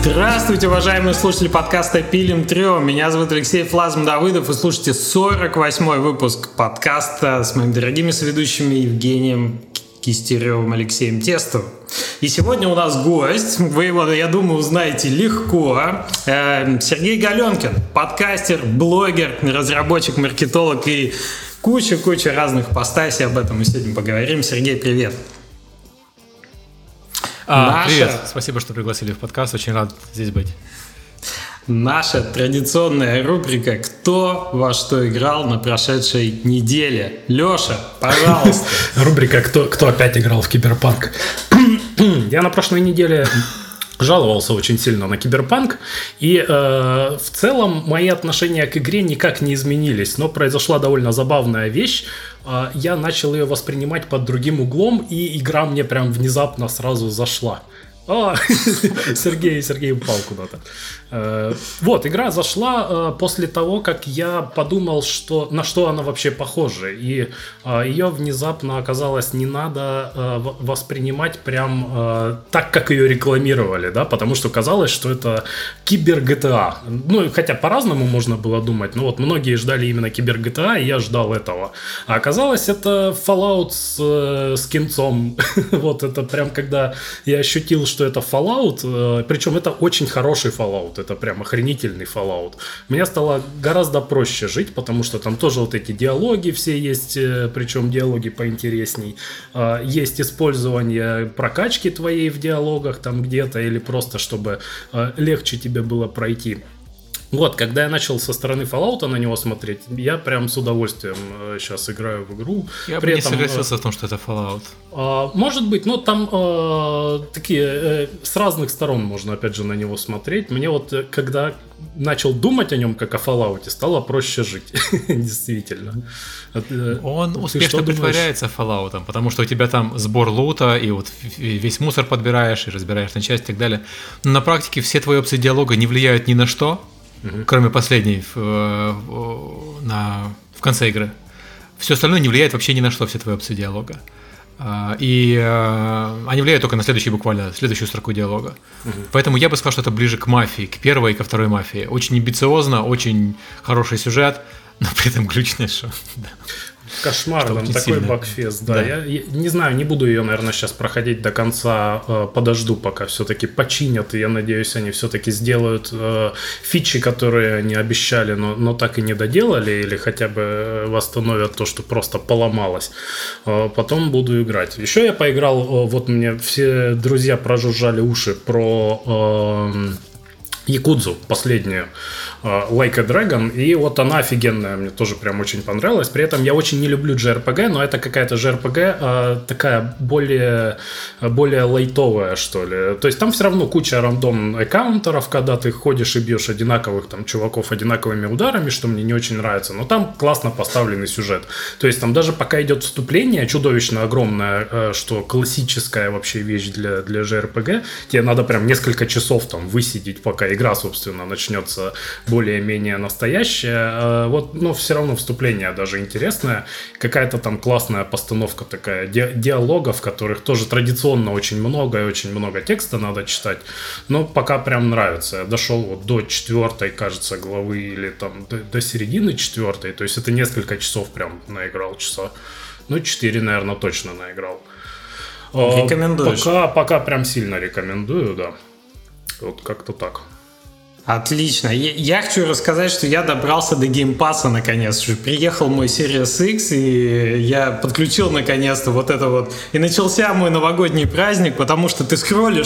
Здравствуйте, уважаемые слушатели подкаста «Пилим Трио». Меня зовут Алексей Флазм-Давыдов. Вы слушаете 48-й выпуск подкаста с моими дорогими соведущими Евгением Кистеревым, Алексеем Тестовым. И сегодня у нас гость, вы его, я думаю, узнаете легко, Сергей Галенкин, подкастер, блогер, разработчик, маркетолог и куча разных ипостасей. Об этом мы сегодня поговорим. Сергей, привет. Привет, спасибо, что пригласили в подкаст, очень рад здесь быть. Наша традиционная рубрика «Кто во что играл на прошедшей неделе?». Леша, пожалуйста. Рубрика «Кто опять играл в Киберпанк?». Я на прошлой неделе жаловался очень сильно на Киберпанк, и в целом мои отношения к игре никак не изменились, но произошла довольно забавная вещь. Я начал ее воспринимать под другим углом, и игра мне прям внезапно сразу зашла. Сергей упал куда-то. Вот, игра зашла после того, как я подумал, на что она вообще похожа. И ее внезапно оказалось не надо воспринимать прям так, как ее рекламировали, да, потому что казалось, что это кибер-GTA. Ну, хотя по-разному можно было думать, но вот многие ждали именно кибер-GTA, и я ждал этого. А оказалось, это Fallout с кинцом. Вот это прям, когда я ощутил, что это Fallout, причем это очень хороший Fallout, это прям охренительный Fallout. Мне стало гораздо проще жить, потому что там тоже вот эти диалоги все есть, причем диалоги поинтересней. Есть использование прокачки твоей в диалогах там где-то, или просто чтобы легче тебе было пройти. Вот, когда я начал со стороны Fallout на него смотреть, я прям с удовольствием сейчас играю в игру. Я бы не согласился в том, что это Fallout. Может быть, но там такие с разных сторон можно опять же на него смотреть. Мне вот, когда начал думать о нем как о Fallout, стало проще жить. Действительно. Он успешно притворяется Fallout'ом, потому что у тебя там сбор лута, и вот весь мусор подбираешь, и разбираешь на части и так далее. Но на практике все твои опции диалога не влияют ни на что, кроме последней в конце игры. Все остальное не влияет вообще ни на что, все твои опции диалога. И они влияют только на следующую строку диалога. Поэтому я бы сказал, что это ближе к мафии, к первой и ко второй мафии. Очень амбициозно, очень хороший сюжет, но при этом глючное шоу. Кошмар, там такой багфест, да. Я не знаю, не буду ее, наверное, сейчас проходить до конца, подожду, пока все-таки починят, и я надеюсь, они все-таки сделают фичи, которые они обещали, но так и не доделали, или хотя бы восстановят то, что просто поломалось. Потом буду играть. Еще я поиграл, вот мне все друзья прожужжали уши про Якудзу, последнюю, Like a Dragon, и вот она офигенная, мне тоже прям очень понравилась. При этом я очень не люблю JRPG, но это какая-то JRPG такая более лайтовая, что ли. То есть там все равно куча рандом эккаунтеров, когда ты ходишь и бьешь одинаковых там чуваков одинаковыми ударами, что мне не очень нравится, но там классно поставленный сюжет. То есть там даже пока идет вступление чудовищно огромное, что классическая вообще вещь для JRPG, тебе надо прям несколько часов там высидеть, пока игра, собственно, начнется более-менее настоящая. Вот, но все равно вступление даже интересное. Какая-то там классная постановка такая диалогов, которых тоже традиционно очень много, и очень много текста надо читать. Но пока прям нравится. Я дошел вот до 4-й, кажется, главы, или там до середины 4-й. То есть это несколько часов прям наиграл часа. 4, наверное, точно наиграл. Рекомендуешь? Пока прям сильно рекомендую, да. Вот как-то так. Отлично. Я хочу рассказать, что я добрался до геймпасса наконец. Уже приехал мой Series X, и я подключил наконец-то вот это вот. И начался мой новогодний праздник, потому что ты скроллишь.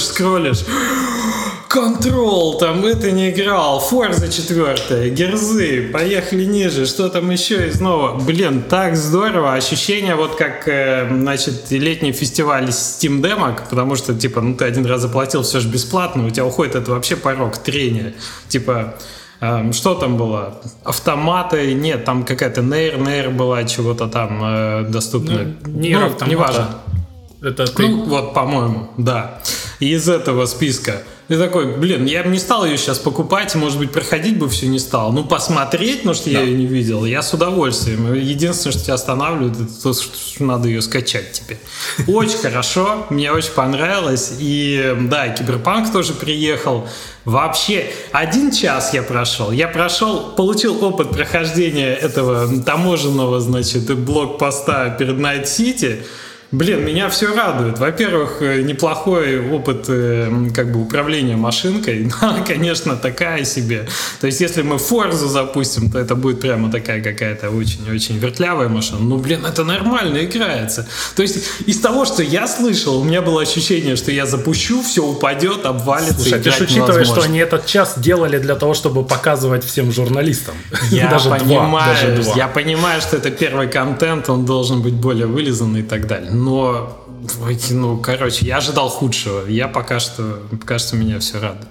Control, там это не играл, Forza 4, Герзы, поехали ниже, что там еще и снова. Блин, так здорово, ощущение вот как, значит, летний фестиваль Steam Demo'к, потому что, типа, ты один раз заплатил, все же бесплатно, у тебя уходит это вообще порог трения, типа... Что там было? Автоматы? Нет, там какая-то Nair была, чего-то там доступно. Неважно. Это ты... вот, по-моему, да. И из этого списка И такой, я бы не стал ее сейчас покупать, и, может быть, проходить бы все не стал. Ну, посмотреть, потому что я ее не видел, я с удовольствием. Единственное, что тебя останавливает, это то, что надо ее скачать тебе. Очень хорошо, мне очень понравилось. И да, Киберпанк тоже приехал. Вообще, 1 час я прошел, получил опыт прохождения этого таможенного, блокпоста перед Найт-Сити. Меня все радует. Во-первых, неплохой опыт управления машинкой. Она, конечно, такая себе. То есть, если мы Форзу запустим, то это будет прямо такая какая-то очень-очень вертлявая машина. Это нормально играется. То есть, из того, что я слышал, у меня было ощущение, что я запущу, все упадет, обвалится. Слушай, ты же учитываешь, что они этот час делали для того, чтобы показывать всем журналистам. Я понимаю, что это первый контент, он должен быть более вылизанный и так далее. Но, я ожидал худшего. Я пока что меня все радует.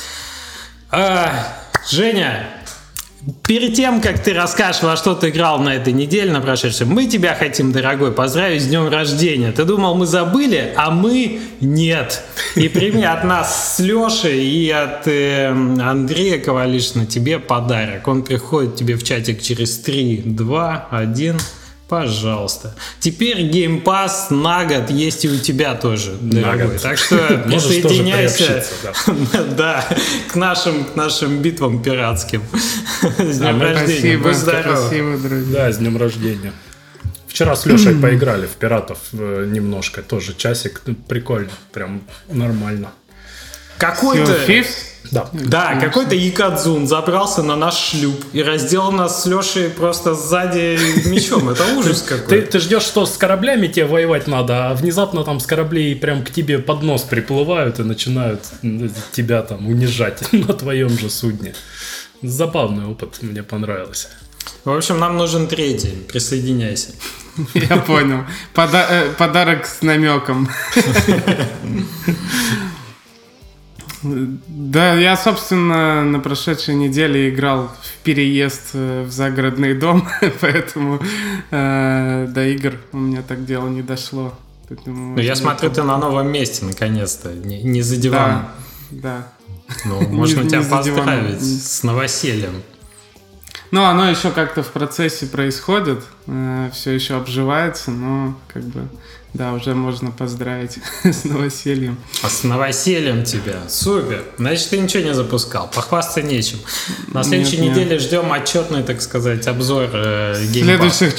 Женя, перед тем, как ты расскажешь, во что ты играл на этой неделе, на прошедшей, мы тебя хотим, дорогой, поздравить с днем рождения. Ты думал, мы забыли, а мы нет. И прими от нас с Лешей и от Андрея Ковалишина тебе подарок. Он приходит тебе в чатик через 3, 2, 1... Пожалуйста. Теперь Game Pass на год есть и у тебя тоже, дорогой. Так что присоединяйся к нашим битвам пиратским. С днем рождения. Будь здоров. Спасибо, друзья. Да, с днем рождения. Вчера с Лешей поиграли в пиратов немножко. Тоже часик. Прикольно. Прям нормально. Какой-то... Да, какой-то якадзун забрался на наш шлюп и раздел нас с Лешей просто сзади мечом. Это ужас какой. Ты ждешь, что с кораблями тебе воевать надо, а внезапно там с кораблей прям к тебе под нос приплывают и начинают тебя там унижать на твоем же судне. Забавный опыт, мне понравился. В общем, нам нужен 3-й. Присоединяйся. Я понял. Подарок с намеком. Да, я, собственно, на прошедшей неделе играл в переезд в загородный дом, поэтому до игр у меня так дело не дошло. Поэтому, я смотрю, ты на новом месте, наконец-то, не за диваном. Да. Можно тебя поздравить с новосельем. Оно еще как-то в процессе происходит, все еще обживается, но да, уже можно поздравить с новосельем. А с новосельем тебя? Супер! Значит, ты ничего не запускал, похвастаться нечем. На следующей неделе ждем отчетный, так сказать, обзор Game Pass.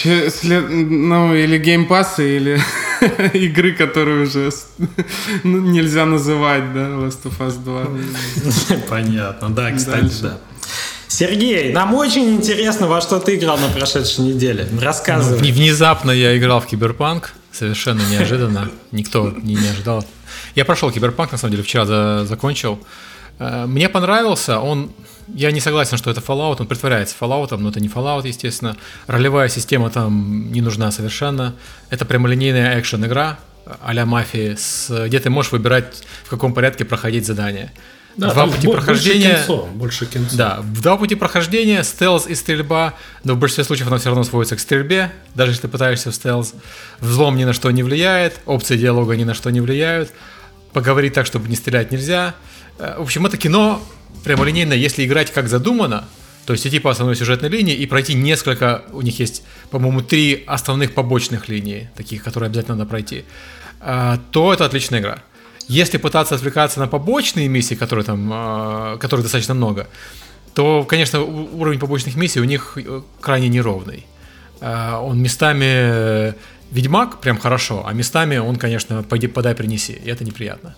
Или Game Pass, или игры, которые уже нельзя называть, да, Last of Us 2. Понятно, да, кстати, да. Сергей, нам очень интересно, во что ты играл на прошедшей неделе. Рассказывай. Внезапно я играл в Киберпанк, совершенно неожиданно. Никто не ожидал. Я прошел Киберпанк, на самом деле, вчера закончил. Мне понравился. Я не согласен, что это Fallout. Он притворяется Fallout, но это не Fallout, естественно. Ролевая система там не нужна совершенно. Это прямолинейная экшен-игра а-ля Мафии, где ты можешь выбирать, в каком порядке проходить задания. Да, два пути прохождения. Больше кинцо. Да, два пути прохождения, стелс и стрельба, но в большинстве случаев она все равно сводится к стрельбе, даже если ты пытаешься в стелс. Взлом ни на что не влияет, опции диалога ни на что не влияют, поговорить так, чтобы не стрелять, нельзя. В общем, это кино прямолинейно, если играть как задумано, то есть идти по основной сюжетной линии и пройти несколько, у них есть, по-моему, 3 основных побочных линии, таких, которые обязательно надо пройти, то это отличная игра. Если пытаться отвлекаться на побочные миссии, которых достаточно много, то, конечно, уровень побочных миссий у них крайне неровный. Он местами Ведьмак прям хорошо, а местами он, конечно, подай принеси, и это неприятно.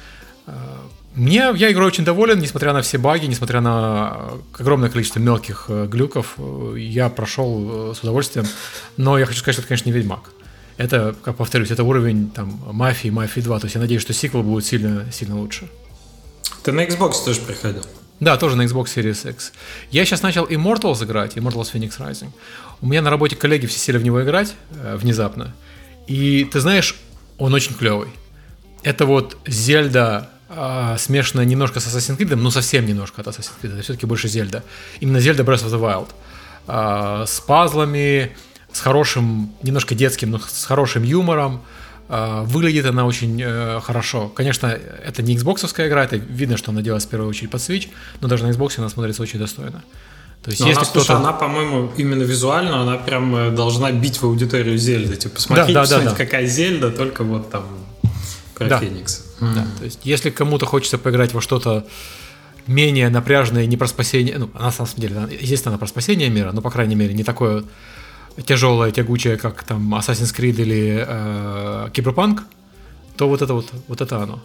Я игрой очень доволен, несмотря на все баги, несмотря на огромное количество мелких глюков, я прошел с удовольствием, но я хочу сказать, что это, конечно, не Ведьмак. Это, как повторюсь, это уровень Мафии 2. То есть я надеюсь, что сиквел будет сильно, сильно лучше. Ты на Xbox тоже приходил? Да, тоже на Xbox Series X. Я сейчас начал Immortals играть, Immortals Phoenix Rising. У меня на работе коллеги все сели в него играть внезапно. И ты знаешь, он очень клевый. Это вот Зельда, смешанная немножко с Assassin's Creed, но совсем немножко от Assassin's Creed. Это все-таки больше Зельда. Именно Зельда Breath of the Wild. С пазлами, с хорошим, немножко детским, но с хорошим юмором, Выглядит она очень хорошо. Конечно, это не Xbox-овская игра, это видно, что она делалась в первую очередь под Switch, но даже на Xbox она смотрится очень достойно. То есть, если слушай, она, по-моему, именно визуально, она прям должна бить в аудиторию Зельды. Типа, посмотрите, какая Зельда, только вот там про Феникс. Да, то есть, если кому-то хочется поиграть во что-то менее напряженное, не про спасение, она на самом деле, естественно, она про спасение мира, но, по крайней мере, не такое тяжелое, тягучее, как там Assassin's Creed или Cyberpunk, то вот это оно.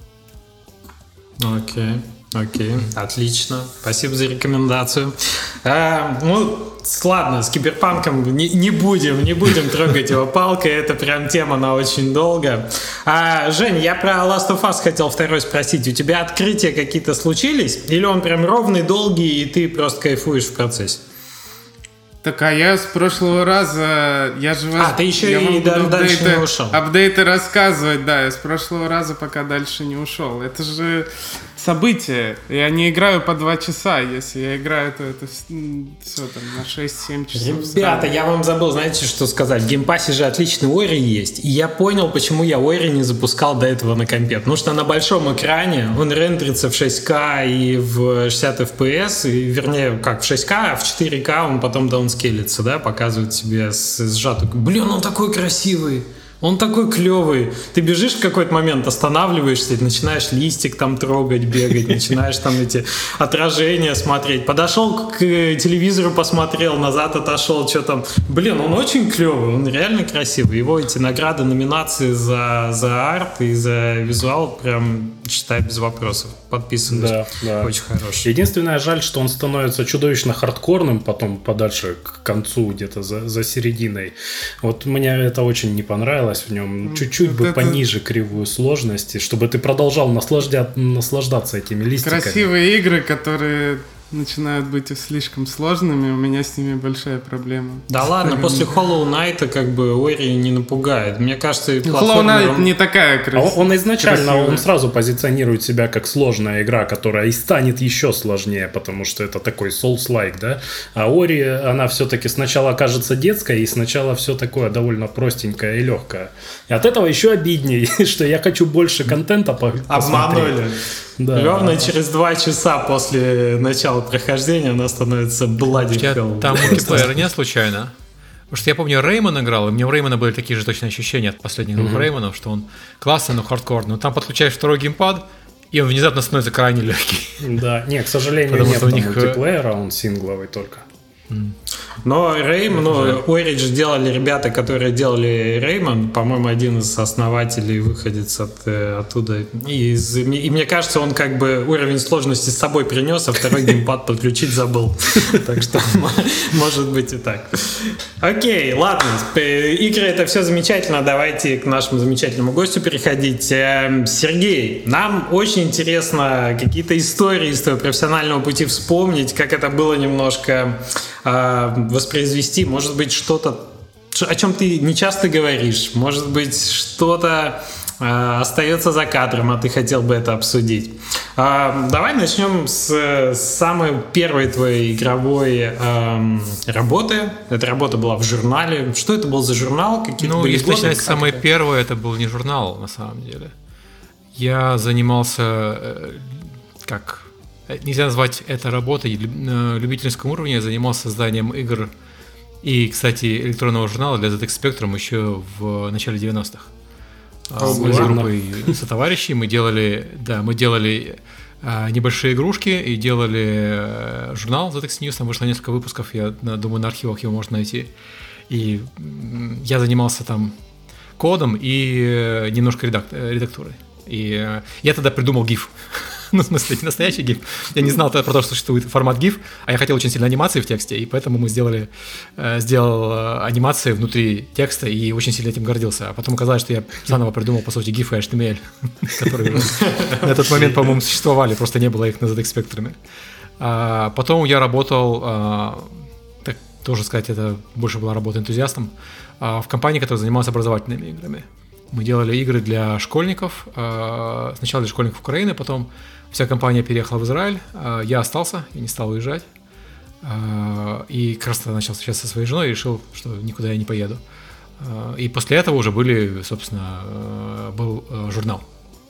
Окей, отлично. Спасибо за рекомендацию. Ладно, с Киберпанком не будем трогать его палкой, это прям тема на очень долго. Жень, я про Last of Us хотел второй спросить. У тебя открытия какие-то случились? Или он прям ровный, долгий, и ты просто кайфуешь в процессе? Так, а я с прошлого раза, я же вас... ты еще и дальше не ушел. Апдейты рассказывать, да, я с прошлого раза пока дальше не ушел. Это же событие. Я не играю по 2 часа. Если я играю, то это все там на 6-7 часов. Ребята, я вам забыл, знаете, что сказать. В геймпассе же отличный Ori есть. И я понял, почему я Ori не запускал до этого на компе. Потому что на большом экране он рендерится в 6К и в 60 FPS. И, вернее, как в 6К, а в 4К он потом даунскейлится, да, показывает себе сжатую. Блин, он такой красивый. Он такой клевый. Ты бежишь в какой-то момент, останавливаешься, начинаешь листик там трогать, бегать, начинаешь там эти отражения смотреть. Подошел к телевизору, посмотрел, назад отошел, что там. Блин, он очень клевый, он реально красивый. Его эти награды, номинации за арт и за визуал прям читаю без вопросов. Подписываюсь. Да. Очень хороший. Единственное, жаль, что он становится чудовищно хардкорным потом подальше к концу, где-то за серединой. Вот мне это очень не понравилось. В нем чуть-чуть бы пониже кривую сложности, чтобы ты продолжал наслаждаться этими листиками. Красивые игры, которые начинают быть слишком сложными, у меня с ними большая проблема. Да ладно, после Hollow Knight как бы Ori не напугает. Мне кажется, Hollow Knight не такая красивая. Он изначально, он сразу позиционирует себя как сложная игра, которая и станет еще сложнее, потому что это такой Souls-like, да? А Ori, она все-таки сначала кажется детской, и сначала все такое довольно простенькое и легкое. И от этого еще обиднее, что я хочу больше контента посмотреть. Обманули. Да. Ровно через 2 часа после начала прохождения она становится Bloody Hell. Там мультиплеер не случайно? Потому что я помню, Реймон играл, и мне у Реймона были такие же точные ощущения от последних 2 Реймонов, что он классный, но хардкорный. Но там подключаешь второй геймпад, и он внезапно становится крайне легкий. Да, нет, к сожалению, нет мультиплеера, он сингловый только. Но Origin делали ребята, которые делали Rayman, по-моему, один из основателей, выходец оттуда. И мне кажется, он как бы уровень сложности с собой принес, а второй геймпад подключить забыл. Так что может быть и так. Окей, ладно. Игры — это все замечательно. Давайте к нашему замечательному гостю переходить. Сергей, нам очень интересно какие-то истории из твоего профессионального пути вспомнить, как это было немножко воспроизвести, может быть, что-то, о чем ты не часто говоришь, может быть, что-то остается за кадром, а ты хотел бы это обсудить. Давай начнем с самой первой твоей игровой работы. Эта работа была в журнале. Что это был за журнал? Если начинать с самой первой, это был не журнал, на самом деле. Я занимался, нельзя назвать это работой. На любительском уровне я занимался созданием игр и, кстати, электронного журнала для ZX Spectrum еще в начале 90-х. Мы с группой сотоварищей мы делали небольшие игрушки и делали журнал ZX News. Там вышло несколько выпусков, я думаю, на архивах его можно найти. И я занимался там кодом и немножко редактурой. И я тогда придумал GIF. Ну, в смысле, не настоящий GIF. Я не знал про то, что существует формат GIF, а я хотел очень сильно анимации в тексте, и поэтому мы сделал анимации внутри текста и очень сильно этим гордился. А потом оказалось, что я заново придумал, по сути, GIF и HTML, которые на тот момент, по-моему, существовали, просто не было их на ZX Spectrum. Потом я работал, тоже сказать, это больше была работа энтузиастом, в компании, которая занималась образовательными играми. Мы делали игры для школьников, сначала для школьников Украины, потом вся компания переехала в Израиль, я остался, я не стал уезжать, и как раз начал встречаться со своей женой и решил, что никуда я не поеду. И после этого уже были, собственно, был журнал.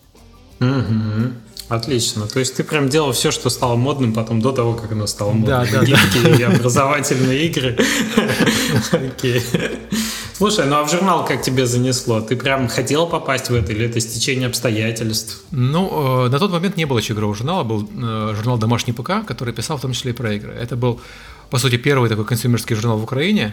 Угу. Отлично. То есть ты прям делал все, что стало модным потом, до того, как оно стало модным. Да. Гибкие образовательные игры. Окей. Слушай, ну а в журнал как тебе занесло? Ты прям хотел попасть в это или это стечение обстоятельств? Ну, на тот момент не было еще игрового журнала, был журнал «Домашний ПК», который писал в том числе и про игры. Это был, по сути, первый такой консюмерский журнал в Украине,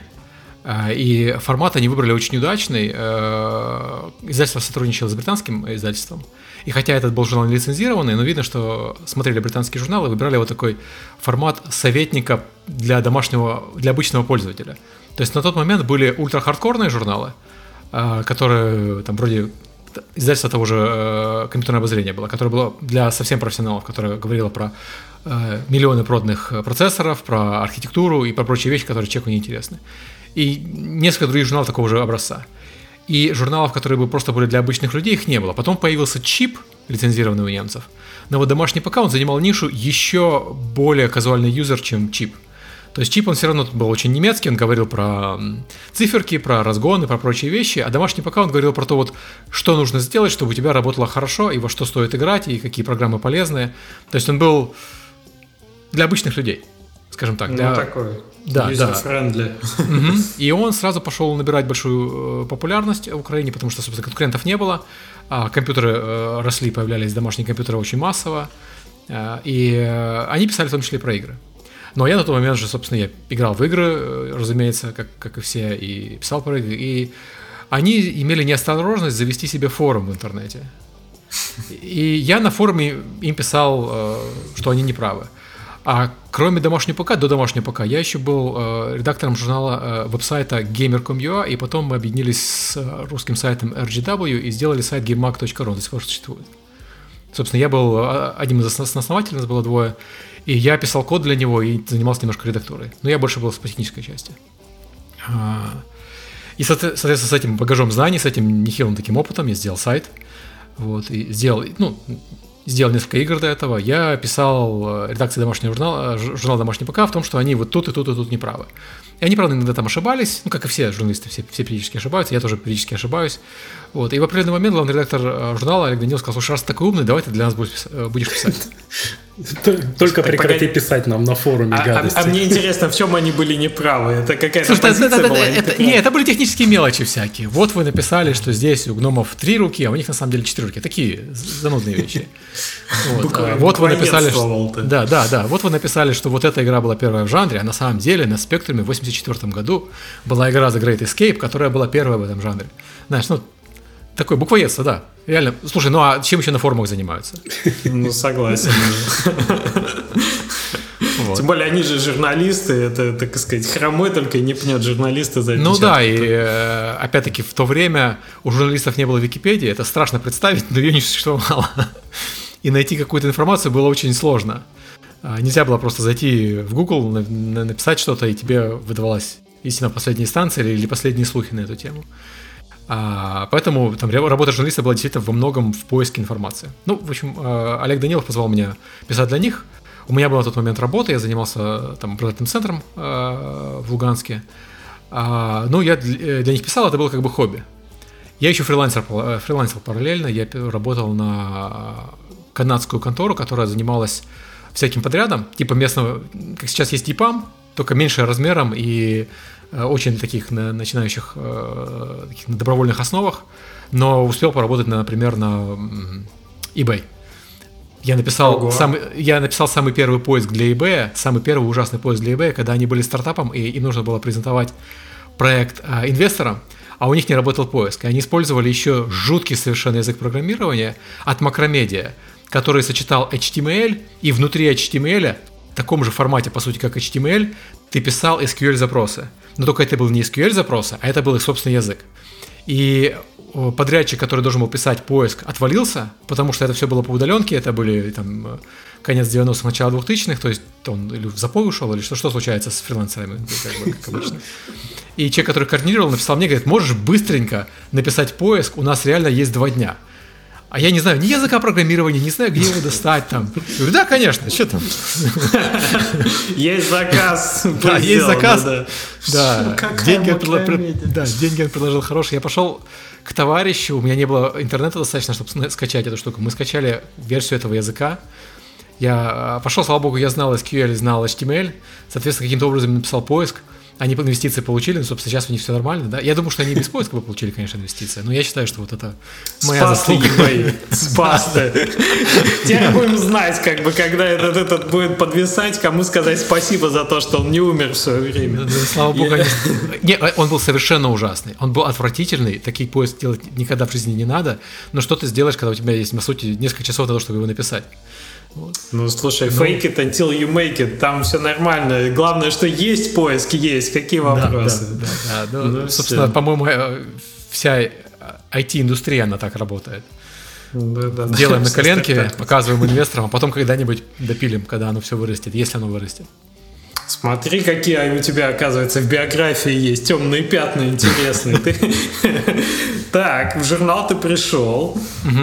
и формат они выбрали очень удачный. Издательство сотрудничало с британским издательством, и хотя этот был журнал не лицензированный, но видно, что смотрели британские журналы и выбирали вот такой формат советника для обычного пользователя. То есть на тот момент были ультра-хардкорные журналы, которые там вроде издательство того же «Компьютерное обозрение» было, которое было для совсем профессионалов, которое говорило про миллионы проданных процессоров, про архитектуру и про прочие вещи, которые человеку не интересны. И несколько других журналов такого же образца. И журналов, которые бы просто были для обычных людей, их не было. Потом появился чип, лицензированный у немцев. Но вот «Домашний ПК» он занимал нишу еще более казуальный юзер, чем чип. То есть чип, он все равно был очень немецкий, он говорил про циферки, про разгоны, про прочие вещи, а «Домашний ПК» он говорил про то, вот, что нужно сделать, чтобы у тебя работало хорошо, и во что стоит играть, и какие программы полезные. То есть он был для обычных людей, скажем так. Ну, такой user-friendly. Угу. И он сразу пошел набирать большую популярность в Украине, потому что, собственно, конкурентов не было, а компьютеры росли, появлялись домашние компьютеры очень массово, и они писали в том числе и про игры. Но я на тот момент же, собственно, я играл в игры, разумеется, как и все, и писал про игры. И они имели неосторожность завести себе форум в интернете. И я на форуме им писал, что они неправы. А кроме «Домашнего ПК», до «Домашнего ПК», я еще был редактором журнала веб-сайта Gamer.com.ua, и потом мы объединились с русским сайтом RGW и сделали сайт GameMag.ru, до сих пор существует. Собственно, я был одним из основателей, нас было двое, и я писал код для него и занимался немножко редактурой. Но я больше был по технической части. И, соответственно, с этим багажом знаний, с этим нехилым таким опытом я сделал сайт. Вот, и сделал несколько игр до этого. Я писал редакции домашнего журнала «Домашний ПК» в том, что они вот тут и тут и тут неправы. И они, правда, иногда там ошибались, ну, как и все журналисты, все периодически ошибаются, я тоже периодически ошибаюсь. Вот. И в определенный момент главный редактор журнала Олег Данилов сказал: слушай, раз ты такой умный, давай ты для нас будешь писать. Только прекрати писать нам на форуме гадости. А мне интересно, в чем они были неправы? Это какая-то позиция была? Нет, это были технические мелочи всякие. Вот вы написали, что здесь у гномов 3 руки, а у них на самом деле 4 руки. Такие занудные вещи. Вот вы написали, вот вы написали, что вот эта игра была первая в жанре, а на самом деле на Спектруме в 1984 году была игра The Great Escape, которая была первая в этом жанре. Знаешь, ну, такое буквоедство, да. Реально. Слушай, ну а чем еще на форумах занимаются? Ну, согласен. Тем более, они же журналисты, это, так сказать, хромой только не пнет журналиста за Ну да, и опять-таки в то время у журналистов не было Википедии, это страшно представить, но ее не существовало. И найти какую-то информацию было очень сложно. Нельзя было просто зайти в Google, написать что-то, и тебе выдавалась истина последней инстанции или последние слухи на эту тему. Поэтому там работа журналиста была действительно во многом в поиске информации. Ну, в общем, Олег Данилов позвал меня писать для них. У меня была на тот момент работа, я занимался там образовательным центром в Луганске. Ну, я для них писал, это было как бы хобби. Я еще фрилансил параллельно, я работал на канадскую контору, которая занималась всяким подрядом, типа местного, как сейчас есть EPAM, только меньше размером и очень таких начинающих, таких на добровольных основах, но успел поработать, например, на eBay. Я написал самый первый поиск для eBay, самый первый ужасный поиск для eBay, когда они были стартапом, и им нужно было презентовать проект инвесторам, а у них не работал поиск. И они использовали еще жуткий совершенно язык программирования от Macromedia, который сочетал HTML, и внутри HTML, в таком же формате, по сути, как HTML, ты писал SQL-запросы. Но только это был не SQL-запросы, а это был их собственный язык. И подрядчик, который должен был писать поиск, отвалился, потому что это все было по удаленке, это были там конец 90-х, начало 2000-х, то есть он или в запой ушел, или что случается с фрилансерами, как обычно. И человек, который координировал, написал мне, говорит: можешь быстренько написать поиск, у нас реально есть 2 дня. А я не знаю ни языка программирования, не знаю, где его достать там. Я говорю, да, конечно, что там? Есть заказ. Да, есть заказ. Да, деньги он предложил хорошие. Я пошел к товарищу, у меня не было интернета достаточно, чтобы скачать эту штуку. Мы скачали версию этого языка. Я пошел, слава богу, я знал SQL, знал HTML. Соответственно, каким-то образом написал поиск. Они инвестиции получили, но, собственно, сейчас у них все нормально, да? Я думаю, что они без поиска бы получили, конечно, инвестиции, но я считаю, что вот это моя заслуга. Спас ты. Теперь будем знать, как бы, когда этот будет подвисать, кому сказать спасибо за то, что он не умер в свое время. Слава богу, не, он был совершенно ужасный. Он был отвратительный, такие поиски делать никогда в жизни не надо, но что ты сделаешь, когда у тебя есть, по сути, несколько часов для того, чтобы его написать? Вот. Ну, слушай, fake it until you make it, там все нормально. Главное, что есть поиск, есть. Какие вопросы? Да. Ну, собственно, по-моему, вся IT-индустрия, она так работает. Делаем на коленке, показываем инвесторам, а потом когда-нибудь допилим, когда оно все вырастет, если оно вырастет. Смотри, какие у тебя, оказывается, в биографии есть темные пятна интересные. Так, в журнал ты пришел.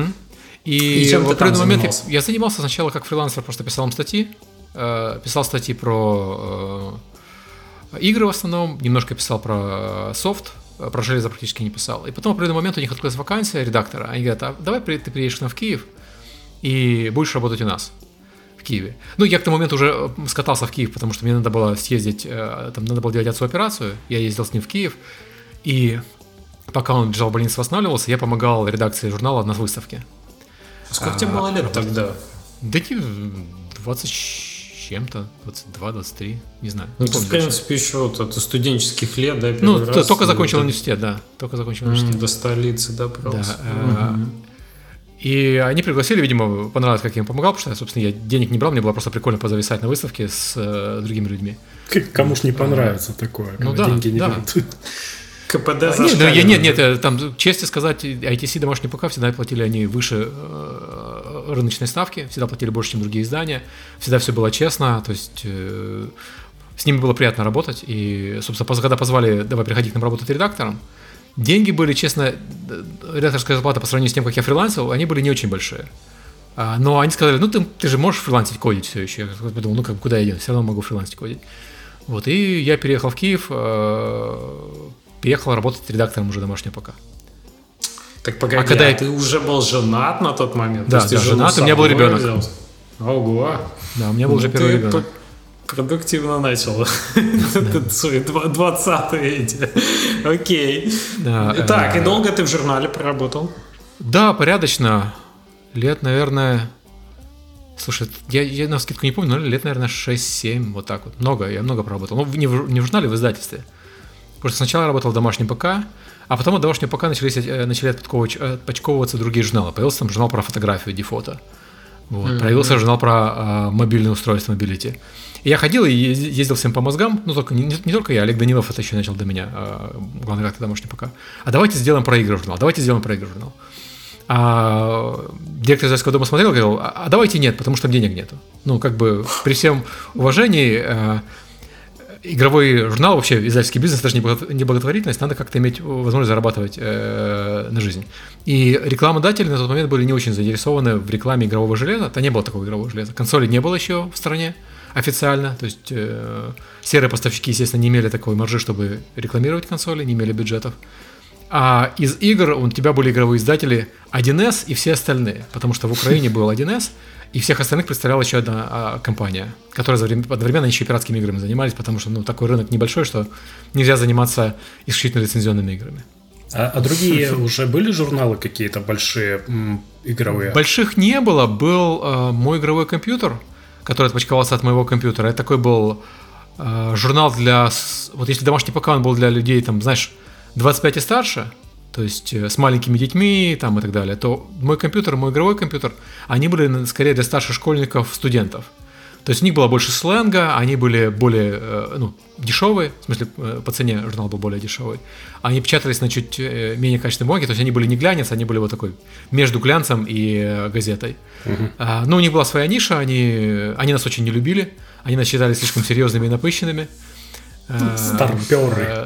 И в определенный момент я занимался сначала как фрилансер, просто писал им статьи. Писал статьи про игры в основном, немножко писал про софт, про железо практически не писал. И потом в определенный момент у них открылась вакансия редактора. Они говорят, а давай ты приедешь к нам в Киев и будешь работать у нас в Киеве. Ну, я к тому моменту уже скатался в Киев, потому что мне надо было съездить, там надо было делать отцу операцию. Я ездил с ним в Киев, и пока он лежал в больнице, восстанавливался, я помогал редакции журнала на выставке. Сколько тебе было лет тогда? Да 20 с чем-то, 22-23, не знаю. Ну, ты, в принципе, еще вот от студенческих лет, да? Ну, только закончил университет, да. Только закончил университет. До столицы добрался. Да. И они пригласили, видимо, понравилось, как я им помогал, потому что, собственно, я денег не брал, мне было просто прикольно позависать на выставке с другими людьми. Кому ж не понравится такое, когда деньги не берут. КПД Нет, там, честно сказать, ITC домашний ПК всегда платили они выше рыночной ставки, всегда платили больше, чем другие издания, всегда все было честно, то есть с ними было приятно работать, и, собственно, когда позвали, давай приходи к нам работать редактором, деньги были, честно, редакторская зарплата по сравнению с тем, как я фрилансил, они были не очень большие. Но они сказали, ну ты же можешь фрилансить, кодить все еще. Я подумал, ну как, куда я еду, все равно могу фрилансить, кодить. Вот, и я переехал в Киев, переехал работать редактором уже домашнего ПК. Так погоди, ты уже был женат на тот момент? Да, женат, у меня был ребенок. Ого! Да, у меня был уже первый ребенок. Продуктивно начал. 20-е эти. Окей. Так, и долго ты в журнале проработал? Да, порядочно. Лет, наверное... Слушай, я на скидку не помню, но лет, наверное, 6-7, вот так вот. Я много проработал. Ну, не в журнале, в издательстве. Потому что сначала я работал в домашнем ПК, а потом от домашнего ПК начали отпочковываться другие журналы. Появился там журнал про фотографию, Дефото. Вот. Появился журнал про мобильное устройство, Mobility. И я ходил и ездил всем по мозгам, ну, только не только я, Олег Данилов это еще начал до меня, главный редактор домашнего ПК. А давайте сделаем про игры журнал, А директор издательского дома смотрел и говорил, а давайте нет, потому что денег нету. Ну, как бы при всем уважении, игровой журнал, вообще издательский бизнес, даже не благотворительность, надо как-то иметь возможность зарабатывать на жизнь. И рекламодатели на тот момент были не очень заинтересованы в рекламе игрового железа, то не было такого игрового железа. Консолей не было еще в стране официально, то есть серые поставщики, естественно, не имели такой маржи, чтобы рекламировать консоли, не имели бюджетов. А из игр у тебя были игровые издатели 1С и все остальные, потому что в Украине был 1С, и всех остальных представляла еще одна компания, которая одновременно еще и пиратскими играми занимались, потому что такой рынок небольшой, что нельзя заниматься исключительно лицензионными играми. А другие уже были журналы какие-то большие игровые? Больших не было. Был мой игровой компьютер, который отпочковался от моего компьютера. Это такой был журнал для... Вот если домашний ПК, он был для людей, там, знаешь, 25 и старше, то есть с маленькими детьми там, и так далее, то мой компьютер, мой игровой компьютер, они были скорее для старших школьников, студентов. То есть у них было больше сленга, они были более дешевые, в смысле по цене журнал был более дешевый. Они печатались на чуть менее качественной бумаге, то есть они были не глянец, они были вот такой между глянцем и газетой. Но у них была своя ниша, они нас очень не любили, они нас считали слишком серьезными и напыщенными. Старпёры.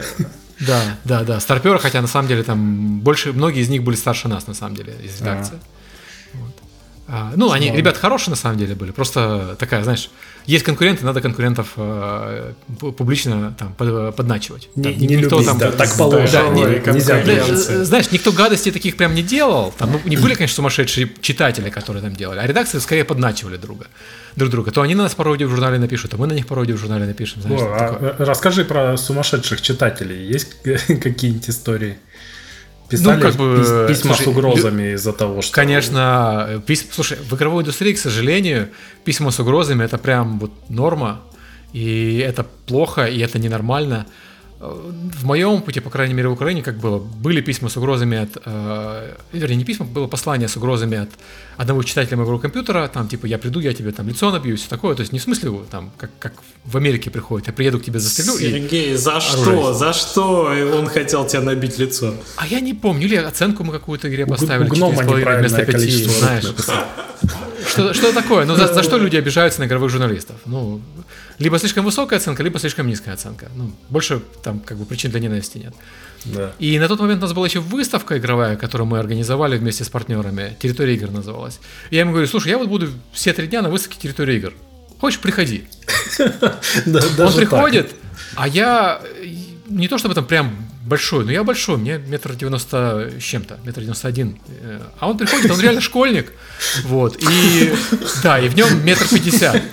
Да, старпёры, хотя на самом деле там многие из них были старше нас, на самом деле, из редакции. Вот. Они, ребята, хорошие на самом деле были. Просто такая, знаешь, есть конкуренты, надо конкурентов публично там подначивать. Не никто там так положено. Нельзя. Знаешь, никто гадостей таких прям не делал. Там, не были, конечно, сумасшедшие читатели, которые там делали, а редакции скорее подначивали друг друга. То они на нас пародию в журнале напишут, а мы на них пародию в журнале напишем. Знаешь, расскажи про сумасшедших читателей. Есть какие-нибудь истории? Писали письма с угрозами из-за того, что... Конечно. Слушай, в игровой индустрии, к сожалению, письма с угрозами – это прям вот норма, и это плохо, и это ненормально. В моем пути, по крайней мере, в Украине, как было, были письма с угрозами от... вернее, не письма, было послание с угрозами от одного читателя моего компьютера, там, типа, я приду, я тебе там лицо набью, и все такое. То есть не в смысле, там, как в Америке приходит, я приеду к тебе застрелю. Сергей, за что? За что он хотел тебе набить лицо? А я не помню, или оценку мы какую-то игре поставили, 4,5 вместо 5, знаешь. Что такое? Ну, за что люди обижаются на игровых журналистов? Ну, либо слишком высокая оценка, либо слишком низкая оценка. Ну, больше там как бы причин для ненависти нет. Да. И на тот момент у нас была еще выставка игровая, которую мы организовали вместе с партнерами. «Территория игр» называлась. И я ему говорю, слушай, я вот буду все 3 дня на выставке «Территория игр». Хочешь, приходи. Он приходит, а я не то чтобы там прям большой, но я большой, мне 1,90 м с чем-то, 1,91 м. А он приходит, он реально школьник. Вот. И да, и в нем 1,50 м.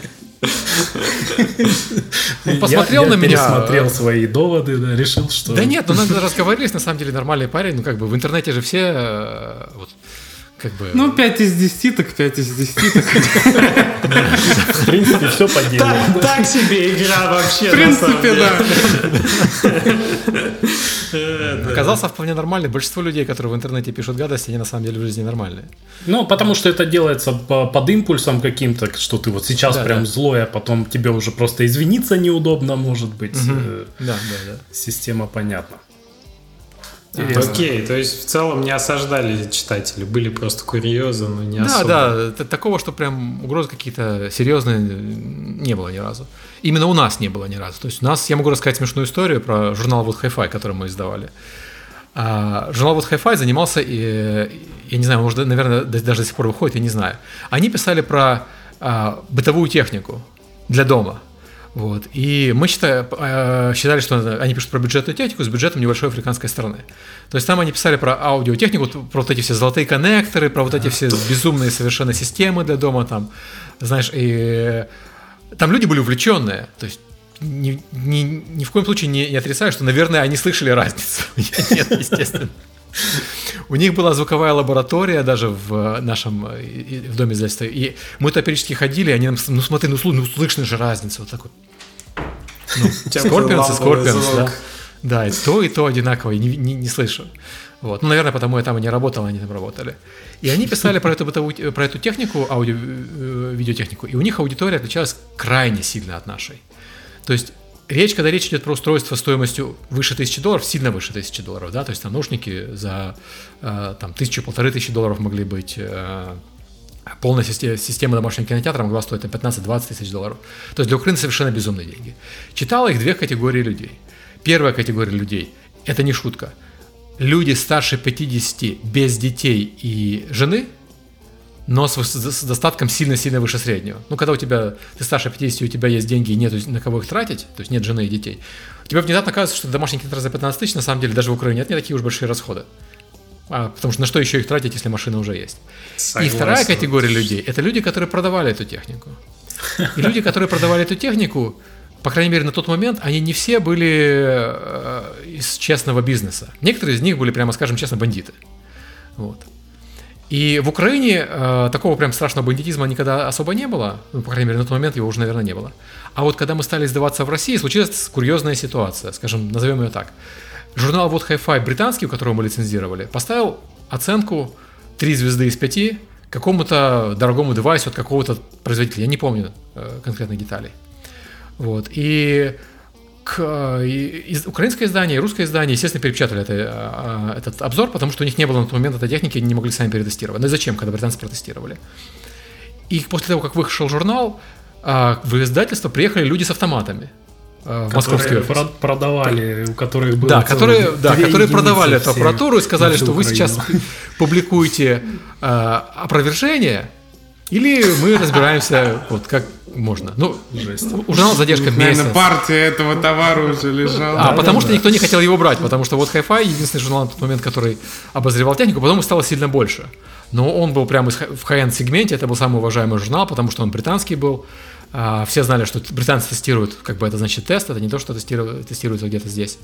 Он посмотрел на меня. Я пересмотрел свои доводы, да, решил, что... Да нет, ну мы разговорились, на самом деле нормальный парень, ну как бы в интернете же все... Вот, как бы... Ну 5 из 10, так 5 из 10, так... В принципе, все по делу. Так себе игра вообще, в принципе, да. Оказался вполне нормальный. Большинство людей, которые в интернете пишут гадости, они на самом деле в жизни нормальные. Ну, потому что это делается под импульсом каким-то, что ты вот сейчас прям злой, а потом тебе уже просто извиниться неудобно, может быть. Да. Система понятна. Окей, то есть в целом не осаждали читатели, были просто курьезы, но не особо. Да, такого, что прям угрозы какие-то серьезные не было ни разу. Именно у нас не было ни разу. То есть у нас, я могу рассказать смешную историю про журнал Wood Hi-Fi, который мы издавали. Журнал Wood Hi-Fi занимался, я не знаю, может, наверное, даже до сих пор выходит, я не знаю. Они писали про бытовую технику для дома. Вот. И мы считали, что они пишут про бюджетную технику с бюджетом небольшой африканской страны. То есть там они писали про аудиотехнику, про вот эти все золотые коннекторы, про вот эти все безумные совершенно системы для дома. Там, знаешь, и там люди были увлеченные. То есть ни в коем случае не отрицаю, что, наверное, они слышали разницу. Нет, естественно. У них была звуковая лаборатория даже в нашем в доме издательства. И мы туда периодически ходили, и они нам, смотри, слышно же разницу. Вот так вот. Скорпионс и Скорпионс, да. Да, и то одинаково, и не слышу. Вот. Ну, наверное, потому я там и не работал, они там работали. И они писали про эту технику, видеотехнику, и у них аудитория отличалась крайне сильно от нашей. То есть когда речь идет про устройство стоимостью выше $1000, сильно выше $1000, да, то есть там наушники за там, 1000-1500 могли быть, полная система домашнего кинотеатра могла стоить там, 15-20 тысяч $. То есть для Украины совершенно безумные деньги. Читало их 2 категории людей. Первая категория людей – это не шутка. Люди старше 50, без детей и жены, но с достатком сильно-сильно выше среднего. Ну, когда ты старше 50, у тебя есть деньги и нет на кого их тратить, то есть нет жены и детей, у тебя внезапно кажется, что домашний кинотеатр за 15 тысяч, на самом деле, даже в Украине нет не такие уж большие расходы. Потому что на что еще их тратить, если машина уже есть? Согласен. И вторая категория людей – это люди, которые продавали эту технику. И люди, которые продавали эту технику, по крайней мере, на тот момент, они не все были из честного бизнеса. Некоторые из них были, прямо скажем честно, бандиты. Вот. И в Украине такого прям страшного бандитизма никогда особо не было. Ну, по крайней мере, на тот момент его уже, наверное, не было. А вот когда мы стали издаваться в России, случилась курьезная ситуация, скажем, назовем ее так. Журнал Wood Hi-Fi британский, у которого мы лицензировали, поставил оценку 3 звезды из 5 какому-то дорогому девайсу от какого-то производителя. Я не помню конкретных деталей. Вот. И украинское издание и русское издание, естественно, перепечатали этот обзор, потому что у них не было на тот момент этой техники, они не могли сами перетестировать. Ну и зачем, когда британцы протестировали? И после того, как вышел журнал, в издательство приехали люди с автоматами. в московский офис. Продавали, у которых было которые продавали эту аппаратуру и сказали, что вы сейчас публикуете опровержение, или мы разбираемся вот как можно. Ну, у журнала задержка месяц. Наверное, партия этого товара уже лежала. Потому что никто не хотел его брать, потому что вот Hi-Fi единственный журнал на тот момент, который обозревал технику, потом их стало сильно больше. Но он был прямо в high-end сегменте, это был самый уважаемый журнал, потому что он британский был. Все знали, что британцы тестируют, как бы это значит тест, это не то, что тестируется где-то здесь.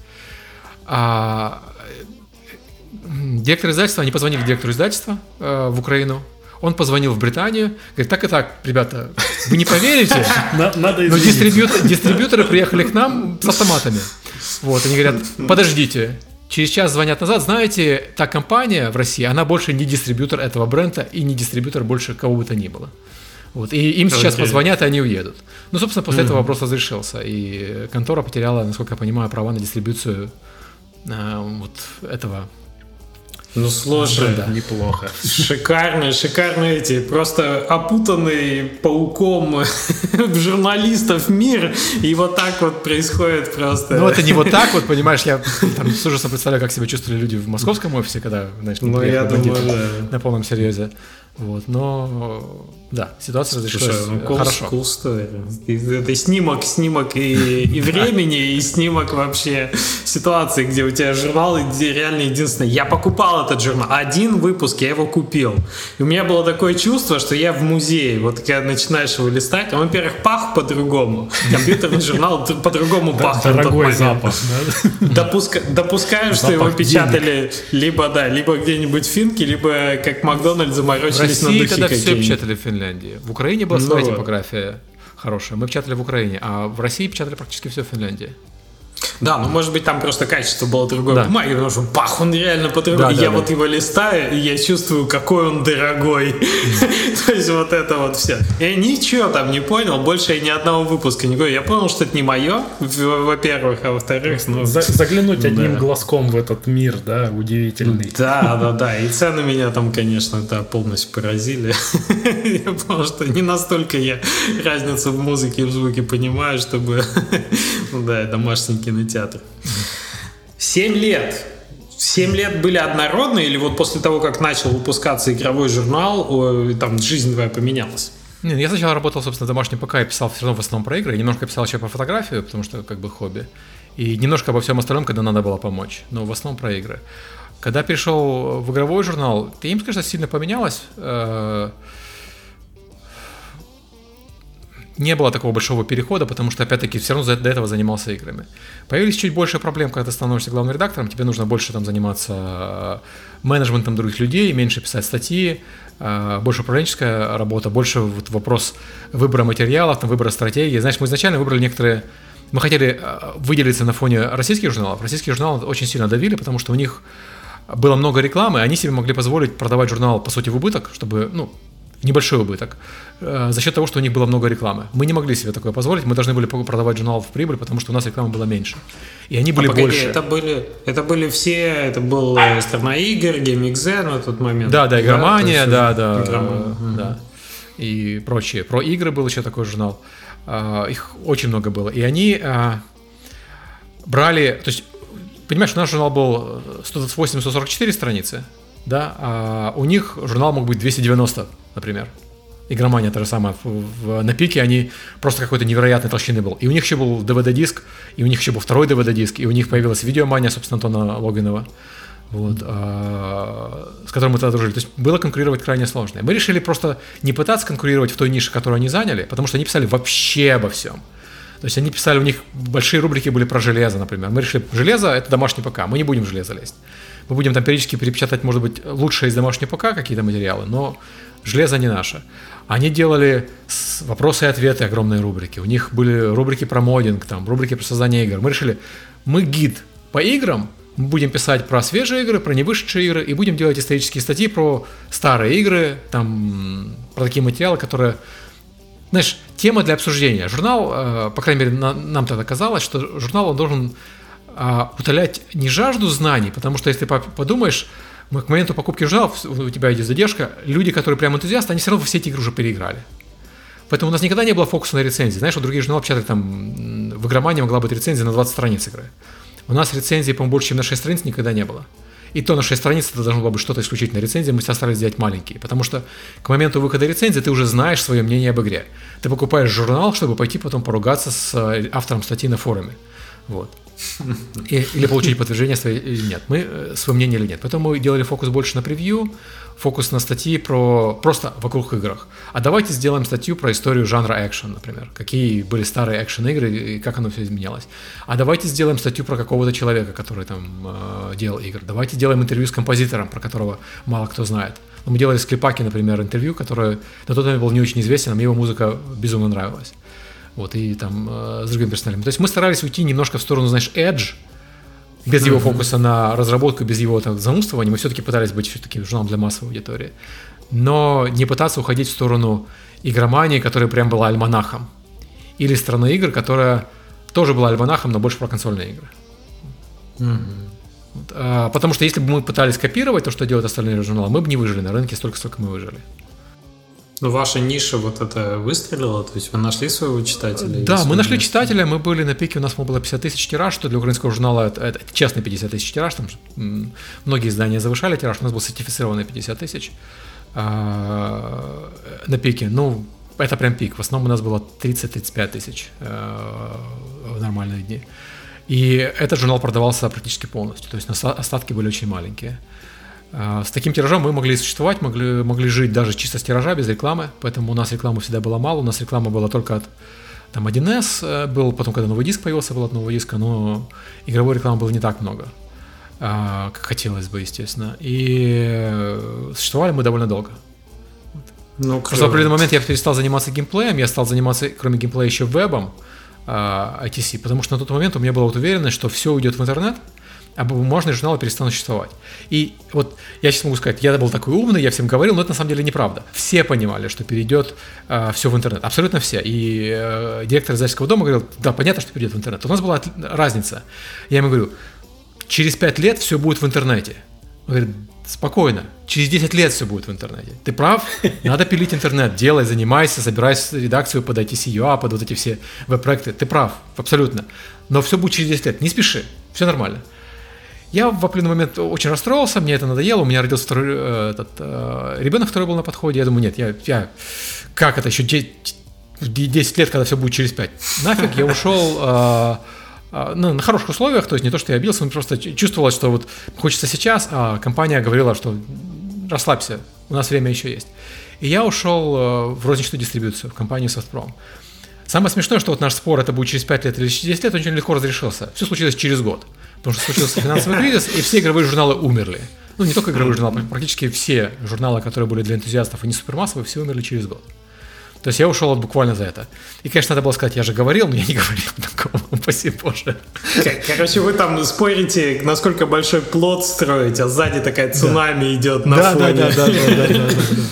Директор издательства, они позвонили директору издательства в Украину, он позвонил в Британию, говорит, так и так, ребята, вы не поверите, но дистрибьюторы приехали к нам с автоматами. Вот, они говорят, подождите, через час звонят назад, знаете, та компания в России, она больше не дистрибьютор этого бренда и не дистрибьютор больше кого бы то ни было. Вот, и им сейчас позвонят, и они уедут. Ну, собственно, после этого вопрос разрешился. И контора потеряла, насколько я понимаю, права на дистрибьюцию вот этого. Ну, слушай, неплохо. Шикарные эти, просто опутанный пауком журналистов мир, и вот так вот происходит просто. Ну, это не вот так вот, понимаешь, я там с ужасом представляю, как себя чувствовали люди в московском офисе, когда, знаешь, я думаю, на полном серьезе. Вот, но да, ситуация разрешилась хорошо. Cool story. Это снимок и времени, и снимок вообще ситуации, где у тебя журнал, где реально единственное. Я покупал этот журнал, один выпуск, я его купил. И у меня было такое чувство, что я в музее. Вот когда начинаешь его листать, он, во-первых, пах по-другому. Компьютерный журнал по-другому пах. Дорогой запах. Допускаю, что его печатали либо где-нибудь в Финке, либо как Макдональдс заморочили. В России тогда все печатали в Финляндии. В Украине была своя типография хорошая. Мы печатали в Украине, а в России печатали практически все в Финляндии. Да, ну может быть там просто качество было другое бумаги, потому что пах, он реально по-другому. Я вот его листаю, и я чувствую, какой он дорогой. То есть вот это вот все. Я ничего там не понял, больше я ни одного выпуска не говорю. Я понял, что это не мое, во-первых, а во-вторых... Заглянуть одним глазком в этот мир, да, удивительный. Да, и цены меня там, конечно, полностью поразили. Я понял, что не настолько я разницу в музыке и в звуке понимаю, чтобы... домашний кинотеатр. 7 лет. 7 лет были однородные, или вот после того, как начал выпускаться игровой журнал, там жизнь твоя поменялась? Нет, я сначала работал, собственно, в домашнем ПК и писал все равно в основном про игры. Я немножко писал еще про фотографию, потому что как бы хобби. И немножко обо всем остальном, когда надо было помочь. Но в основном про игры. Когда перешел в игровой журнал, им, конечно, сильно поменялось. Не было такого большого перехода, потому что, опять-таки, все равно до этого занимался играми. Появились чуть больше проблем, когда ты становишься главным редактором, тебе нужно больше там заниматься менеджментом других людей, меньше писать статьи, больше управленческая работа, больше вот вопрос выбора материалов, там, выбора стратегии. Знаешь, мы изначально выбрали некоторые... Мы хотели выделиться на фоне российских журналов. Российские журналы очень сильно давили, потому что у них было много рекламы, они себе могли позволить продавать журнал, по сути, в убыток, чтобы... небольшой убыток, за счет того, что у них было много рекламы. Мы не могли себе такое позволить, мы должны были продавать журнал в прибыль, потому что у нас рекламы было меньше. И они были больше. Это были все, это был «Страна игр», GameXZ на тот момент. Да, игромания, да. И прочее. Про игры был еще такой журнал. Их очень много было. И они брали, то есть, понимаешь, наш журнал был 128-144 страницы, да, а у них журнал мог быть 290, например. Игромания та же самая. На пике они просто какой-то невероятной толщины был. И у них еще был DVD-диск, и у них еще был второй DVD-диск, и у них появилась видеомания, собственно, Антона Логинова, вот, с которым мы тогда дружили. То есть было конкурировать крайне сложно. Мы решили просто не пытаться конкурировать в той нише, которую они заняли, потому что они писали вообще обо всем. То есть они писали, у них большие рубрики были про железо, например. Мы решили, железо — это домашний ПК, мы не будем в железо лезть. Мы будем там периодически перепечатать, может быть, лучшие из домашнего ПК какие-то материалы, но железо не наше. Они делали вопросы и ответы, огромные рубрики. У них были рубрики про моддинг, там, рубрики про создание игр. Мы решили, мы гид по играм, мы будем писать про свежие игры, про невышедшие игры, и будем делать исторические статьи про старые игры, там, про такие материалы, которые... Знаешь, тема для обсуждения. Журнал, по крайней мере, нам тогда казалось, что журнал он должен утолять не жажду знаний, потому что если ты подумаешь, к моменту покупки журналов у тебя идет задержка, люди, которые прям энтузиасты, они все равно все эти игры уже переиграли. Поэтому у нас никогда не было фокуса на рецензии. Знаешь, у других журналов печатали там, в игромании могла быть рецензия на 20 страниц игры. У нас рецензии, по-моему, больше, чем на 6 страниц никогда не было. И то на 6 страниц это должно было быть что-то исключительно рецензия, мы всегда старались сделать маленькие. Потому что к моменту выхода рецензии ты уже знаешь свое мнение об игре. Ты покупаешь журнал, чтобы пойти потом поругаться с автором статьи на форуме. Вот. Или получить подтверждение или нет. Свое мнение или нет. Поэтому мы делали фокус больше на превью, фокус на статьи просто вокруг играх. А давайте сделаем статью про историю жанра экшен, например. Какие были старые экшен-игры и как оно все изменялось. А давайте сделаем статью про какого-то человека, который там делал игры. Давайте сделаем интервью с композитором, про которого мало кто знает. Мы делали с Клипаки, например, интервью, которое на тот момент был не очень известен, а мне его музыка безумно нравилась. Вот, и там с другими персоналами. То есть мы старались уйти немножко в сторону, знаешь, Edge, без его фокуса на разработку, без его там замыслования. Мы все-таки пытались быть все-таки журналом для массовой аудитории. Но не пытаться уходить в сторону игромании, которая прям была альманахом. Или страны игр, которая тоже была альманахом, но больше про консольные игры. Вот. Потому что если бы мы пытались копировать то, что делают остальные журналы, мы бы не выжили на рынке столько, сколько мы выжили. Ну, ваша ниша вот это выстрелила? То есть вы нашли своего читателя? Да, мы нашли читателя, мы были на пике, у нас было 50 тысяч тираж, что для украинского журнала это честный 50 тысяч тираж, там многие издания завышали тираж, у нас был сертифицированный 50 тысяч на пике. Ну, это прям пик, в основном у нас было 30-35 тысяч в нормальные дни. И этот журнал продавался практически полностью, то есть остатки были очень маленькие. С таким тиражом мы могли существовать, могли жить даже чисто с тиража, без рекламы, поэтому у нас рекламы всегда было мало, у нас реклама была только от там 1С, был потом, когда новый диск появился, был от нового диска, но игровой рекламы было не так много, как хотелось бы, естественно, и существовали мы довольно долго. Ну, просто в определенный момент я перестал заниматься геймплеем, я стал заниматься, кроме геймплея, еще вебом, ITC, потому что на тот момент у меня была вот уверенность, что все уйдет в интернет, а бумажные журналы перестанут существовать. И вот я сейчас могу сказать, я был такой умный, я всем говорил, но это на самом деле неправда. Все понимали, что перейдет все в интернет. Абсолютно все. И директор издательского дома говорил, да, понятно, что перейдет в интернет. У нас была разница. Я ему говорю, через 5 лет все будет в интернете. Он говорит, спокойно, через 10 лет все будет в интернете. Ты прав, надо пилить интернет, делай, занимайся, собирай редакцию под ITC.ua, под вот эти все веб-проекты. Ты прав, абсолютно. Но все будет через 10 лет. Не спеши, все нормально. Я в определенный момент очень расстроился, мне это надоело, у меня родился второй ребенок, который был на подходе, я думаю, нет, я как это еще 10 лет, когда все будет через 5? Нафиг, я ушел на хороших условиях, то есть не то, что я обиделся, но просто чувствовалось, что вот хочется сейчас, а компания говорила, что расслабься, у нас время еще есть. И я ушел в розничную дистрибьюцию, в компанию Softprom. Самое смешное, что вот наш спор, это будет через 5 лет или через 10 лет, очень легко разрешился. Все случилось через год. Потому что случился финансовый кризис, и все игровые журналы умерли. Ну, не только игровые журналы, практически все журналы, которые были для энтузиастов и не супермассовые, все умерли через год. То есть я ушел буквально за это. И, конечно, надо было сказать, я же говорил, но я не говорил такого, упаси Боже. Короче, вы там спорите, насколько большой плот строить, а сзади такая цунами идет на фоне. Да.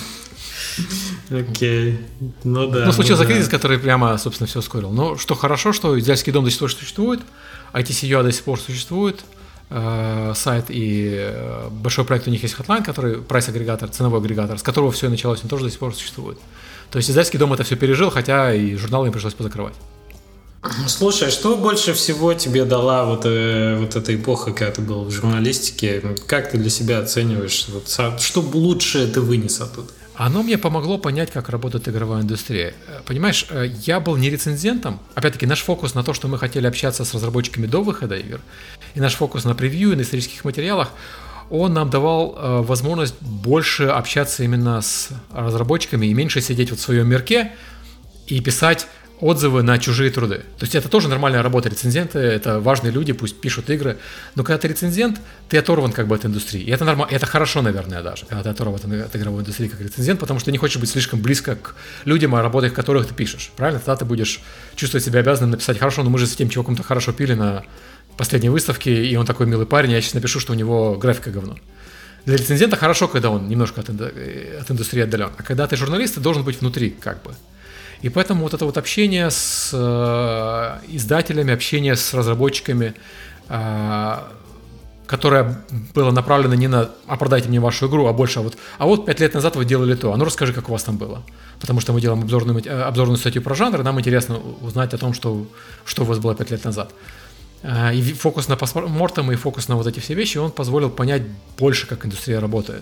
Окей. Ну да. Ну, случился кризис, который прямо, собственно, все ускорил. Но что хорошо, что издательский дом до сих пор существует, ITC.ua до сих пор существует, сайт и большой проект у них есть Hotline, который прайс-агрегатор, ценовой агрегатор, с которого все и началось, он тоже до сих пор существует. То есть издательский дом это все пережил, хотя и журналы им пришлось позакрывать. Слушай, что больше всего тебе дала вот эта эпоха, когда ты был в журналистике? Как ты для себя оцениваешь? Вот, что лучше ты вынес оттуда? Оно мне помогло понять, как работает игровая индустрия. Понимаешь, я был не рецензентом. Опять-таки, наш фокус на то, что мы хотели общаться с разработчиками до выхода игр, и наш фокус на превью и на исторических материалах, он нам давал возможность больше общаться именно с разработчиками и меньше сидеть вот в своем мирке и писать отзывы на чужие труды. То есть это тоже нормальная работа. Рецензенты — это важные люди, пусть пишут игры, но когда ты рецензент, ты оторван как бы от индустрии. И это нормально, это хорошо, наверное, даже, когда ты оторван от игровой индустрии как рецензент, потому что ты не хочешь быть слишком близко к людям, о работах которых ты пишешь. Правильно? Тогда ты будешь чувствовать себя обязанным написать: хорошо, но мы же с этим чуваком-то хорошо пили на последней выставке, и он такой милый парень, я сейчас напишу, что у него графика говно. Для рецензента хорошо, когда он немножко от индустрии отдален. А когда ты журналист, ты должен быть внутри, как бы. И поэтому вот это вот общение с издателями, общение с разработчиками, которое было направлено не на «а продайте мне вашу игру», а больше «а вот 5 лет назад вы делали то, а ну расскажи, как у вас там было». Потому что мы делаем обзорную статью про жанр, и нам интересно узнать о том, что у вас было 5 лет назад. И фокус на постмортем и фокус на вот эти все вещи, он позволил понять больше, как индустрия работает.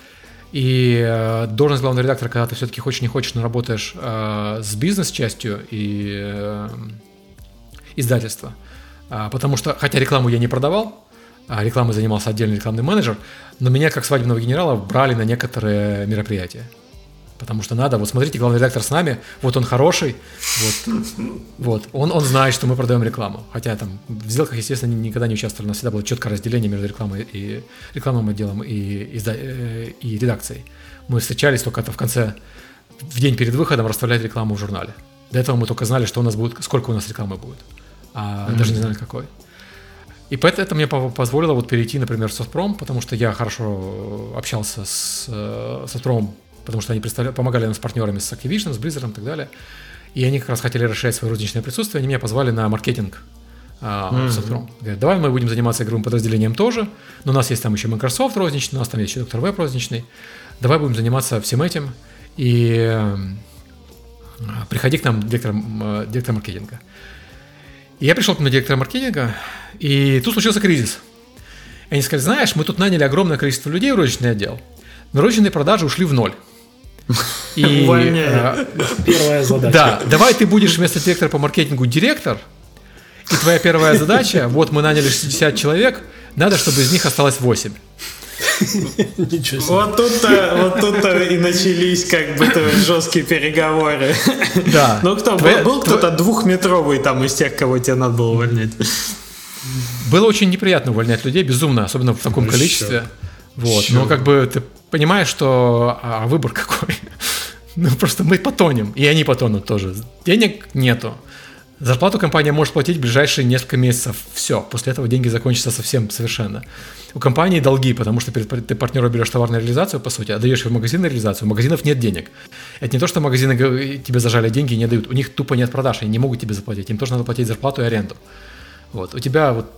И должность главного редактора, когда ты все-таки хочешь не хочешь, но работаешь с бизнес-частью и издательства. Потому что, хотя рекламу я не продавал, рекламой занимался отдельный рекламный менеджер, но меня, как свадебного генерала, брали на некоторые мероприятия. Потому что надо, вот смотрите, главный редактор с нами, вот он хороший, вот он знает, что мы продаем рекламу. Хотя там в сделках, естественно, никогда не участвовали, у нас всегда было четкое разделение между рекламой и рекламным отделом и редакцией. Мы встречались только в конце, в день перед выходом расставлять рекламу в журнале. До этого мы только знали, что у нас будет, сколько у нас рекламы будет, даже не знали какой. И поэтому это мне позволило вот перейти, например, в Соцпром, потому что я хорошо общался с Соцпромом, потому что они помогали нам с партнерами, с Activision, с Blizzard и так далее. И они как раз хотели расширять свое розничное присутствие. Они меня позвали на маркетинг в Соцпром. Говорят, давай мы будем заниматься игровым подразделением тоже. Но у нас есть там еще Microsoft розничный, у нас там есть еще Dr. Web розничный. Давай будем заниматься всем этим. И приходи к нам директор маркетинга. И я пришел к нему директора маркетинга, и тут случился кризис. И они сказали, знаешь, мы тут наняли огромное количество людей в розничный отдел, но розничные продажи ушли в ноль. Первая задача. Да, давай ты будешь вместо директора по маркетингу директор, и твоя первая задача, вот мы наняли 60 человек, надо, чтобы из них осталось 8. Ничего себе. Вот тут-то и начались как бы жесткие переговоры. Да. Ну кто, был кто-то двухметровый там из тех, кого тебе надо было увольнять? Было очень неприятно увольнять людей, безумно, особенно в таком количестве. Вот. Но как бы ты понимаешь, что выбор какой. Ну просто мы потонем, и они потонут тоже. Денег нету. Зарплату компания может платить в ближайшие несколько месяцев. Все, после этого деньги закончатся совсем совершенно. У компании долги, потому что ты партнера берешь товар на реализацию, по сути, отдаешь в магазин на реализацию, у магазинов нет денег. Это не то, что магазины тебе зажали деньги и не дают, у них тупо нет продаж, они не могут тебе заплатить, им тоже надо платить зарплату и аренду. Вот, у тебя вот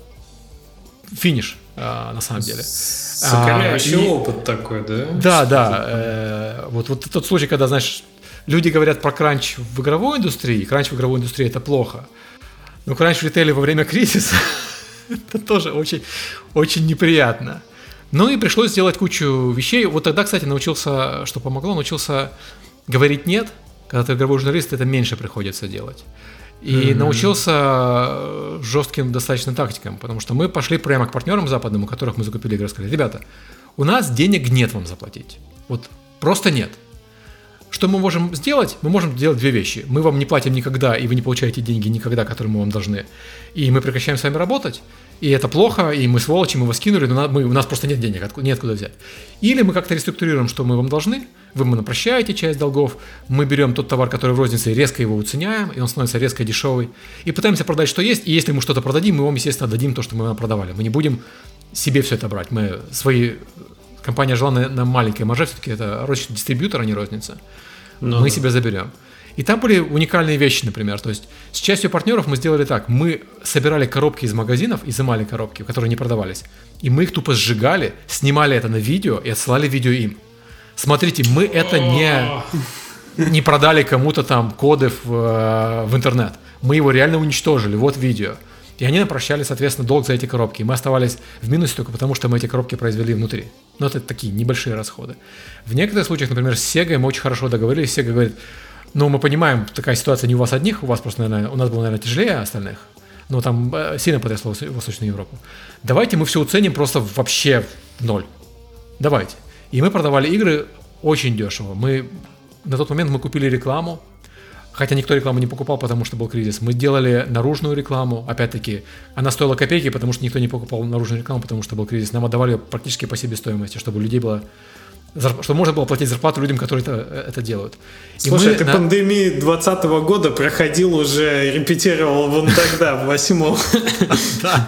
финиш, на самом деле. Закаляющий опыт такой, да? Да. Вот тот случай, когда, знаешь, люди говорят про кранч в игровой индустрии, кранч в игровой индустрии – это плохо. Но кранч в ритейле во время кризиса – это тоже очень, очень неприятно. Ну и пришлось сделать кучу вещей. Вот тогда, кстати, научился, что помогло, научился говорить «нет». Когда ты игровой журналист, это меньше приходится делать. И научился жестким достаточно тактикам, потому что мы пошли прямо к партнерам западным, у которых мы закупили игры, сказали, ребята, у нас денег нет вам заплатить. Вот просто нет. Что мы можем сделать? Мы можем сделать две вещи. Мы вам не платим никогда, и вы не получаете деньги никогда, которые мы вам должны. И мы прекращаем с вами работать, и это плохо, и мы сволочи, мы вас кинули, но у нас просто нет денег, неоткуда взять. Или мы как-то реструктурируем, что мы вам должны, вы нам прощаете часть долгов, мы берем тот товар, который в рознице, резко его уценяем, и он становится резко дешевый, и пытаемся продать, что есть, и если мы что-то продадим, мы вам, естественно, отдадим то, что мы вам продавали. Мы не будем себе все это брать. Компания жила на маленькой марже, все-таки это розничный дистрибьютор, а не розница. Мы себе заберем. И там были уникальные вещи, например. То есть с частью партнеров мы сделали так. Мы собирали коробки из магазинов, изымали коробки, которые не продавались. И мы их тупо сжигали, снимали это на видео и отсылали видео им. Смотрите, мы это не продали кому-то там коды в интернет. Мы его реально уничтожили. Вот видео. И они нам прощали, соответственно, долг за эти коробки. И мы оставались в минусе только потому, что мы эти коробки произвели внутри. Но это такие небольшие расходы. В некоторых случаях, например, с Sega мы очень хорошо договорились. Sega говорит, ну, мы понимаем, такая ситуация не у вас одних, у вас просто, наверное, у нас было, наверное, тяжелее остальных. Но там сильно потрясло Восточную Европу. Давайте мы все уценим просто вообще в ноль. Давайте. И мы продавали игры очень дешево. На тот момент мы купили рекламу. Хотя никто рекламу не покупал, потому что был кризис. Мы делали наружную рекламу. Опять-таки, она стоила копейки, потому что никто не покупал наружную рекламу, потому что был кризис. Нам отдавали ее практически по себестоимости, чтобы у людей было... Чтобы можно было платить зарплату людям, которые это делают. Слушай, ты пандемию 2020 года проходил уже, репетировал вон тогда, в 8-м. Да.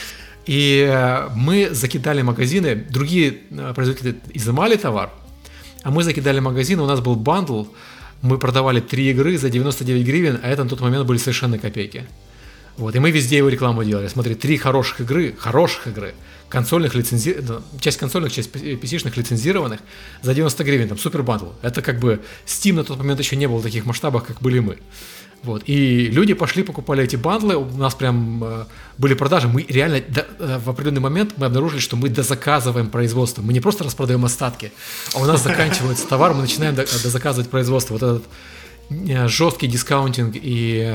И мы закидали магазины. Другие производители изымали товар, а мы закидали магазины. У нас был бандл. Мы продавали 3 игры за 99 гривен, а это на тот момент были совершенно копейки. Вот, и мы везде его рекламу делали. Смотри, 3 хороших игры, консольных часть консольных, часть PC-шных лицензированных за 90 гривен, там, супер бандл. Это как бы Steam на тот момент еще не был в таких масштабах, как были мы. Вот. И люди пошли, покупали эти бандлы, у нас прям были продажи, мы реально в определенный момент мы обнаружили, что мы дозаказываем производство, мы не просто распродаем остатки, а у нас заканчивается товар, мы начинаем дозаказывать производство. Вот этот жесткий дискаунтинг и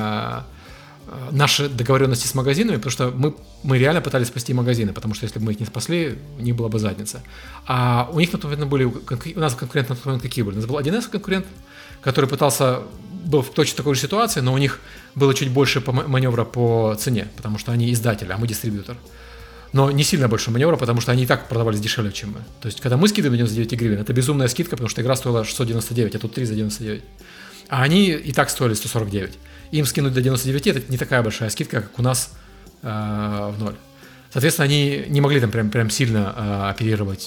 наши договоренности с магазинами, потому что мы реально пытались спасти магазины, потому что если бы мы их не спасли, у них была бы задница. А у них на тот момент были, у нас конкуренты на тот момент какие были? У нас был 1С конкурент, который был в точно такой же ситуации, но у них было чуть больше маневра по цене, потому что они издатели, а мы дистрибьютор. Но не сильно больше маневра, потому что они и так продавались дешевле, чем мы. То есть, когда мы скидываем 99 гривен, это безумная скидка, потому что игра стоила 699, а тут 3 за 99. А они и так стоили 149. Им скинуть до 99 это не такая большая скидка, как у нас в ноль. Соответственно, они не могли там прям сильно оперировать,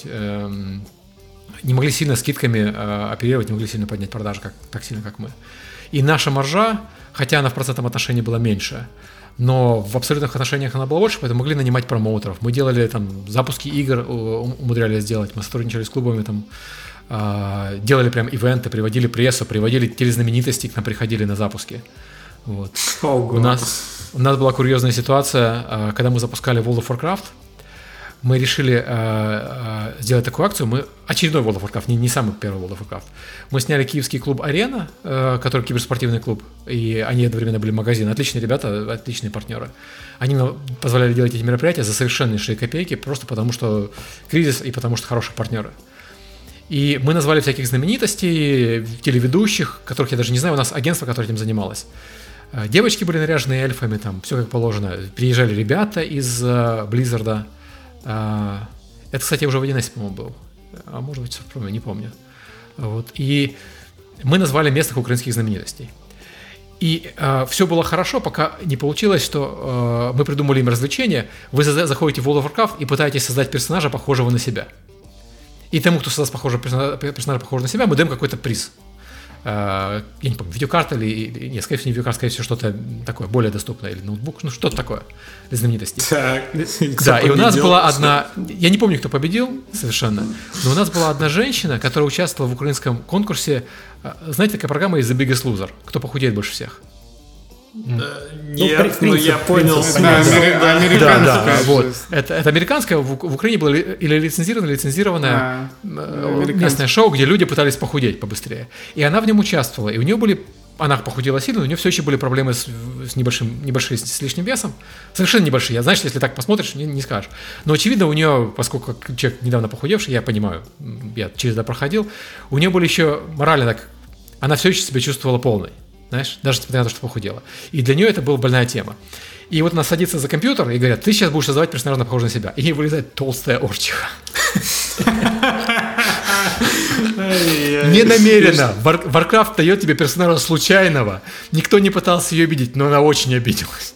не могли сильно скидками оперировать, не могли сильно поднять продажи так сильно, как мы. И наша маржа, хотя она в процентном отношении была меньше, но в абсолютных отношениях она была больше, поэтому могли нанимать промоутеров. Мы делали там запуски игр, умудрялись сделать, мы сотрудничали с клубами, там, делали прям ивенты, приводили прессу, приводили телезнаменитости, к нам приходили на запуски. Вот. У нас была курьезная ситуация, когда мы запускали World of Warcraft, мы решили сделать такую акцию, очередной World of Warcraft, не самый первый World of Warcraft. Мы сняли киевский клуб «Арена», который киберспортивный клуб, и они одновременно были магазин. Отличные ребята, отличные партнеры. Они нам позволяли делать эти мероприятия за совершеннейшие копейки, просто потому что кризис и потому что хорошие партнеры. И мы назвали всяких знаменитостей, телеведущих, которых я даже не знаю, у нас агентство, которое этим занималось. Девочки были наряжены эльфами, там все как положено. Приезжали ребята из Blizzard. Это, кстати, уже в 1С, по-моему, был. А может быть, не помню. Вот. И мы назвали местных украинских знаменитостей. И все было хорошо, пока не получилось, что мы придумали им развлечение. Вы заходите в World of Warcraft и пытаетесь создать персонажа, похожего на себя. И тому, кто создаст персонажа, похожего на себя, мы даем какой-то приз. Я не помню, видеокарта нет, скорее всего, не видеокарта, скорее всего, что-то такое более доступное, или ноутбук, что-то такое для знаменитостей. Так, да, и у нас была одна, я не помню, кто победил совершенно, но у нас была одна женщина, которая участвовала в украинском конкурсе, знаете, такая программа из The Biggest Loser, кто похудеет больше всех. Нет, я понял. Да, вот. Это американское, в Украине было или лицензированное местное шоу, где люди пытались похудеть побыстрее. И она в нем участвовала, и у нее были... Она похудела сильно, но у нее все еще были проблемы с небольшим с лишним весом. Совершенно небольшие. Знаешь, если так посмотришь, не скажешь. Но очевидно, у нее, поскольку человек недавно похудевший, я понимаю, я через это проходил, у нее были еще морально так... Она все еще себя чувствовала полной. Знаешь, даже несмотря на то, что похудела. И для нее это была больная тема. И вот она садится за компьютер и говорят, ты сейчас будешь создавать персонажа, похожего на себя. И ей вылезает толстая орчиха. Ненамеренно. Warcraft дает тебе персонажа случайного. Никто не пытался ее обидеть, но она очень обиделась.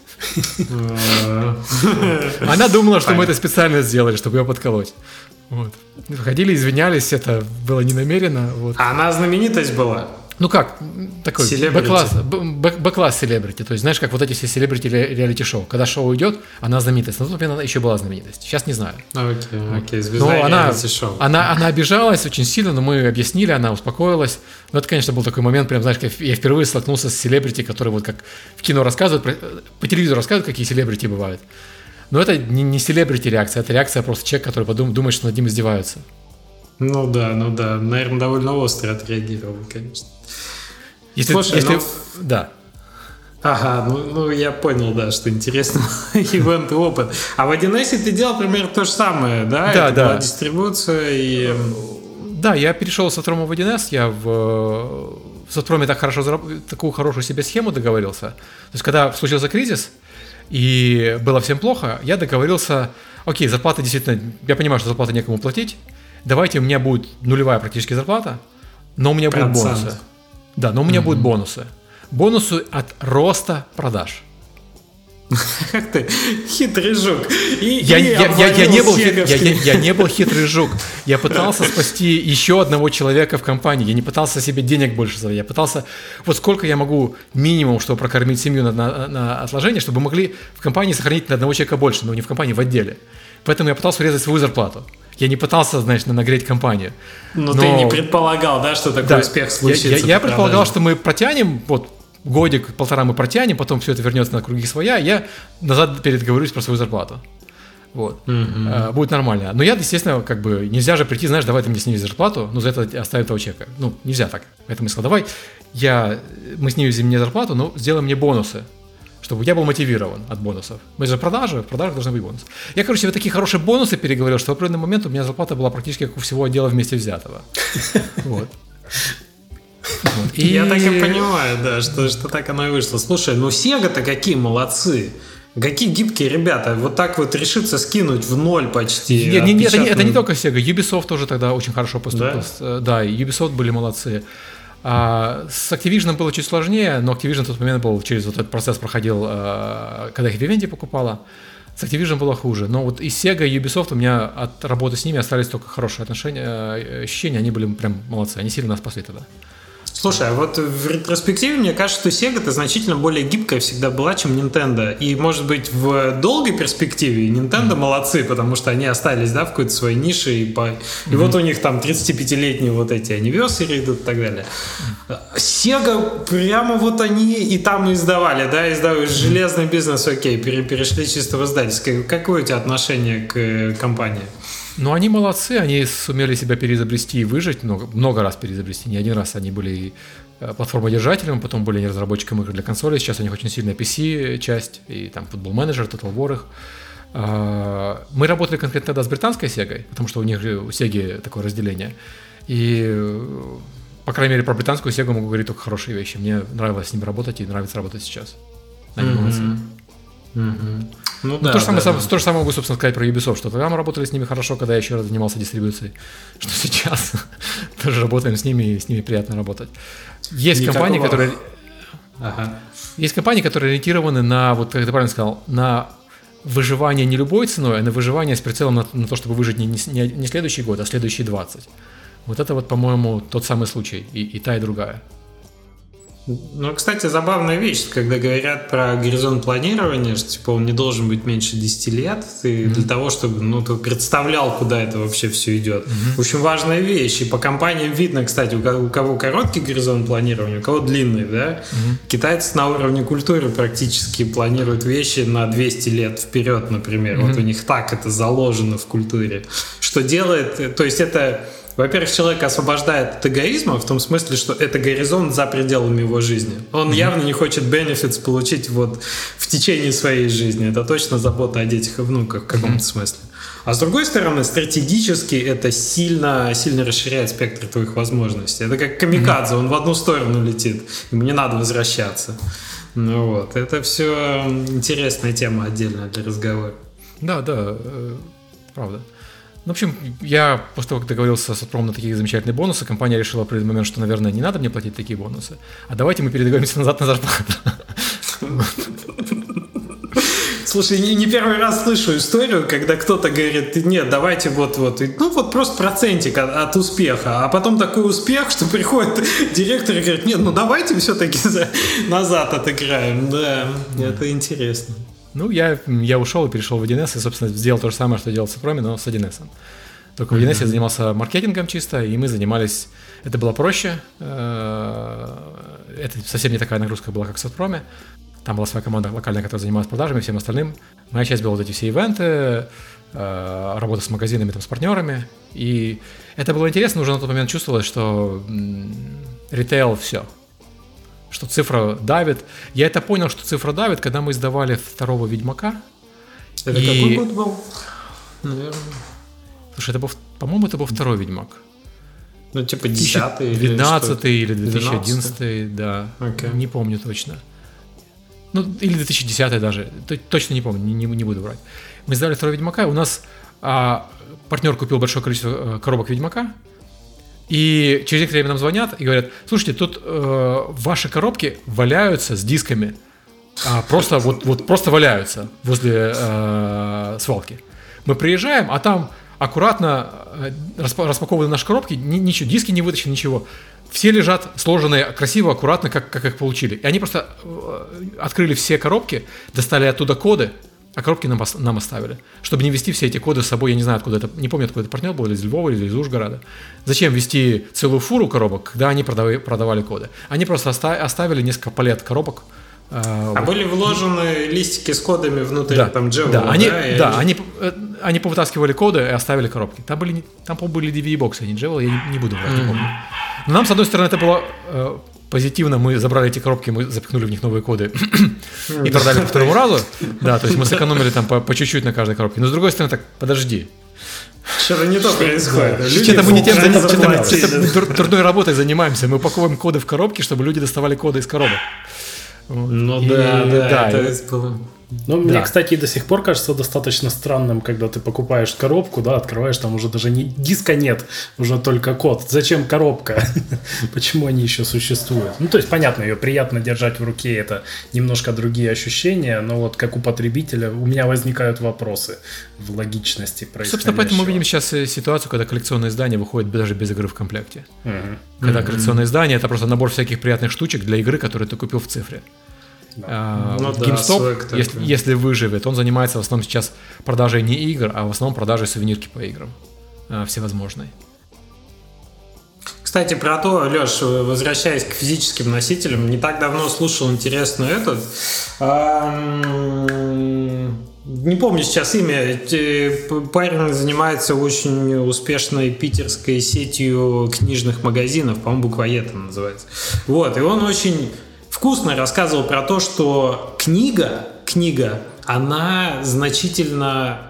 Она думала, что мы это специально сделали, чтобы ее подколоть. Вот. Ходили, извинялись, это было ненамеренно. Вот. А она знаменитость была? Ну как, такой Б-класс селебрити. То есть, знаешь, как вот эти все селебрити реалити-шоу. Когда шоу идет, она знаменитость. На тот момент она еще была знаменитость. Сейчас не знаю. Окей, звезда реалити-шоу. Она обижалась очень сильно, но мы объяснили, она успокоилась. Но это, конечно, был такой момент, прям, знаешь, я впервые столкнулся с селебрити, которые вот как в кино рассказывают, по телевизору рассказывают, какие селебрити бывают. Но это не селебрити реакция, это реакция просто человека, который думает, что над ним издеваются. Ну да, наверное, довольно остро отреагировал, конечно. Слушай, да. Ага, я понял, да, что интересно, ивент и опыт. А в 1С ты делал примерно то же самое, да? Да, это была дистрибуция и... Да, я перешел с Сотрома в 1С, я в Сотроме такую хорошую себе схему договорился. То есть, когда случился кризис, и было всем плохо, я договорился, окей, зарплата действительно, я понимаю, что зарплаты некому платить, давайте у меня будет нулевая практически зарплата, но у меня будут бонусы. Да, но у меня будут бонусы. Бонусы от роста продаж. Как ты хитрый жук. Я не был хитрый жук. Я пытался спасти еще одного человека в компании. Я не пытался себе денег больше заводить. Я пытался, вот сколько я могу минимум, чтобы прокормить семью на отложение, чтобы могли в компании сохранить на одного человека больше, но не в компании, в отделе. Поэтому я пытался урезать свою зарплату. Я не пытался, значит, нагреть компанию. Но ты не предполагал, да, что такой успех случится? Я предполагал, что мы протянем, вот, годик-полтора мы протянем, потом все это вернется на круги своя, я назад переговорюсь про свою зарплату. Вот. Будет нормально. Но я, естественно, как бы, нельзя же прийти, знаешь, давай ты мне снизишь зарплату, но за это оставим того человека. Ну, нельзя так. Поэтому я сказал, давай, мы снизим мне зарплату, но сделай мне бонусы, чтобы я был мотивирован от бонусов. Мы же в продажах должны быть бонусы. Я, короче, вот такие хорошие бонусы переговорил, что в определенный момент у меня зарплата была практически как у всего отдела вместе взятого. Вот. Я так и понимаю, да, что так оно и вышло. Слушай, ну Sega-то какие молодцы. Какие гибкие ребята. Вот так вот решиться скинуть в ноль почти. Это не только Sega. Ubisoft тоже тогда очень хорошо поступил. Да, Ubisoft были молодцы. С Activision было чуть сложнее, но Activision в тот момент был, через вот этот процесс проходил, когда их в Vivendi покупала. С Activision было хуже. Но вот и Sega, и Ubisoft у меня от работы с ними остались только хорошие ощущения. Они были прям молодцы. Они сильно нас спасли тогда. Слушай, а вот в ретроспективе мне кажется, что Sega-то значительно более гибкая всегда была, чем Nintendo. И, может быть, в долгой перспективе Nintendo молодцы, потому что они остались, да, в какой-то своей нише. И вот у них там 35-летние вот эти anniversary идут и так далее. Sega, прямо вот они и там издавали, да, издавали железный бизнес, окей, перешли чисто в издательское. Какое у тебя отношение к компании? Ну, они молодцы, они сумели себя переизобрести и выжить, много раз переизобрести. Не один раз они были платформодержателем, потом были разработчиками игр для консолей. Сейчас у них очень сильная PC-часть, и там Football Manager, Total War их. Мы работали конкретно тогда с британской Sega, потому что у них у Sega такое разделение. И, по крайней мере, про британскую Sega могу говорить только хорошие вещи. Мне нравилось с ними работать и нравится работать сейчас. Они молодцы. Ну, да, то же самое могу, собственно, сказать про Ubisoft, что тогда мы работали с ними хорошо, когда я еще раз занимался дистрибуцией, что сейчас тоже работаем с ними, и с ними приятно работать. Есть компании, которые ориентированы на, вот как ты правильно сказал, на выживание не любой ценой, а на выживание с прицелом на то, чтобы выжить не следующий год, а следующие 20. Вот это вот, по-моему, тот самый случай, и та, и другая. Ну, кстати, забавная вещь, когда говорят про горизонт планирования, что типа он не должен быть меньше 10 лет, и для того, чтобы ты представлял, куда это вообще все идет. В общем, важная вещь. И по компаниям видно, кстати, у кого короткий горизонт планирования, у кого длинный, да? Китайцы на уровне культуры практически планируют вещи на 200 лет вперед, например. Вот у них так это заложено в культуре. Что делает, то есть это... Во-первых, человек освобождает от эгоизма в том смысле, что это горизонт за пределами его жизни. Он явно не хочет benefits получить вот в течение своей жизни. Это точно забота о детях и внуках в каком-то смысле. А с другой стороны, стратегически это сильно, сильно расширяет спектр твоих возможностей. Это как камикадзе, он в одну сторону летит, ему не надо возвращаться. Ну вот, это все интересная тема отдельная для разговора. Да, правда. Ну, в общем, я после того, как договорился с Атпромом на такие замечательные бонусы, компания решила в определенный момент, что, наверное, не надо мне платить такие бонусы, а давайте мы передоговоримся назад на зарплату. Слушай, не первый раз слышу историю, когда кто-то говорит, нет, давайте вот, просто процентик от успеха, а потом такой успех, что приходит директор и говорит, нет, давайте все-таки назад отыграем. Да, это интересно. Ну, я ушел и перешел в 1С и, собственно, сделал то же самое, что делал в Сопроме, но с 1С. Только в 1С я занимался маркетингом чисто, и мы занимались... Это было проще. Это совсем не такая нагрузка была, как в Сопроме. Там была своя команда локальная, которая занималась продажами и всем остальным. Моя часть была вот эти все ивенты, работа с магазинами, там, с партнерами. И это было интересно, уже на тот момент чувствовалось, что ритейл все. Что цифра давит. Я это понял, что цифра давит, когда мы издавали второго Ведьмака. Это какой год был? Наверное. Слушай, по-моему, это был второй Ведьмак. Ну, типа 10-й 12-й или 2011-й, да. Okay. Не помню точно. Ну, или 2010-й даже. Точно не помню, не буду врать. Мы издали второго Ведьмака, у нас партнер купил большое количество коробок Ведьмака. И через некоторое время нам звонят и говорят, слушайте, тут ваши коробки валяются с дисками просто валяются возле свалки. Мы приезжаем, а там аккуратно распакованы наши коробки, ничего, диски не вытащены, ничего. Все лежат сложенные красиво, аккуратно, как их получили. И они просто открыли все коробки, достали оттуда коды, а коробки нам оставили. Чтобы не вести все эти коды с собой, я не знаю, откуда это, не помню, откуда это партнер был, или из Львова, или из Ужгорода. Зачем вести целую фуру коробок, когда они продавали коды? Они просто оставили несколько палет коробок. Были вложены листики с кодами внутрь там Java, они повытаскивали коды и оставили коробки. Там, по-моему, были DVD-боксы, а не Java, я не буду врать, не помню. Но нам, с одной стороны, это было позитивно, мы забрали эти коробки, мы запихнули в них новые коды и продали по второму разу. Да, то есть мы сэкономили там по чуть-чуть на каждой коробке. Но с другой стороны, так, подожди. Что-то не то происходит. Что-то мы не тем занимаемся, трудной работой занимаемся. Мы упаковываем коды в коробки, чтобы люди доставали коды из коробок. Ну да, это было... Ну, мне, кстати, до сих пор кажется достаточно странным, когда ты покупаешь коробку, да, открываешь, там уже даже диска нет, уже только код. Зачем коробка? Почему они еще существуют? Ну, то есть, понятно, ее приятно держать в руке, это немножко другие ощущения, но вот как у потребителя у меня возникают вопросы в логичности происходящего. Собственно, поэтому мы видим сейчас ситуацию, когда коллекционное издание выходит даже без игры в комплекте. Когда коллекционное издание — это просто набор всяких приятных штучек для игры, которые ты купил в цифре. GameStop, если выживет, он занимается в основном сейчас продажей не игр, а в основном продажей сувенирки по играм всевозможной. Кстати, про то, Леш, возвращаясь к физическим носителям, не так давно слушал интересную не помню сейчас имя, парень занимается очень успешной питерской сетью книжных магазинов, по-моему, «Буквоед» она называется. Вот, и он очень вкусно рассказывал про то, что книга, она значительно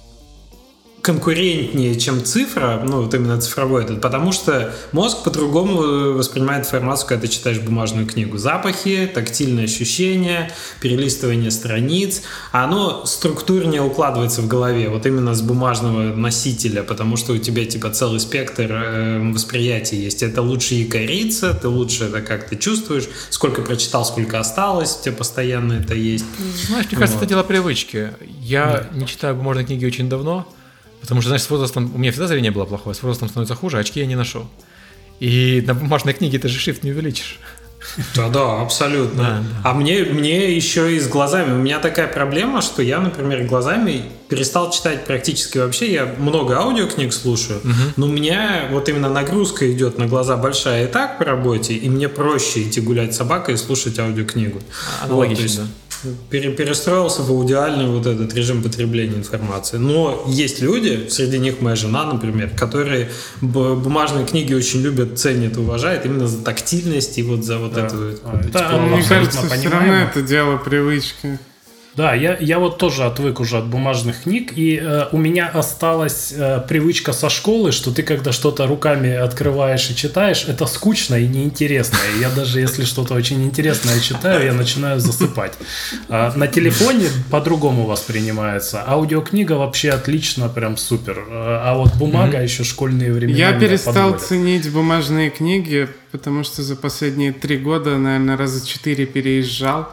конкурентнее, чем цифра, ну, вот именно цифровой этот, потому что мозг по-другому воспринимает информацию, когда ты читаешь бумажную книгу. Запахи, тактильные ощущения, перелистывание страниц, оно структурнее укладывается в голове, вот именно с бумажного носителя, потому что у тебя типа целый спектр восприятия есть. Это лучше якориться, ты лучше это как-то чувствуешь, сколько прочитал, сколько осталось, у тебя постоянно это есть. Знаешь, мне кажется, это дело привычки. Я не читаю бумажные книги очень давно, потому что, знаешь, с возрастом... У меня всегда зрение было плохое, с возрастом становится хуже, очки я не ношу. И на бумажной книге ты же шрифт не увеличишь. Да, абсолютно. Да. А мне еще и с глазами. У меня такая проблема, что я, например, глазами перестал читать практически вообще. Я много аудиокниг слушаю, но у меня вот именно нагрузка идет на глаза большая и так по работе, и мне проще идти гулять с собакой и слушать аудиокнигу. Аналогично, перестроился в аудиальный вот этот режим потребления информации. Но есть люди, среди них моя жена, например, которые бумажные книги очень любят, ценят, уважают именно за тактильность и вот за вот эту... Мне кажется, все равно это дело привычки. Да, я вот тоже отвык уже от бумажных книг, и у меня осталась привычка со школы, что ты когда что-то руками открываешь и читаешь, это скучно и неинтересно. И я даже если что-то очень интересное читаю, я начинаю засыпать. На телефоне по-другому воспринимается. Аудиокнига вообще отлично, прям супер. А вот бумага еще школьные времена. Я перестал ценить бумажные книги, потому что за последние 3 года, наверное, раза 4 переезжал.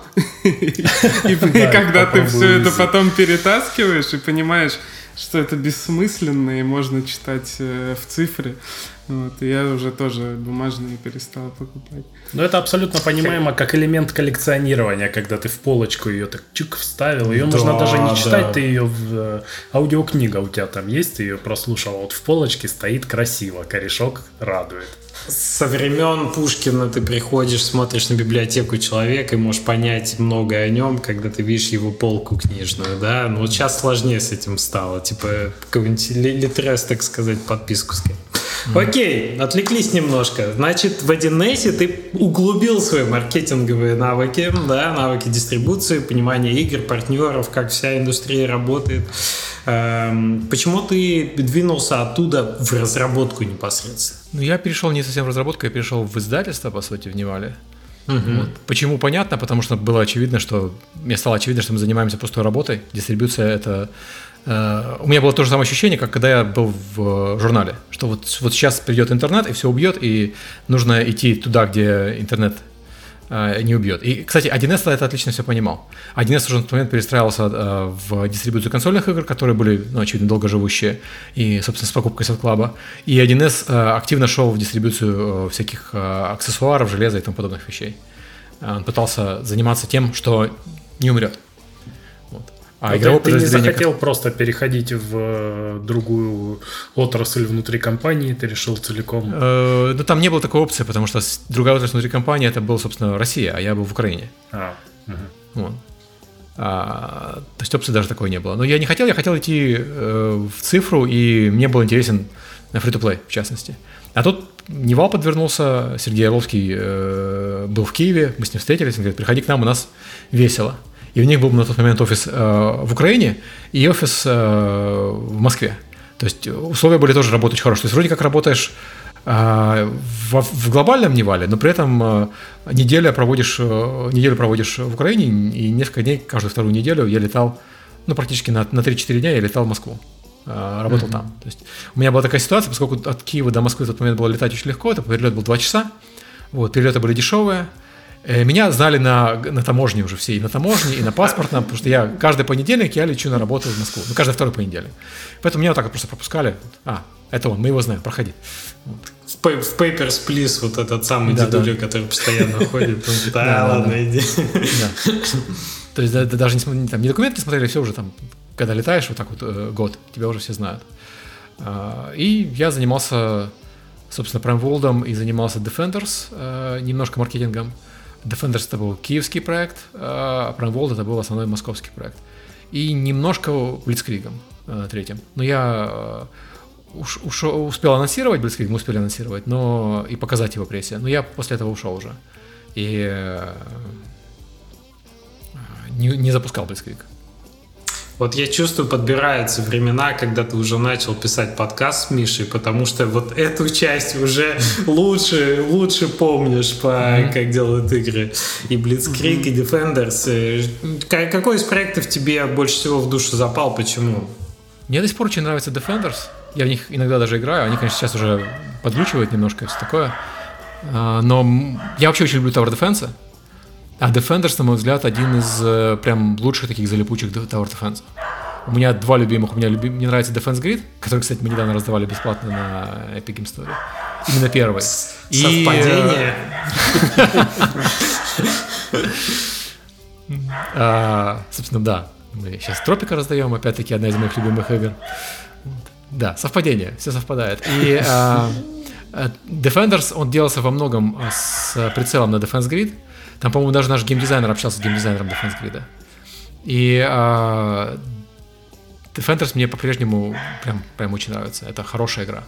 И когда ты все это потом перетаскиваешь и понимаешь, что это бессмысленно и можно читать в цифре, вот, я уже тоже бумажные перестал покупать. Но это абсолютно понимаемо как элемент коллекционирования, когда ты в полочку ее так чик вставил. Ее можно даже не читать, ты ее в аудиокнига у тебя там есть, ты ее прослушал, вот в полочке стоит красиво, корешок радует. Со времен Пушкина ты приходишь, смотришь на библиотеку человека и можешь понять многое о нем, когда ты видишь его полку книжную, да? Но вот сейчас сложнее с этим стало, типа какой-нибудь литрес, так сказать, подписку скинуть. Окей, отвлеклись немножко. Значит, в 1С ты углубил свои маркетинговые навыки, да, навыки дистрибуции, понимания игр, партнеров, как вся индустрия работает. Почему ты двинулся оттуда в разработку непосредственно? Ну, я перешел не совсем в разработку, я перешел в издательство, по сути, в Невале. Вот. Почему? Понятно, потому что было очевидно, что мне стало очевидно, что мы занимаемся пустой работой. Дистрибуция — это... У меня было то же самое ощущение, как когда я был в журнале, что вот сейчас придет интернет и все убьет, и нужно идти туда, где интернет не убьет. И, кстати, 1С это отлично все понимал. 1С уже на тот момент перестраивался в дистрибуцию консольных игр, которые были, ну, очевидно, долгоживущие, и, собственно, с покупкой Сет-Клаба. И 1С активно шел в дистрибуцию всяких аксессуаров, железа и тому подобных вещей. Он пытался заниматься тем, что не умрет. Вот. А ты не захотел просто переходить в другую отрасль внутри компании, ты решил целиком... Ну, там не было такой опции, потому что другая отрасль внутри компании, это была, собственно, Россия, а я был в Украине. Вот. То есть опции даже такой не было. Но я не хотел, я хотел идти в цифру, и мне был интересен free-to-play, в частности. А тут Невал подвернулся, Сергей Орловский был в Киеве, мы с ним встретились, он говорит, приходи к нам, у нас весело. И у них был на тот момент офис в Украине и офис в Москве. То есть условия были тоже работать хорошо. То есть вроде как работаешь в глобальном Невале, но при этом неделю проводишь в Украине, и несколько дней, каждую вторую неделю я летал, ну практически на 3-4 дня я летал в Москву. Работал там. То есть у меня была такая ситуация, поскольку от Киева до Москвы в тот момент было летать очень легко, это перелет был 2 часа, вот, перелеты были дешевые. Меня знали на таможне уже все, и на таможне, и на паспортном, потому что я каждый понедельник я лечу на работу в Москву, ну, каждый второй понедельник. Поэтому меня вот так вот просто пропускали. Это он, мы его знаем, проходи. Вот. В Papers, Please вот этот самый дедуля, который постоянно ходит, он говорит, ладно, иди. То есть даже не документы не смотрели, все уже там, когда летаешь вот так вот год, тебя уже все знают. И я занимался, собственно, Prime World и занимался Defenders, немножко маркетингом. Defenders это был киевский проект, а Prime World это был основной московский проект. И немножко Blitzkrieg'ом третьим. Но я успел анонсировать Blitzkrieg, мы успели анонсировать, но и показать его прессе. Но я после этого ушел уже. И не запускал Blitzkrieg. Вот я чувствую, подбираются времена, когда ты уже начал писать подкаст с Мишей, потому что вот эту часть уже лучше помнишь, как делают игры. И Blitzkrieg, и Defenders. Какой из проектов тебе больше всего в душу запал? Почему? Мне до сих пор очень нравится Defenders. Я в них иногда даже играю. Они, конечно, сейчас уже подглючивают немножко и все такое. Но я вообще очень люблю Tower Defense. А Defenders, на мой взгляд, один из прям лучших таких залипучих Tower Defense. У меня два любимых. Мне нравится Defense Grid, который, кстати, мы недавно раздавали бесплатно на Epic Game Story. Именно первый. Совпадение. Собственно, да. Мы сейчас Тропика раздаем, опять-таки, одна из моих любимых игр. Да, совпадение, все совпадает. И Defenders, он делался во многом с прицелом на Defense Grid. Там, по-моему, даже наш геймдизайнер общался с геймдизайнером Defense Grid. И Defenders мне по-прежнему прям очень нравится. Это хорошая игра.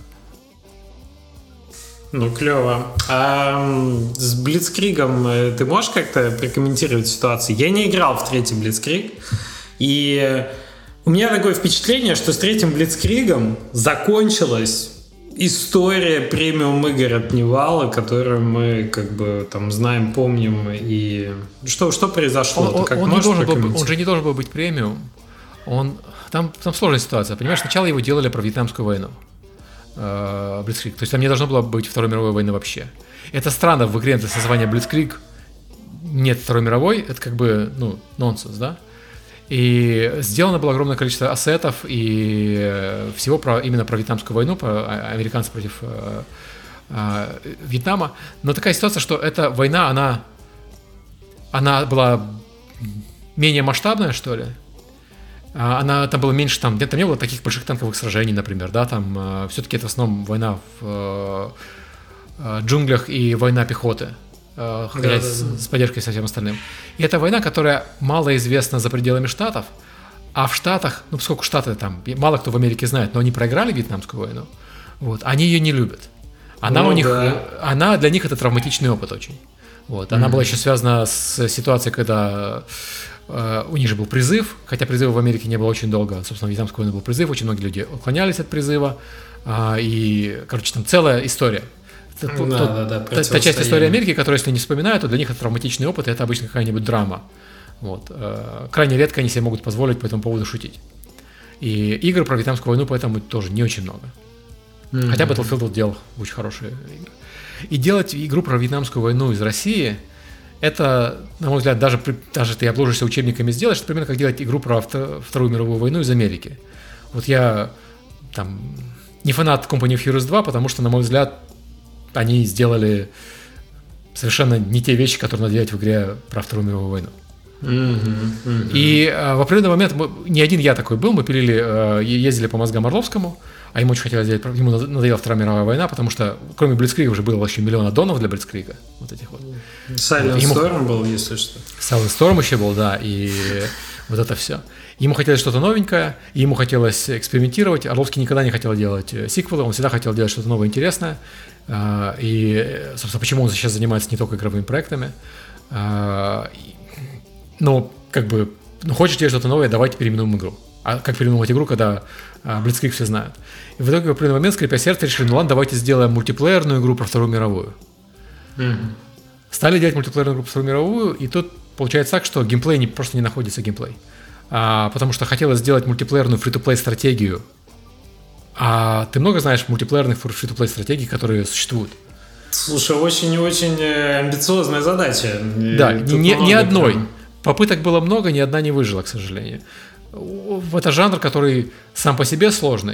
Ну, клево. С Блицкригом ты можешь как-то прокомментировать ситуацию? Я не играл в третий Блицкриг, и у меня такое впечатление, что с третьим Блицкригом закончилась история премиум игр от Невала, которую мы как бы там знаем, помним. И что произошло? Он же не должен был быть премиум. Там сложная ситуация. Понимаешь, сначала его делали про Вьетнамскую войну. Блицкриг. То есть там не должно было быть Второй мировой войны вообще. Это странно, в игре с названием Блицкриг нет Второй мировой, это как бы, нонсенс, да? И сделано было огромное количество ассетов и всего именно про Вьетнамскую войну, про американцев против Вьетнама. Но такая ситуация, что эта война, она была менее масштабная, что ли. Там было меньше, там не было таких больших танковых сражений, например, да, там все-таки это в основном война в джунглях и война пехоты, с поддержкой со всем остальным. И это война, которая мало известна за пределами Штатов, а в Штатах, поскольку Штаты там, мало кто в Америке знает, но они проиграли Вьетнамскую войну, вот, они ее не любят. Она для них это травматичный опыт очень. Вот, она была еще связана с ситуацией, когда у них же был призыв, хотя призыва в Америке не было очень долго. Собственно, в Вьетнамской войне был призыв, очень многие люди уклонялись от призыва. И, там целая история. Та часть истории Америки, которую, если не вспоминают, то для них это травматичный опыт, и это обычно какая-нибудь драма. Вот. Крайне редко они себе могут позволить по этому поводу шутить. И игр про Вьетнамскую войну поэтому тоже не очень много. Хотя Battlefield делал очень хорошие игры. И делать игру про Вьетнамскую войну из России это, на мой взгляд, даже ты обложишься учебниками сделаешь, это примерно как делать игру про Вторую мировую войну из Америки. Вот я там не фанат Company of Heroes 2, потому что, на мой взгляд, они сделали совершенно не те вещи, которые надо делать в игре про Вторую мировую войну. И в определенный момент, не один я такой был, мы ездили по мозгам Орловскому, а ему очень хотелось сделать, ему надоела Вторая мировая война, потому что кроме Блицкрига уже было еще миллион аддонов для Блицкрига. Вот этих вот. Silent Storm был, если что. Silent Storm еще был, да, и вот это все. Ему хотелось что-то новенькое, ему хотелось экспериментировать. Орловский никогда не хотел делать сиквелы, он всегда хотел делать что-то новое, интересное. И, собственно, почему он сейчас занимается не только игровыми проектами. Но, хочешь делать что-то новое, давайте переименуем игру. А как переименовать игру, когда Блицкриг все знают? И в итоге в определенный момент, скрипя сердце, решили, ну ладно, давайте сделаем мультиплеерную игру про Вторую мировую. Стали делать мультиплеерную игру про Вторую мировую, и тут получается так, что геймплей просто не находится геймплей. Потому что хотелось сделать мультиплеерную фри-то-плей стратегию. А ты много знаешь мультиплеерных фри-то-плей стратегий, которые существуют? Слушай, очень-очень амбициозная задача. Да, ни одной. Попыток было много, ни одна не выжила, к сожалению. Это жанр, который сам по себе сложный.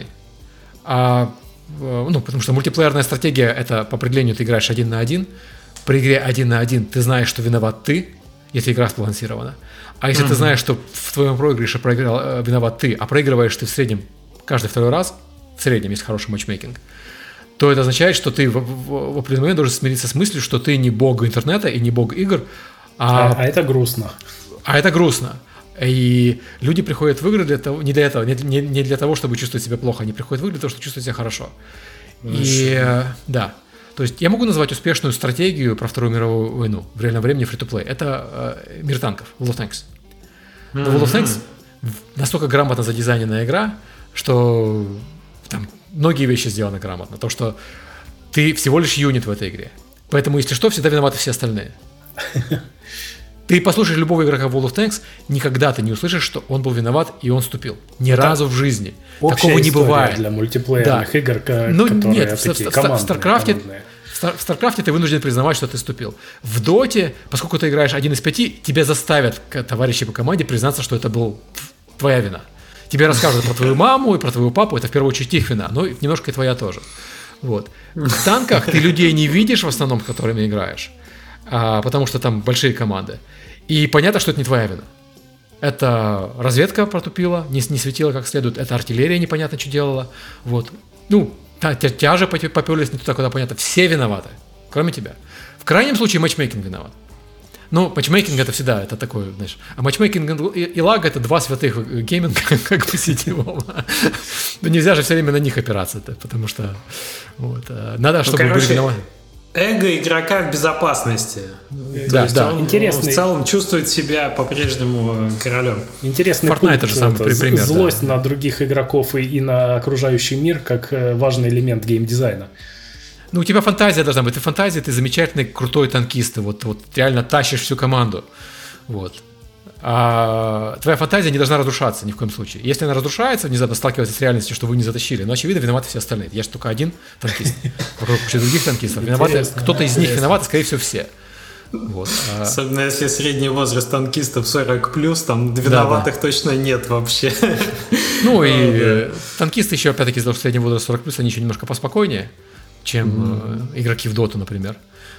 Потому что мультиплеерная стратегия — это по определению ты играешь 1 на 1. При игре 1 на 1 ты знаешь, что виноват ты, если игра сбалансирована. А если ты знаешь, что в твоем проигрыше виноват ты, а проигрываешь ты в среднем каждый второй раз, в среднем, если хороший матчмейкинг, то это означает, что ты в определенный момент должен смириться с мыслью, что ты не бог интернета и не бог игр. А это грустно. А это грустно. И люди приходят в игры не для того, чтобы чувствовать себя плохо, они приходят в игры для того, чтобы чувствовать себя хорошо. Да. То есть я могу назвать успешную стратегию про Вторую мировую войну в реальном времени фри-то-плей. Это «Мир танков», World of Tanks. Но World of Tanks настолько грамотно задизайненная игра, что там многие вещи сделаны грамотно. То, что ты всего лишь юнит в этой игре. Поэтому, если что, всегда виноваты все остальные. Ты послушаешь любого игрока в World of Tanks, никогда ты не услышишь, что он был виноват и он ступил. Ни разу в жизни. Такого не бывает. Для мультиплеерных игр, которые такие командные. В Старкрафте ты вынужден признавать, что ты ступил. В Доте, поскольку ты играешь 1 из 5, тебя заставят товарищи по команде признаться, что это была твоя вина. Тебе расскажут про твою маму и про твою папу, это в первую очередь их вина, но немножко и твоя тоже. Вот. В танках ты людей не видишь в основном, с которыми играешь, потому что там большие команды. И понятно, что это не твоя вина. Это разведка протупила, не светила как следует, это артиллерия непонятно, что делала. Вот. Тяжи поперлись не туда, куда понятно. Все виноваты, кроме тебя. В крайнем случае матчмейкинг виноват. Ну, матчмейкинг это всегда, это такое, знаешь. А матчмейкинг и лаг это два святых гейминга, как бы сетевого. Но нельзя же все время на них опираться, потому что надо, чтобы были виноваты. Эго игрока в безопасности. Да. Он в целом чувствует себя по-прежнему королем. Интересный Fortnite пункт. Это же самый пример. Злость на других игроков и на окружающий мир как важный элемент геймдизайна. Ну, у тебя фантазия должна быть. Ты фантазия, ты замечательный, крутой танкист. Вот реально тащишь всю команду. Вот. А твоя фантазия не должна разрушаться ни в коем случае. Если она разрушается, внезапно сталкивается с реальностью, что вы не затащили, но, очевидно, виноваты все остальные. Я же только один танкист. Вокруг куча других танкистов. Виноваты, кто-то из них виноват, скорее всего, все. Вот. Особенно если средний возраст танкистов 40+, там виноватых точно нет вообще. Ну и танкисты еще, опять-таки, из-за того, что средний возраст 40+, они еще немножко поспокойнее, чем игроки в доту, например.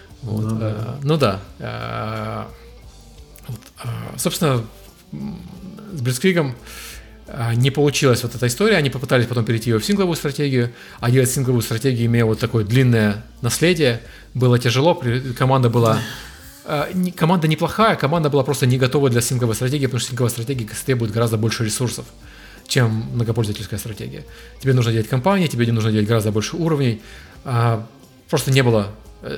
Собственно, с Блицкригом не получилась вот эта история. Они попытались потом перейти ее в сингловую стратегию, а делать сингловую стратегию, имея вот такое длинное наследие, было тяжело. Команда была... Команда неплохая, команда была просто не готова для сингловой стратегии, потому что сингловая стратегия требует гораздо больше ресурсов, чем многопользовательская стратегия. Тебе нужно делать кампании, тебе нужно делать гораздо больше уровней. Просто не было...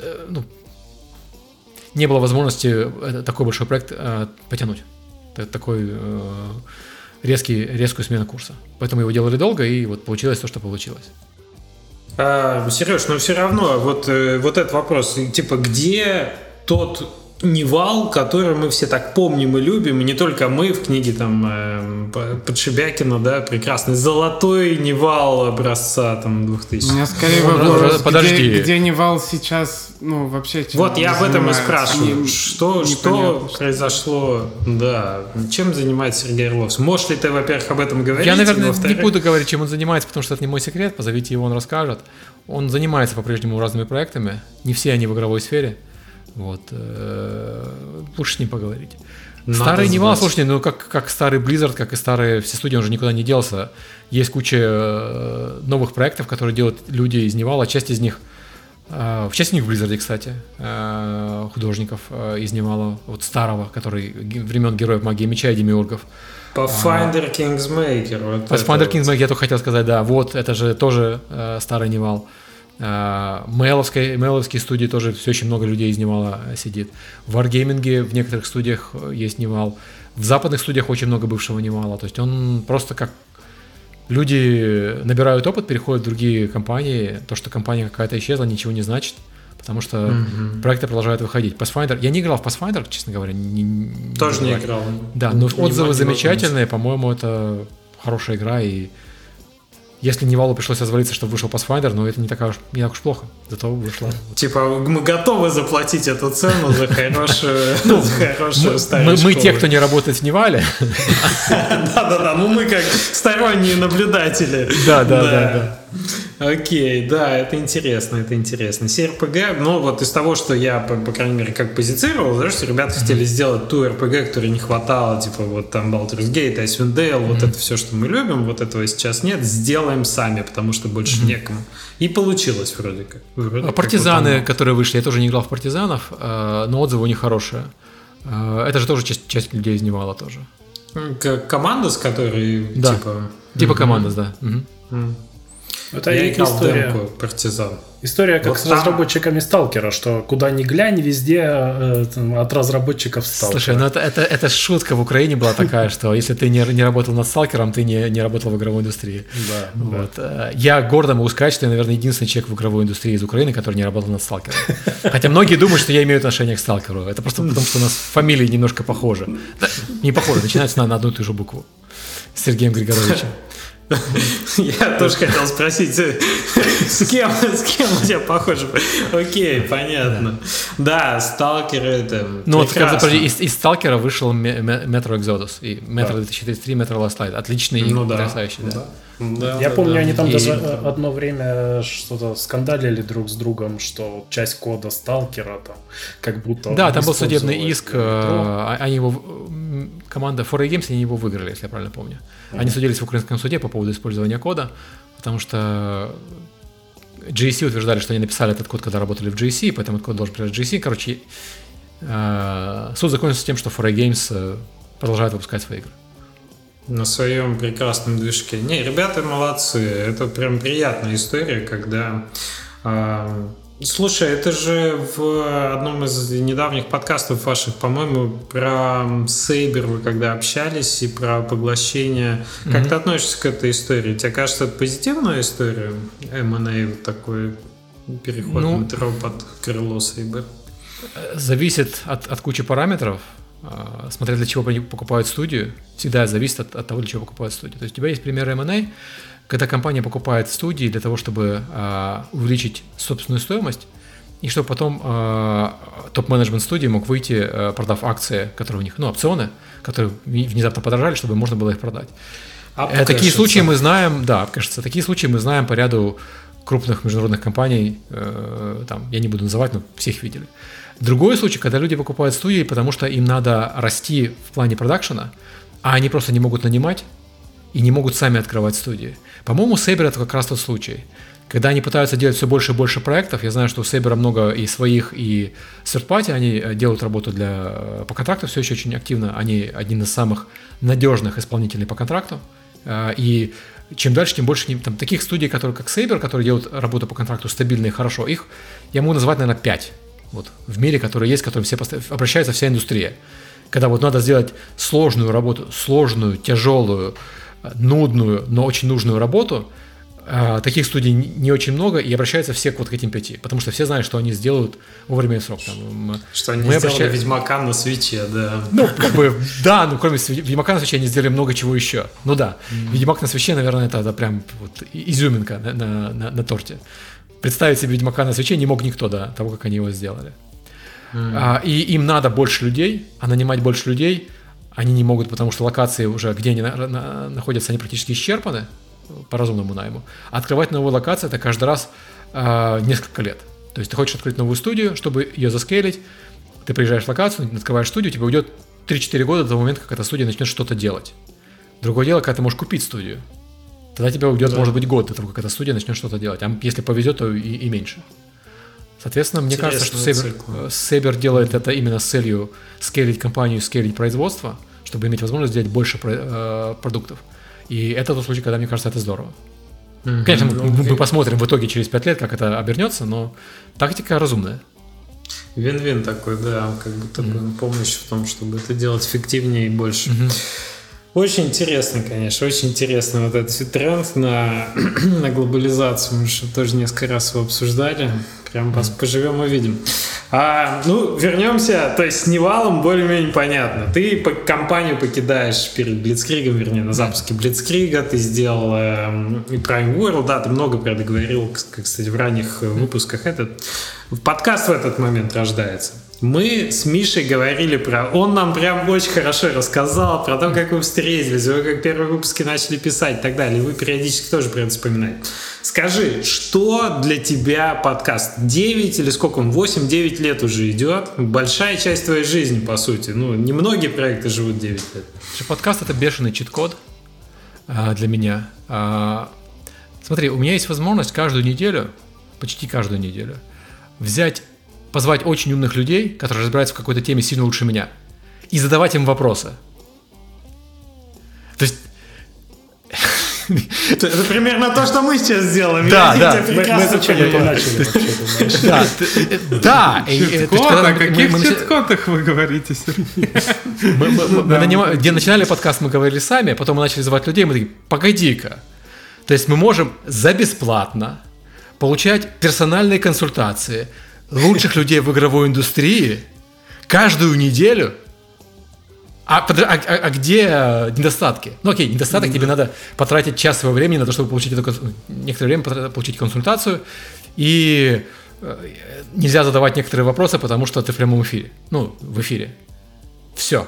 не было возможности такой большой проект потянуть. Такой резкую смену курса. Поэтому его делали долго, и вот получилось то, что получилось. Сереж, но все равно вот этот вопрос, типа, где тот Невал, который мы все так помним и любим, и не только мы, в книге там Подшибякина, да, прекрасный золотой Невал образца там 2000. У меня скорее вопрос, где Невал сейчас, ну, вообще... Вот я об этом и спрашиваю. Что произошло, да, чем занимается Сергей Орловский? Можешь ли ты, во-первых, об этом говорить? Я, наверное, не буду говорить, чем он занимается, потому что это не мой секрет, позовите его, он расскажет. Он занимается по-прежнему разными проектами, не все они в игровой сфере. Вот. Лучше с ним поговорить. Старый Невал, слушайте, ну как старый Blizzard, как и старые все студии, он же никуда не делся. Есть куча новых проектов, которые делают люди из Невала. Часть из них в Blizzard, кстати, художников из Невала, вот старого, который времен Героев Магии Меча и Демиургов. Pathfinder Kingsmaker. Pathfinder Kingsmaker, я только хотел сказать, да. Вот, это же тоже старый Невал. Мейловские студии тоже все очень много людей из Невала сидит. В Wargaming в некоторых студиях есть Невал. В западных студиях очень много бывшего Невала. То есть он просто как люди набирают опыт, переходят в другие компании. То, что компания какая-то исчезла, ничего не значит. Потому что проекты продолжают выходить. Pathfinder. Я не играл в Pathfinder, честно говоря. Тоже не играл. Да, но отзывы замечательные. По-моему, это хорошая игра. И если Невалу пришлось развалиться, чтобы вышел Pathfinder, но это не так уж плохо. Зато вышло. Типа, мы готовы заплатить эту цену за хорошую старую школу. Мы те, кто не работает в Невале. Да-да-да, ну мы как сторонние наблюдатели. Да. Окей, да, это интересно. CRPG, ну вот из того, что я, по крайней мере, как позицировал, знаешь, что ребята хотели сделать ту RPG, которой не хватало, типа вот там Baldur's Gate, Icewind Dale, вот это все, что мы любим, вот этого сейчас нет, сделаем сами, потому что больше некому. И получилось вроде как. Партизаны, которые вышли, я тоже не играл в партизанов, но отзывы у них хорошие. Это же тоже часть людей из Невала тоже. Командос, который да. Типа Командос, да. Это я играл в демку «Партизан». История как вот с разработчиками Сталкера, что куда ни глянь, везде от разработчиков Сталкера. Слушай, ну это шутка в Украине была такая, что если ты не работал над Сталкером, ты не работал в игровой индустрии. Да, вот. Я гордо могу сказать, что я, наверное, единственный человек в игровой индустрии из Украины, который не работал над Сталкером. Хотя многие думают, что я имею отношение к Сталкеру. Это просто потому, что у нас фамилии немножко похожи. Не похожи, начинаются на одну и ту же букву. С Сергеем Григоровичем. Я тоже хотел спросить, с кем у тебя похоже? Окей, понятно. Да, Сталкер это ну вот из Сталкера вышел Metro Exodus и Metro 2033, Metro Last Light. Отличные игры, потрясающие. Я помню, они там даже одно время что-то скандалили друг с другом, что часть кода Сталкера там как будто... Да, там был судебный иск, они его... Команда 4A Games, они его выиграли, если я правильно помню. Они судились в украинском суде по поводу использования кода, потому что GSC утверждали, что они написали этот код, когда работали в GSC, поэтому этот код должен принадлежать GSC. Короче, суд закончился тем, что 4A Games продолжает выпускать свои игры. На своем прекрасном движке. Не, ребята молодцы. Это прям приятная история, когда... Слушай, это же в одном из недавних подкастов ваших, по-моему, про Saber вы когда общались и про поглощение. Как ты относишься к этой истории? Тебе кажется, это позитивная история? M&A, вот такой переход метро под крыло Saber? Зависит от кучи параметров. Смотря для чего покупают студию, всегда зависит от того, для чего покупают студию. То есть у тебя есть пример M&A, когда компания покупает студии для того, чтобы увеличить собственную стоимость, и чтобы потом топ-менеджмент студии мог выйти, продав акции, которые у них, опционы, которые внезапно подорожали, чтобы можно было их продать. Такие случаи мы знаем, кажется, такие случаи мы знаем по ряду крупных международных компаний, там, я не буду называть, но всех видели. Другой случай, когда люди покупают студии, потому что им надо расти в плане продакшена, а они просто не могут нанимать и не могут сами открывать студии. По-моему, Saber это как раз тот случай. Когда они пытаются делать все больше и больше проектов, я знаю, что у Saber много и своих, и third party, они делают работу по контракту все еще очень активно, они один из самых надежных исполнителей по контракту, и чем дальше, тем больше там, таких студий, которые как Saber, которые делают работу по контракту стабильно и хорошо, их я могу назвать, наверное, 5 в мире, которые есть, к которым обращается вся индустрия. Когда надо сделать сложную работу, сложную, тяжелую, нудную, но очень нужную работу, таких студий не очень много, и обращаются все вот к этим 5, потому что все знают, что они сделают вовремя и срок. Что они сделали Ведьмака на Свитче, да. Ну, как бы, да, ну, кроме Ведьмака на Свитче они сделали много чего еще. Ну да, Ведьмак на Свитче, наверное, это прям вот изюминка на торте. Представить себе Ведьмака на Свитче не мог никто до того, как они его сделали. И им надо больше людей, а нанимать больше людей они не могут, потому что локации уже, где они находятся, они практически исчерпаны по разумному найму. А открывать новую локацию — это каждый раз несколько лет. То есть ты хочешь открыть новую студию, чтобы ее заскейлить, ты приезжаешь в локацию, открываешь студию, тебе уйдет 3-4 года до того момента, как эта студия начнет что-то делать. Другое дело, когда ты можешь купить студию. Тогда тебе уйдет, может быть, год до того, как эта студия начнет что-то делать. А если повезет, то и меньше. Соответственно, мне кажется, что Saber делает это именно с целью скейлить компанию, скейлить производство, чтобы иметь возможность сделать больше продуктов. И это тот случай, когда, мне кажется, это здорово. Конечно, мы посмотрим в итоге через 5 лет, как это обернется, но тактика разумная. Вин-вин такой, да, как будто бы помощь в том, чтобы это делать эффективнее и больше. Очень интересно, конечно, очень интересно вот этот тренд на глобализацию. Мы же тоже несколько раз его обсуждали. Прям поживем и увидим. Вернемся, то есть с Невалом более-менее понятно. Ты компанию покидаешь перед Блицкригом, вернее, на запуске Блицкрига. Ты сделал и Prime World, да, ты много про это говорил, кстати, в ранних выпусках. Подкаст в этот момент рождается. Мы с Мишей говорили он нам прям очень хорошо рассказал про то, как вы встретились, вы как первые выпуски начали писать и так далее. Вы периодически тоже про это вспоминаете. Скажи, что для тебя подкаст? 9 или сколько он? 8-9 лет уже идет. Большая часть твоей жизни, по сути. Немногие проекты живут 9 лет. Подкаст — это бешеный чит-код для меня. Смотри, у меня есть возможность каждую неделю, почти каждую неделю, позвать очень умных людей, которые разбираются в какой-то теме сильно лучше меня, и задавать им вопросы. То есть... Это примерно то, что мы сейчас сделаем. Да. Мы зачем это начали вообще? Да. О каких чит-кодах вы говорите, Сергей? Где начинали подкаст, мы говорили сами, потом мы начали звать людей, мы такие, погоди-ка. То есть мы можем за бесплатно получать персональные консультации лучших людей в игровой индустрии каждую неделю. А где недостатки? Окей, недостаток, тебе надо потратить час своего времени на то, чтобы получить некоторое время получить консультацию, и нельзя задавать некоторые вопросы, потому что ты в прямом эфире. В эфире. Все.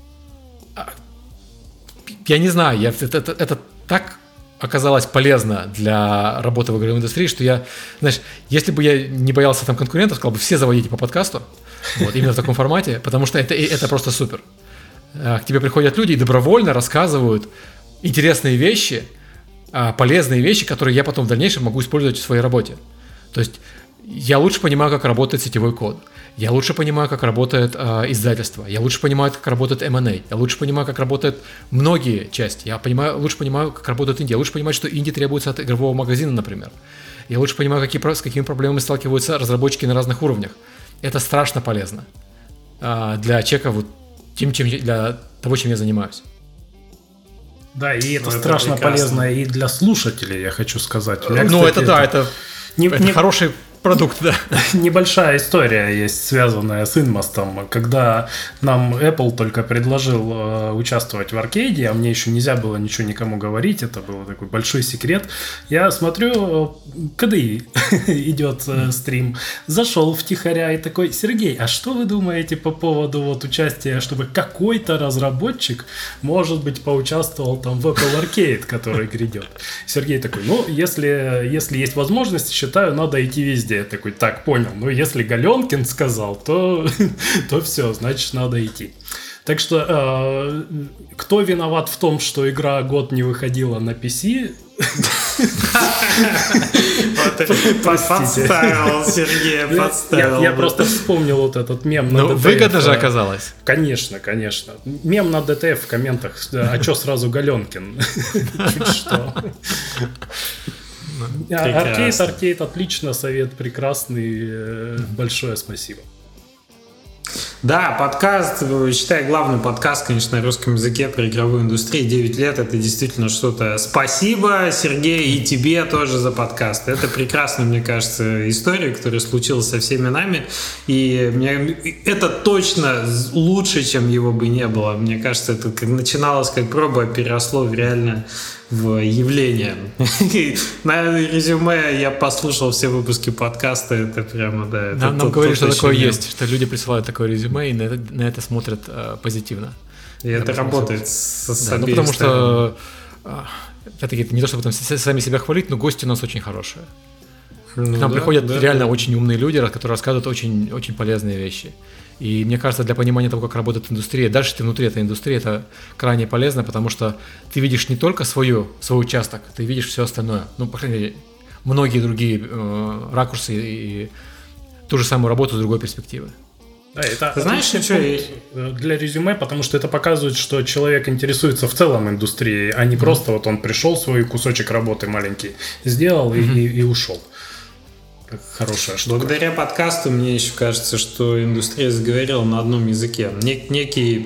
Я не знаю, это так оказалось полезно для работы в игровой индустрии, что если бы я не боялся там конкурентов, сказал бы, все заводите по подкасту, именно в таком формате, потому что это просто супер. К тебе приходят люди и добровольно рассказывают интересные вещи, полезные вещи, которые я потом в дальнейшем могу использовать в своей работе. То есть я лучше понимаю, как работает сетевой код, я лучше понимаю, как работает издательство, я лучше понимаю, как работает M&A, я лучше понимаю, как работают многие части, я лучше понимаю, как работает Индия, я лучше понимаю, что Индии требуется от игрового магазина, например. Я лучше понимаю, с какими проблемами сталкиваются разработчики на разных уровнях. Это страшно полезно для человека, для того, чем я занимаюсь. Да, и это страшно полезно и для слушателей, я хочу сказать. Это хороший продукт, да. Небольшая история есть, связанная с Инмостом. Когда нам Apple только предложил участвовать в аркейде, а мне еще нельзя было ничего никому говорить, это был такой большой секрет. Я смотрю, КДИ идет стрим, зашел втихаря и такой: Сергей, а что вы думаете по поводу участия, чтобы какой-то разработчик, может быть, поучаствовал там в Apple Arcade, который грядет? Сергей такой: если есть возможность, считаю, надо идти везде. Я такой: так, понял, если Галенкин сказал, то все, значит, надо идти. Так что, кто виноват в том, что игра год не выходила на PC? Подставил, Сергей, подставил. Я просто вспомнил этот мем на DTF. Выгодно же оказалось. Конечно. Мем на DTF в комментах. А чё сразу Галенкин? Чуть что. Аркейд, отлично, совет прекрасный, большое спасибо. Да, подкаст, считай, главный подкаст, конечно, на русском языке про игровую индустрию. 9 лет — это действительно что-то. Спасибо, Сергей, и тебе тоже за подкаст. Это прекрасная, мне кажется, история, которая случилась со всеми нами. И это точно лучше, чем его бы не было. Мне кажется, это как начиналось как проба, переросло реально в явление. На резюме я послушал все выпуски подкаста, это прямо, да. Это нам говорят, что такое есть, что люди присылают такое резюме и на это смотрят позитивно. И это работает с обеих потому что, опять-таки, не то чтобы там сами себя хвалить, но гости у нас очень хорошие. К нам приходят реально очень умные люди, которые рассказывают очень, очень полезные вещи. И мне кажется, для понимания того, как работает индустрия, дальше ты внутри этой индустрии, это крайне полезно, потому что ты видишь не только свой участок, ты видишь все остальное. Ну, по крайней мере, многие другие ракурсы и ту же самую работу с другой перспективы. Да, это знаешь, для резюме, потому что это показывает, что человек интересуется в целом индустрией, а не просто вот он пришел, свой кусочек работы маленький сделал и ушел. Хорошая штука. Благодаря подкасту мне еще кажется, что индустрия заговорила на одном языке. Некий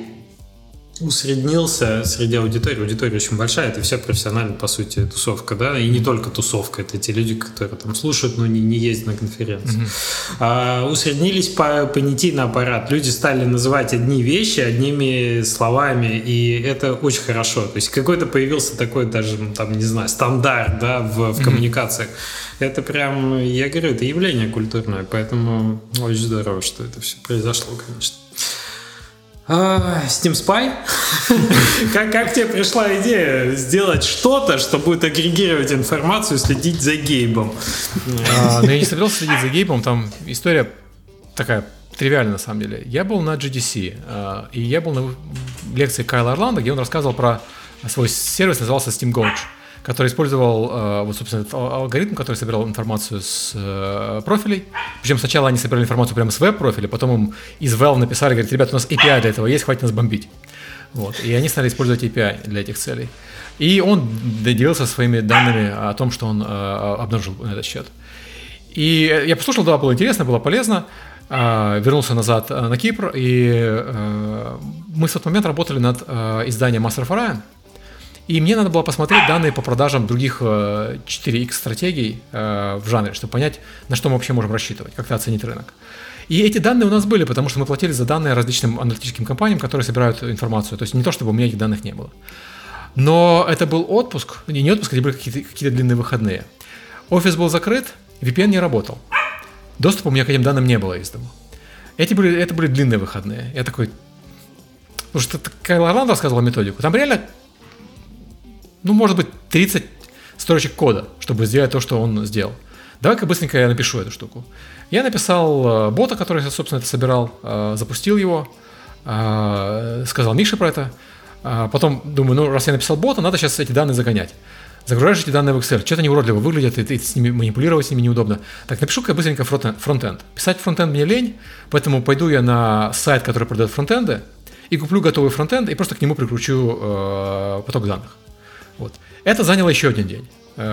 усреднился среди аудитории. Аудитория очень большая, это вся профессиональная, по сути, тусовка, да, и не только тусовка, это те люди, которые там слушают, но не ездят на конференции. Усреднились понятийный аппарат. Люди стали называть одни вещи одними словами, и это очень хорошо. То есть какой-то появился такой даже, там, не знаю, стандарт, да, в коммуникациях. Это прям, я говорю, это явление культурное, поэтому очень здорово, что это все произошло, конечно. Steam Spy? Как тебе пришла идея сделать что-то, что будет агрегировать информацию, следить за Гейбом? Но я не собирался следить за Гейбом, там история такая тривиальная на самом деле. Я был на GDC, и я был на лекции Кайла Орландо, где он рассказывал про свой сервис, назывался Steam Gauge, который использовал, вот, собственно, этот алгоритм, который собирал информацию с профилей. Причем сначала они собирали информацию прямо с веб-профиля, потом им из Valve написали, говорят, ребята, у нас API для этого есть, хватит нас бомбить. Вот. И они стали использовать API для этих целей. И он делился своими данными о том, что он обнаружил на этот счет. И я послушал, да, было интересно, было полезно. Вернулся назад на Кипр, и мы в тот момент работали над изданием Master of Orion. И мне надо было посмотреть данные по продажам других 4X стратегий в жанре, чтобы понять, на что мы вообще можем рассчитывать, как-то оценить рынок. И эти данные у нас были, потому что мы платили за данные различным аналитическим компаниям, которые собирают информацию. То есть не то, чтобы у меня этих данных не было. Но это был отпуск, не отпуск, это были какие-то длинные выходные. Офис был закрыт, VPN не работал. Доступа у меня к этим данным не было из дома. Это были длинные выходные. Я такой... Потому что Кайл Орландо рассказывал методику. Там реально... может быть, 30 строчек кода, чтобы сделать то, что он сделал. Давай-ка быстренько я напишу эту штуку. Я написал бота, который, собственно, это собирал, запустил его, сказал Мише про это. Потом думаю, раз я написал бота, надо сейчас эти данные загонять. Загружаешь эти данные в Excel. Что-то они уродливо выглядят, и с ними манипулировать с ними неудобно. Так, напишу-ка я быстренько фронтенд. Писать фронтенд мне лень, поэтому пойду я на сайт, который продает фронтенды, и куплю готовый фронтенд, и просто к нему прикручу поток данных. Вот. Это заняло еще один день.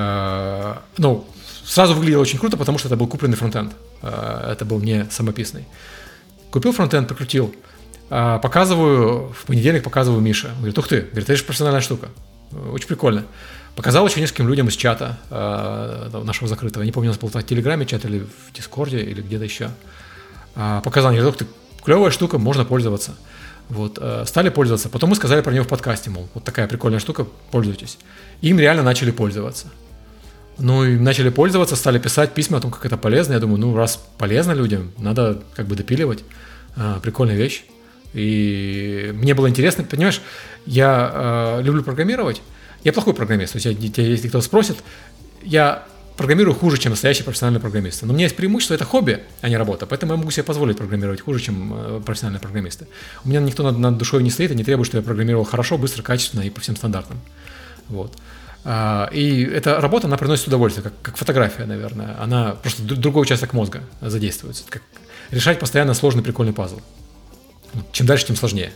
Сразу выглядело очень круто, потому что это был купленный фронтенд. Это был не самописный. Купил фронтенд, прикрутил. В понедельник показываю Мише. Он говорит, ух ты, это же профессиональная штука. Очень прикольно. Показал еще нескольким людям из чата нашего закрытого. Я не помню, у нас был в Телеграме чат или в Дискорде, или где-то еще. Показал, говорит, ух ты, клевая штука, можно пользоваться. Вот, стали пользоваться. Потом мы сказали про него в подкасте, мол, вот такая прикольная штука, пользуйтесь. Им реально начали пользоваться. И начали пользоваться, стали писать письма о том, как это полезно. Я думаю, раз полезно людям, надо как бы допиливать. Прикольная вещь. И мне было интересно, понимаешь, я люблю программировать. Я плохой программист. То есть, если кто-то спросит, я программирую хуже, чем настоящий профессиональный программист. Но у меня есть преимущество, это хобби, а не работа. Поэтому я могу себе позволить программировать хуже, чем профессиональные программисты. У меня никто над душой не стоит и не требует, чтобы я программировал хорошо, быстро, качественно и по всем стандартам. Вот. И эта работа, она приносит удовольствие, как фотография, наверное. Она просто другой участок мозга задействуется. Как решать постоянно сложный, прикольный пазл. Чем дальше, тем сложнее.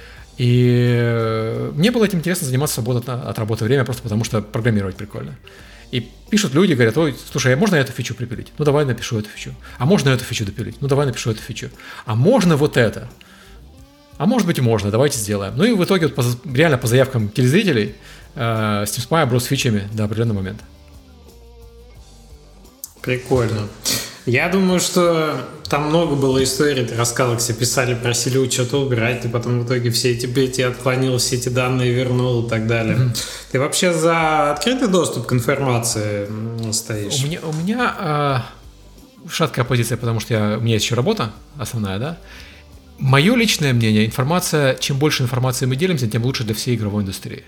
И мне было этим интересно заниматься свободно от работы время, просто потому что программировать прикольно. И пишут люди, говорят, ой, слушай, а можно эту фичу припилить? Давай напишу эту фичу. А можно эту фичу допилить? Давай напишу эту фичу. А можно вот это? А может быть и можно, давайте сделаем. Ну и в итоге вот реально по заявкам телезрителей Steam Spy оброс фичами до определенного момента. Прикольно. Я думаю, что там много было историй, ты рассказал, все писали, просили что-то убирать, ты потом в итоге все эти отклонил, все эти данные вернул и так далее. Ты вообще за открытый доступ к информации стоишь? У меня шаткая позиция, потому что у меня есть еще работа основная, да? Мое личное мнение, информация, чем больше информации мы делимся, тем лучше для всей игровой индустрии.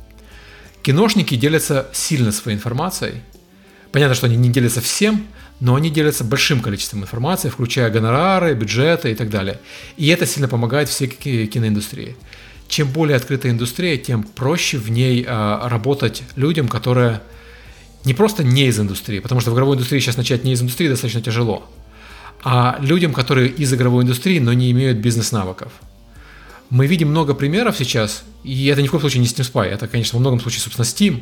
Киношники делятся сильно своей информацией. Понятно, что они не делятся всем, но они делятся большим количеством информации, включая гонорары, бюджеты и так далее. И это сильно помогает всей киноиндустрии. Чем более открытая индустрия, тем проще в ней работать людям, которые не просто не из индустрии, потому что в игровой индустрии сейчас начать не из индустрии достаточно тяжело, а людям, которые из игровой индустрии, но не имеют бизнес-навыков. Мы видим много примеров сейчас, и это ни в коем случае не Steam Spy, это, конечно, во многом случае, собственно, Steam,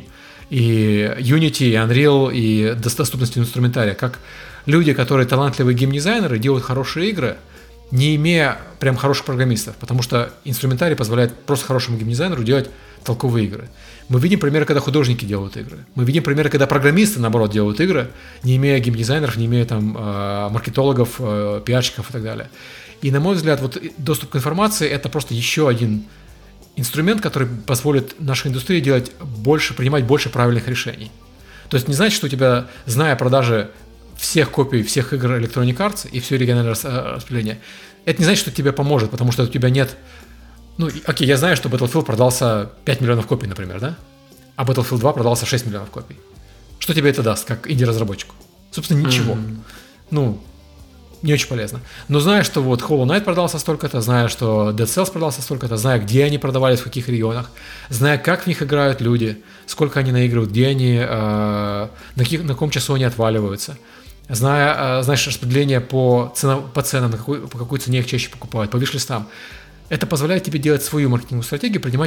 и Unity, и Unreal, и доступность инструментария, как люди, которые талантливые геймдизайнеры, делают хорошие игры, не имея прям хороших программистов, потому что инструментарий позволяет просто хорошему геймдизайнеру делать толковые игры. Мы видим примеры, когда художники делают игры. Мы видим примеры, когда программисты, наоборот, делают игры, не имея геймдизайнеров, не имея там маркетологов, пиарщиков и так далее. И, на мой взгляд, вот доступ к информации – это просто еще один инструмент, который позволит нашей индустрии принимать больше правильных решений. То есть не значит, что у тебя, зная продажи всех копий всех игр Electronic Arts и все региональное распределение, это не значит, что тебе поможет, потому что у тебя нет... Ну, окей, я знаю, что Battlefield продался 5 миллионов копий, например, да? А Battlefield 2 продался 6 миллионов копий. Что тебе это даст, как инди-разработчику? Собственно, ничего. Ну, не очень полезно. Но зная, что вот Hollow Knight продался столько-то, зная, что Dead Cells продался столько-то, зная, где они продавались, в каких регионах, зная, как в них играют люди, сколько они наигрывают, где они, на каком часу они отваливаются, знаешь, распределение по ценам, по какой цене их чаще покупают, по виш-листам. Это позволяет тебе делать свою маркетинговую стратегию, принимать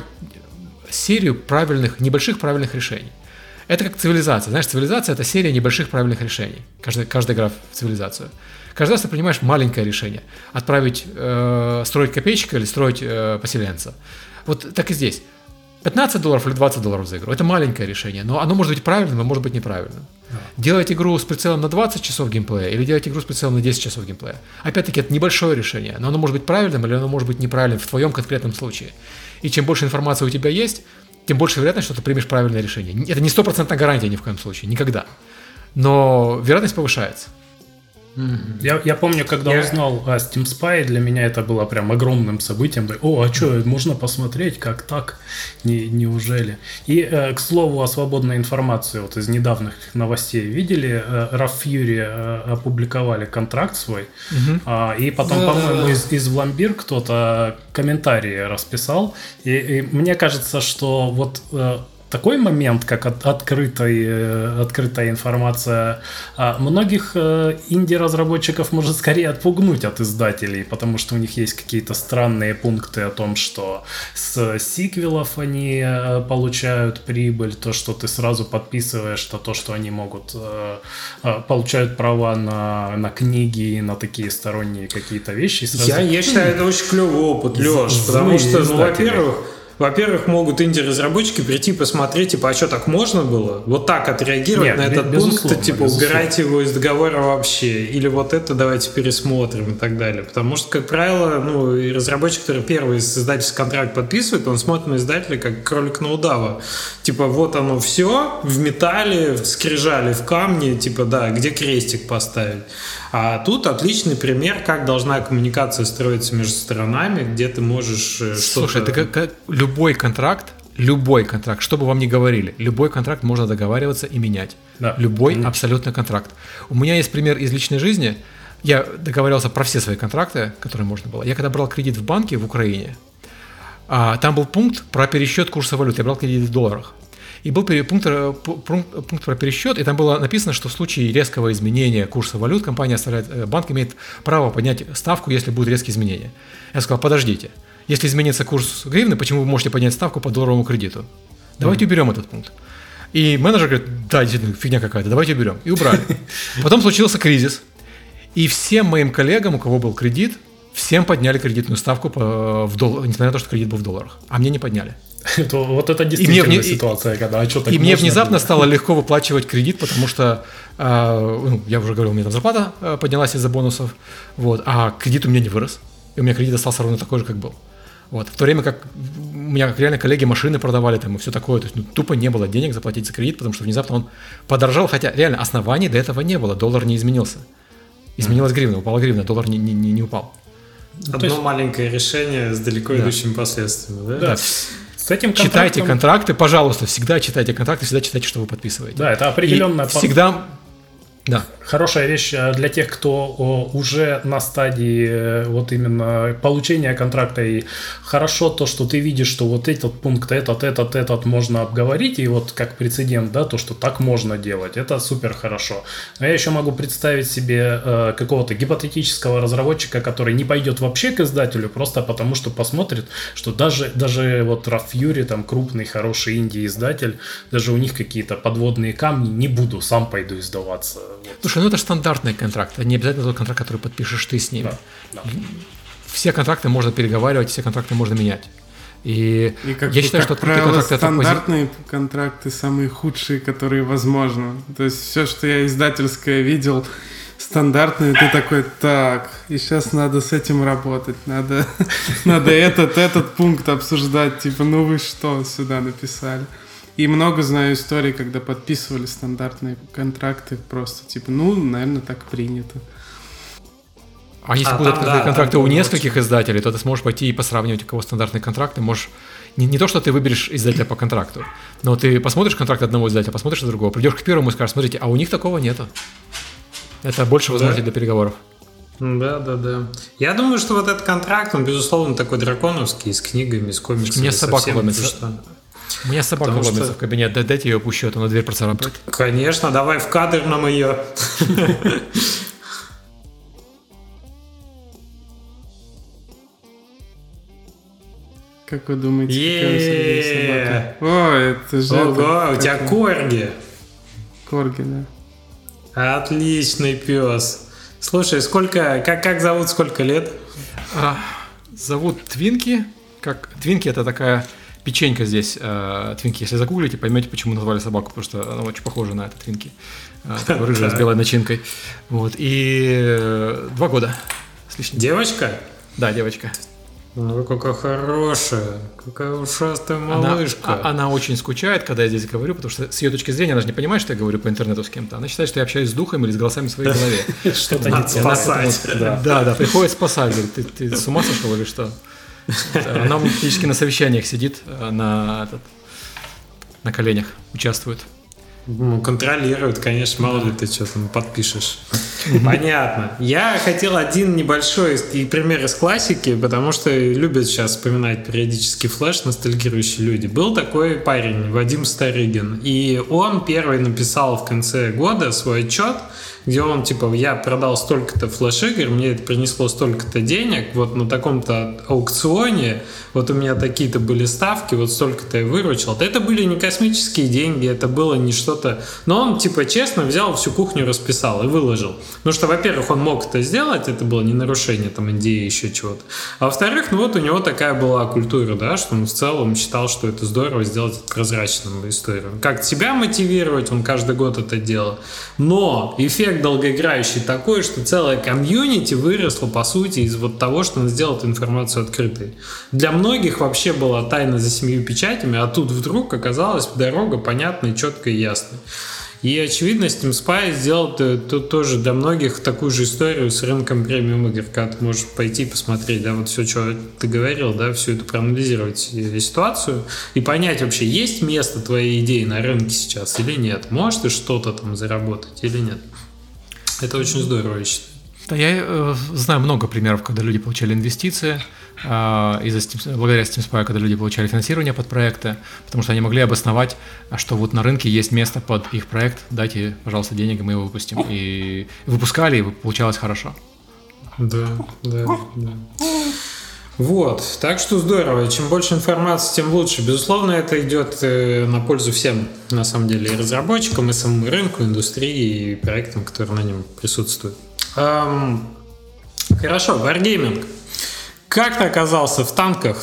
серию правильных, небольших правильных решений. Это как цивилизация. Знаешь, цивилизация – это серия небольших правильных решений. Каждая игра в цивилизацию. Каждый раз ты принимаешь маленькое решение. Отправить, строить копейщика или строить поселенца. Вот так и здесь. $15 или $20 за игру – это маленькое решение, но оно может быть правильным, а может быть неправильным. Делать игру с прицелом на 20 часов геймплея или делать игру с прицелом на 10 часов геймплея. Опять-таки, это небольшое решение, но оно может быть правильным или оно может быть неправильным в твоем конкретном случае. И чем больше информации у тебя есть, тем больше вероятность, что ты примешь правильное решение. Это не 100% гарантия ни в коем случае, никогда. Но вероятность повышается. Я помню, когда узнал о Steam Spy, для меня это было прям огромным событием. О, а что, можно посмотреть, как так? Неужели? И, к слову, о свободной информации, вот из недавних новостей видели, Rough Fury опубликовали контракт свой, и потом, по-моему, из Vlambeer кто-то комментарии расписал, и мне кажется, что вот... такой момент, как открытая информация, многих инди-разработчиков может скорее отпугнуть от издателей, потому что у них есть какие-то странные пункты о том, что с сиквелов они получают прибыль, то, что ты сразу подписываешь, то, что они могут получают права на книги, на такие сторонние какие-то вещи. Я считаю, это очень клевый опыт, Леш, потому что, во-первых, могут инди-разработчики прийти посмотреть, типа, а что, так можно было? Вот так отреагировать на этот пункт, типа, убирайте его из договора вообще, или вот это давайте пересмотрим и так далее. Потому что, как правило, и разработчик, который первый издательский контракт подписывает, он смотрит на издателя как кролик на удава. Типа, вот оно все в металле, в скрижали, в камне, типа, да, где крестик поставить. А тут отличный пример, как должна коммуникация строиться между сторонами, где ты можешь что-то... Слушай, это как любой контракт, что бы вам ни говорили, любой контракт можно договариваться и менять. Да. Любой абсолютно контракт. У меня есть пример из личной жизни. Я договаривался про все свои контракты, которые можно было. Я когда брал кредит в банке в Украине, там был пункт про пересчет курса валют. Я брал кредит в долларах. И был пункт про пересчет, и там было написано, что в случае резкого изменения курса валют банк имеет право поднять ставку, если будут резкие изменения. Я сказал, подождите, если изменится курс гривны, почему вы можете поднять ставку по долларовому кредиту? Давайте уберем этот пункт. И менеджер говорит, да, действительно, фигня какая-то, давайте уберем. И убрали. Потом случился кризис, и всем моим коллегам, у кого был кредит, всем подняли кредитную ставку несмотря на то, что кредит был в долларах, а мне не подняли. Вот это действительно ситуация, когда и мне внезапно стало легко выплачивать кредит, потому что, я уже говорил, у меня там зарплата поднялась из-за бонусов, вот, а кредит у меня не вырос, и у меня кредит остался ровно такой же, как был. Вот. В то время как у меня реально коллеги машины продавали там и все такое, то есть тупо не было денег заплатить за кредит, потому что внезапно он подорожал, хотя реально оснований до этого не было, доллар не изменился. Изменилась гривна, упала гривна, доллар не упал. Одно маленькое решение с далеко идущими последствиями, да? Да. С этим читайте контракты, пожалуйста, всегда читайте контракты, всегда читайте, что вы подписываете. Да, это определенная... Всегда... Да. Хорошая вещь для тех, кто уже на стадии вот именно получения контракта. И хорошо то, что ты видишь, что вот этот пункт, этот можно обговорить. И вот как прецедент, да, то, что так можно делать. Это супер хорошо. Но я еще могу представить себе какого-то гипотетического разработчика, который не пойдет вообще к издателю, просто потому что посмотрит, что даже вот Rough Fury, там крупный, хороший инди-издатель, даже у них какие-то подводные камни, не буду, сам пойду издаваться. Слушай, это же стандартный контракт, не обязательно тот контракт, который подпишешь ты с ними. Да. Все контракты можно переговаривать, все контракты можно менять. И я считаю, что правило, стандартные контракты самые худшие, которые возможно. То есть все, что я издательское видел, стандартные, ты такой, так, и сейчас надо с этим работать, надо этот пункт обсуждать, типа, ну вы что сюда написали? И много знаю историй, когда подписывали стандартные контракты, просто типа, наверное, так принято. А если будут контракты у нескольких издателей, то ты сможешь пойти и посравнивать, у кого стандартные контракты. Можешь не то, что ты выберешь издателя по контракту, но ты посмотришь контракт одного издателя, посмотришь другого, придешь к первому и скажешь, смотрите, а у них такого нету. Это больше возможностей для переговоров. Да. Я думаю, что вот этот контракт, он, безусловно, такой драконовский, с книгами, с комиксами. Мне собака ломится. У меня собака ломится в кабинет, дайте ее опущу, а то на дверь процарапает. Конечно, давай в кадр нам ее. Как вы думаете, какая у Сергея собака? О, это же... Ого, у тебя корги. Корги, да. Отличный пес. Слушай, как зовут, сколько лет? Зовут Твинки. Твинки — это такая... печенька здесь, Твинки. Если загуглите, поймете, почему назвали собаку, потому что она очень похожа на это Твинки. Рыжая с белой начинкой. Вот. И 2 года с лишним. Девочка? Да, девочка. Ну, какая хорошая, какая ушастая малышка. Она очень скучает, когда я здесь говорю, потому что с ее точки зрения она же не понимает, что я говорю по интернету с кем-то. Она считает, что я общаюсь с духами или с голосами в своей голове. Что-то не спасать. Да, приходит спасать. Говорит, ты с ума сошел или что? Она практически на совещаниях сидит, на коленях участвует. Контролирует, конечно, мало ли ты что там подпишешь. Понятно. Я хотел один небольшой пример из классики, потому что любят сейчас вспоминать периодически флэш ностальгирующие люди. Был такой парень, Вадим Старыгин, и он первый написал в конце года свой отчет, где он, типа, я продал столько-то флеш-игр, мне это принесло столько-то денег, вот на таком-то аукционе, вот у меня такие-то были ставки, вот столько-то я выручил. Это были не космические деньги, это было не что-то... Но он, типа, честно взял, всю кухню расписал и выложил. Потому что, во-первых, он мог это сделать, это было не нарушение, там, NDA, еще чего-то. А во-вторых, ну вот у него такая была культура, да, что он в целом считал, что это здорово сделать прозрачным историю. Как себя мотивировать, он каждый год это делал. Но эффект долгоиграющий такой, что целая комьюнити выросла, по сути, из вот того, что он сделал эту информацию открытой. Для многих вообще была тайна за 7 печатями, а тут вдруг оказалась дорога понятная, четкая и ясная. И, очевидно, Steam Spy сделал тоже для многих такую же историю с рынком премиум игр, когда ты можешь пойти и посмотреть, да, вот все, что ты говорил, да, всю эту проанализировать ситуацию и понять вообще, есть место твоей идеи на рынке сейчас или нет, можешь ты что-то там заработать или нет. Это очень здорово, я считаю. Да, я знаю много примеров, когда люди получали инвестиции благодаря Steam Spy, когда люди получали финансирование под проекты, потому что они могли обосновать, что вот на рынке есть место под их проект, дайте, пожалуйста, денег, и мы его выпустим. И выпускали, и получалось хорошо. Да. Вот, так что здорово. Чем больше информации, тем лучше. Безусловно, это идет на пользу всем, на самом деле, и разработчикам, и самому рынку, индустрии, и проектам, которые на нем присутствуют. Хорошо, Wargaming. Как ты оказался в танках?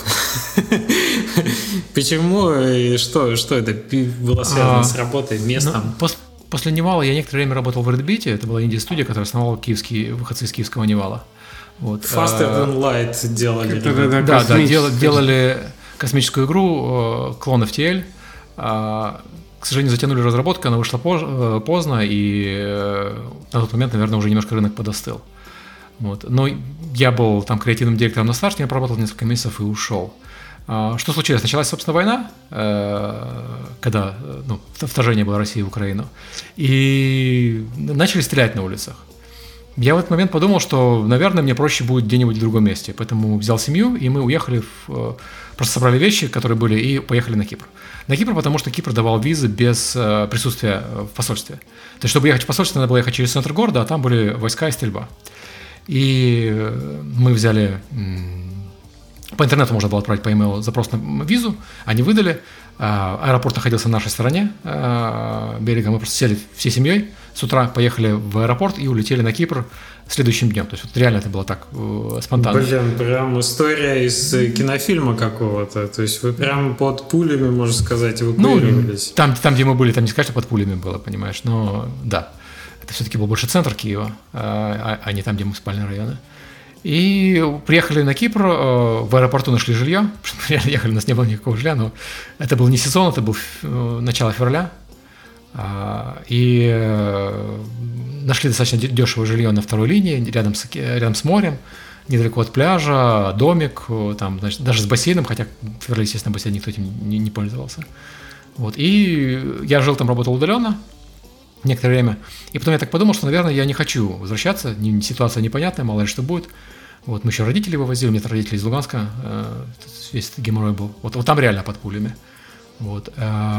Почему и что это было связано с работой, местом? После Невала я некоторое время работал в Red Beat. Это была инди-студия, которая основала выходцы из киевского Невала. Вот. Faster Than Light делали. Да, делали космическую игру клон FTL. К сожалению, затянули разработку, она вышла поздно, и на тот момент, наверное, уже немножко рынок подостыл. Вот. Но я был там креативным директором на старте, я проработал несколько месяцев и ушел. Что случилось? Началась, собственно, война, когда вторжение было России в Украину, и начали стрелять на улицах. Я в этот момент подумал, что, наверное, мне проще будет где-нибудь в другом месте, поэтому взял семью, и мы уехали, просто собрали вещи, которые были, и поехали на Кипр. На Кипр, потому что Кипр давал визы без присутствия в посольстве. То есть, чтобы ехать в посольство, надо было ехать через центр города, а там были войска и стрельба. И мы взяли... По интернету можно было отправить по e-mail запрос на визу, они выдали. Аэропорт находился на нашей стороне берега. Мы просто сели всей семьей с утра, поехали в аэропорт и улетели на Кипр следующим днем. То есть вот реально это было так спонтанно. Блин, прям история из кинофильма какого-то. То есть вы прям под пулями, можно сказать, эвакуировались. Там, где мы были, там не сказать, что под пулями было, понимаешь, но да. Это все-таки был больше центр Киева, а не там, где мы спальные районы. И приехали на Кипр, в аэропорту нашли жилье. Ехали, у нас не было никакого жилья, но это был не сезон, это был начало февраля. И нашли достаточно дешевое жилье на второй линии, рядом с морем, недалеко от пляжа, домик, там, значит, даже с бассейном, хотя в феврале, естественно, бассейн никто этим не пользовался. Вот. И я жил там, работал удаленно некоторое время. И потом я так подумал, что, наверное, я не хочу возвращаться, ситуация непонятная, мало ли что будет. Вот, мы еще родителей вывозили, у меня родители из Луганска, весь этот геморрой был. Вот там реально под пулями. Вот.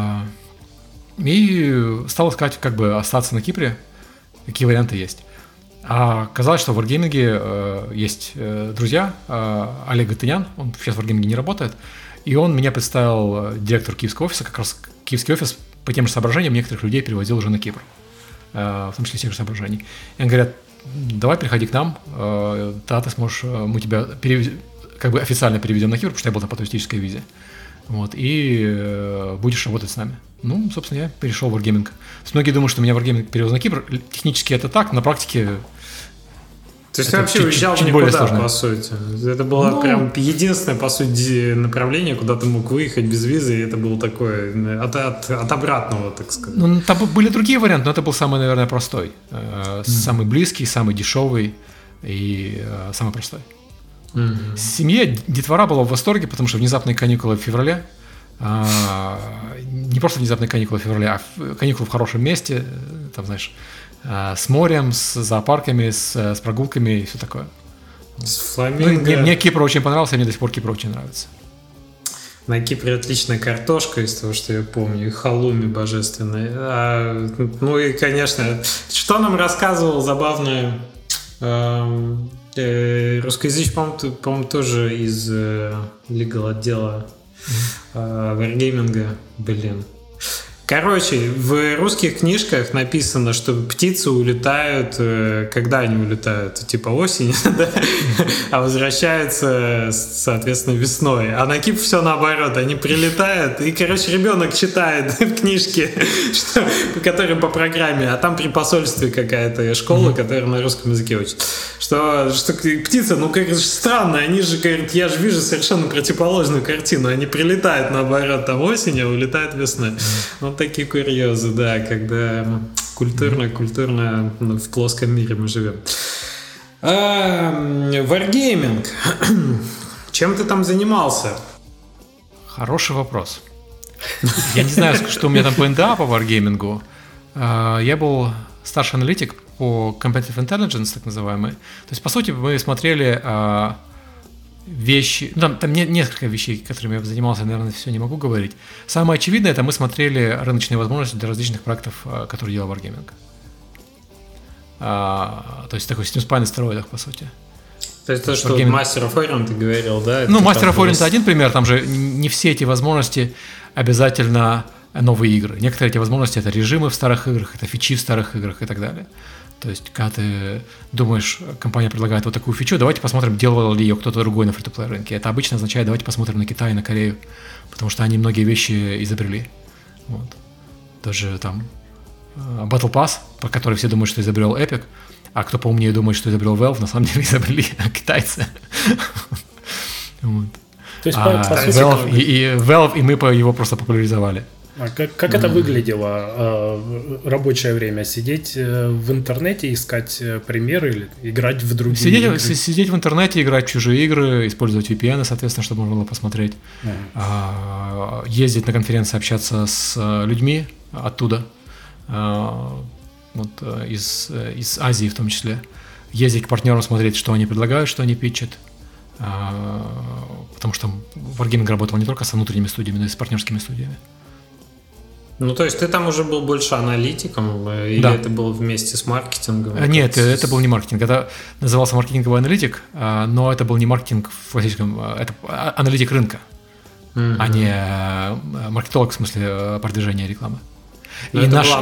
И стал искать, как бы, остаться на Кипре, какие варианты есть. А оказалось, что в Wargaming есть друзья, Олег Гатынян, он сейчас в Wargaming не работает, и он меня представил директору киевского офиса, как раз киевский офис по тем же соображениям некоторых людей перевозил уже на Кипр, в том числе тех же соображений. И они говорят, давай приходи к нам, да, ты сможешь, мы тебя как бы официально переведем на Кипр, потому что я был там по туристической визе, вот, и будешь работать с нами. Ну, собственно, я перешел в Wargaming. Многие думают, что меня Wargaming перевез на Кипр. Технически это так, на практике... То есть ты вообще уезжал никуда, по сути. Это было прям единственное, по сути, направление, куда ты мог выехать без визы, и это было такое от обратного, так сказать. Ну, там были другие варианты, но это был самый, наверное, простой. Самый близкий, самый дешевый и самый простой. Семья, детвора была в восторге, потому что внезапные каникулы в феврале, не просто внезапные каникулы в феврале, а каникулы в хорошем месте, там, знаешь, с морем, с зоопарками, с прогулками и все такое. С фламинго. Ну, мне Кипр очень понравился, и мне до сих пор Кипр очень нравится. На Кипре отличная картошка, из того, что я помню, и халуми божественные. Ну и, конечно, что нам рассказывал забавное русскоязычный, по-моему, тоже из legal отдела Wargaming, блин. Короче, в русских книжках написано, что птицы улетают, когда они улетают, типа осенью, да? А возвращаются, соответственно, весной. А на Кипр все наоборот, они прилетают, и, короче, ребенок читает в книжке, которая по программе, а там при посольстве какая-то школа, которая на русском языке учит. Что птицы, ну, как странно, они же, говорят, я же вижу совершенно противоположную картину, они прилетают наоборот там осенью, а улетают весной. Вот такие курьезы, да, когда культурно в плоском мире мы живем. Wargaming. Чем ты там занимался? Хороший вопрос. Я не знаю, что у меня там по НДА по Wargaming. Я был старший аналитик по Competitive Intelligence, так называемый. То есть, по сути, мы смотрели вещи, ну, там несколько вещей, которыми я занимался, наверное, все не могу говорить. Самое очевидное, это мы смотрели рыночные возможности для различных проектов, которые делал Wargaming. То есть такой Steam Spy на стероидах, по сути. То есть то, что Master of Orion ты говорил, да? Ну, Master of Orion это один пример, там же не все эти возможности обязательно новые игры. Некоторые эти возможности это режимы в старых играх, это фичи в старых играх и так далее. То есть, когда ты думаешь, компания предлагает вот такую фичу, давайте посмотрим, делал ли ее кто-то другой на фри-то-плей рынке. Это обычно означает, давайте посмотрим на Китай и на Корею, потому что они многие вещи изобрели. Вот. Даже там Battle Pass, про который все думают, что изобрел Epic, а кто поумнее думает, что изобрел Valve, на самом деле изобрели китайцы. То есть, по сути, Valve, и мы его просто популяризовали. А как это выглядело рабочее время? Сидеть в интернете, искать примеры или играть в другие игры? Сидеть в интернете, играть в чужие игры, использовать VPN, соответственно, чтобы можно было посмотреть. Ездить на конференции, общаться с людьми оттуда, из Азии в том числе. Ездить к партнерам, смотреть, что они предлагают, что они питчат. Потому что Wargaming работал не только со внутренними студиями, но и с партнерскими студиями. Ну, то есть ты там уже был больше аналитиком, или это было вместе с маркетингом? Нет, это был не маркетинг, это назывался маркетинговый аналитик, но это был не маркетинг в классическом, это аналитик рынка, а не маркетолог в смысле продвижения рекламы. И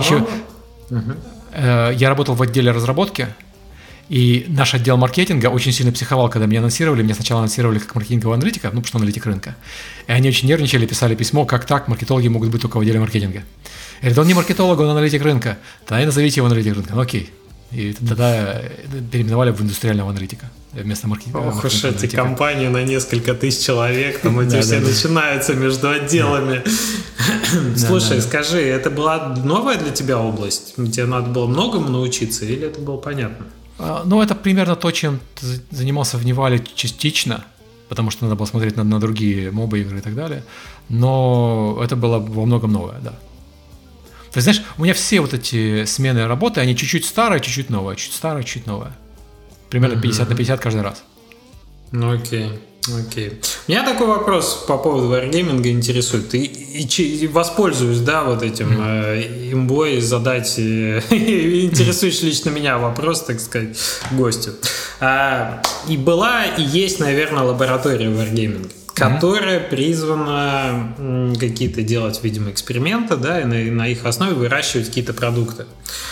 я работал в отделе разработки, и наш отдел маркетинга очень сильно психовал, когда меня анонсировали. Меня сначала анонсировали как маркетингового аналитика, потому что аналитик рынка. И они очень нервничали, писали письмо, как так, маркетологи могут быть только в отделе маркетинга. Я говорю, он не маркетолог, он аналитик рынка. Тогда и назовите его аналитик рынка. Ну окей. И тогда переименовали в индустриального аналитика вместо маркетинга. Ох уж эти компании на несколько тысяч человек, там эти все начинаются между отделами. Слушай, скажи, это была новая для тебя область? Тебе надо было многому научиться или это было понятно? Ну, это примерно то, чем ты занимался в Невале частично, потому что надо было смотреть на другие мобы-игры и так далее. Но это было во многом новое, да. То есть, знаешь, у меня все вот эти смены работы, они чуть-чуть старые, чуть-чуть новые, чуть старые, чуть новые. Примерно 50 на 50 каждый раз. Ну, окей. Меня такой вопрос по поводу Wargaming интересует. И воспользуюсь, да, вот этим имбой задать интересующий лично меня вопрос, так сказать, гостю. И была, и есть, наверное, лаборатория Wargaming, которая призвана какие-то делать, видимо, эксперименты, да, и на их основе выращивать какие-то продукты.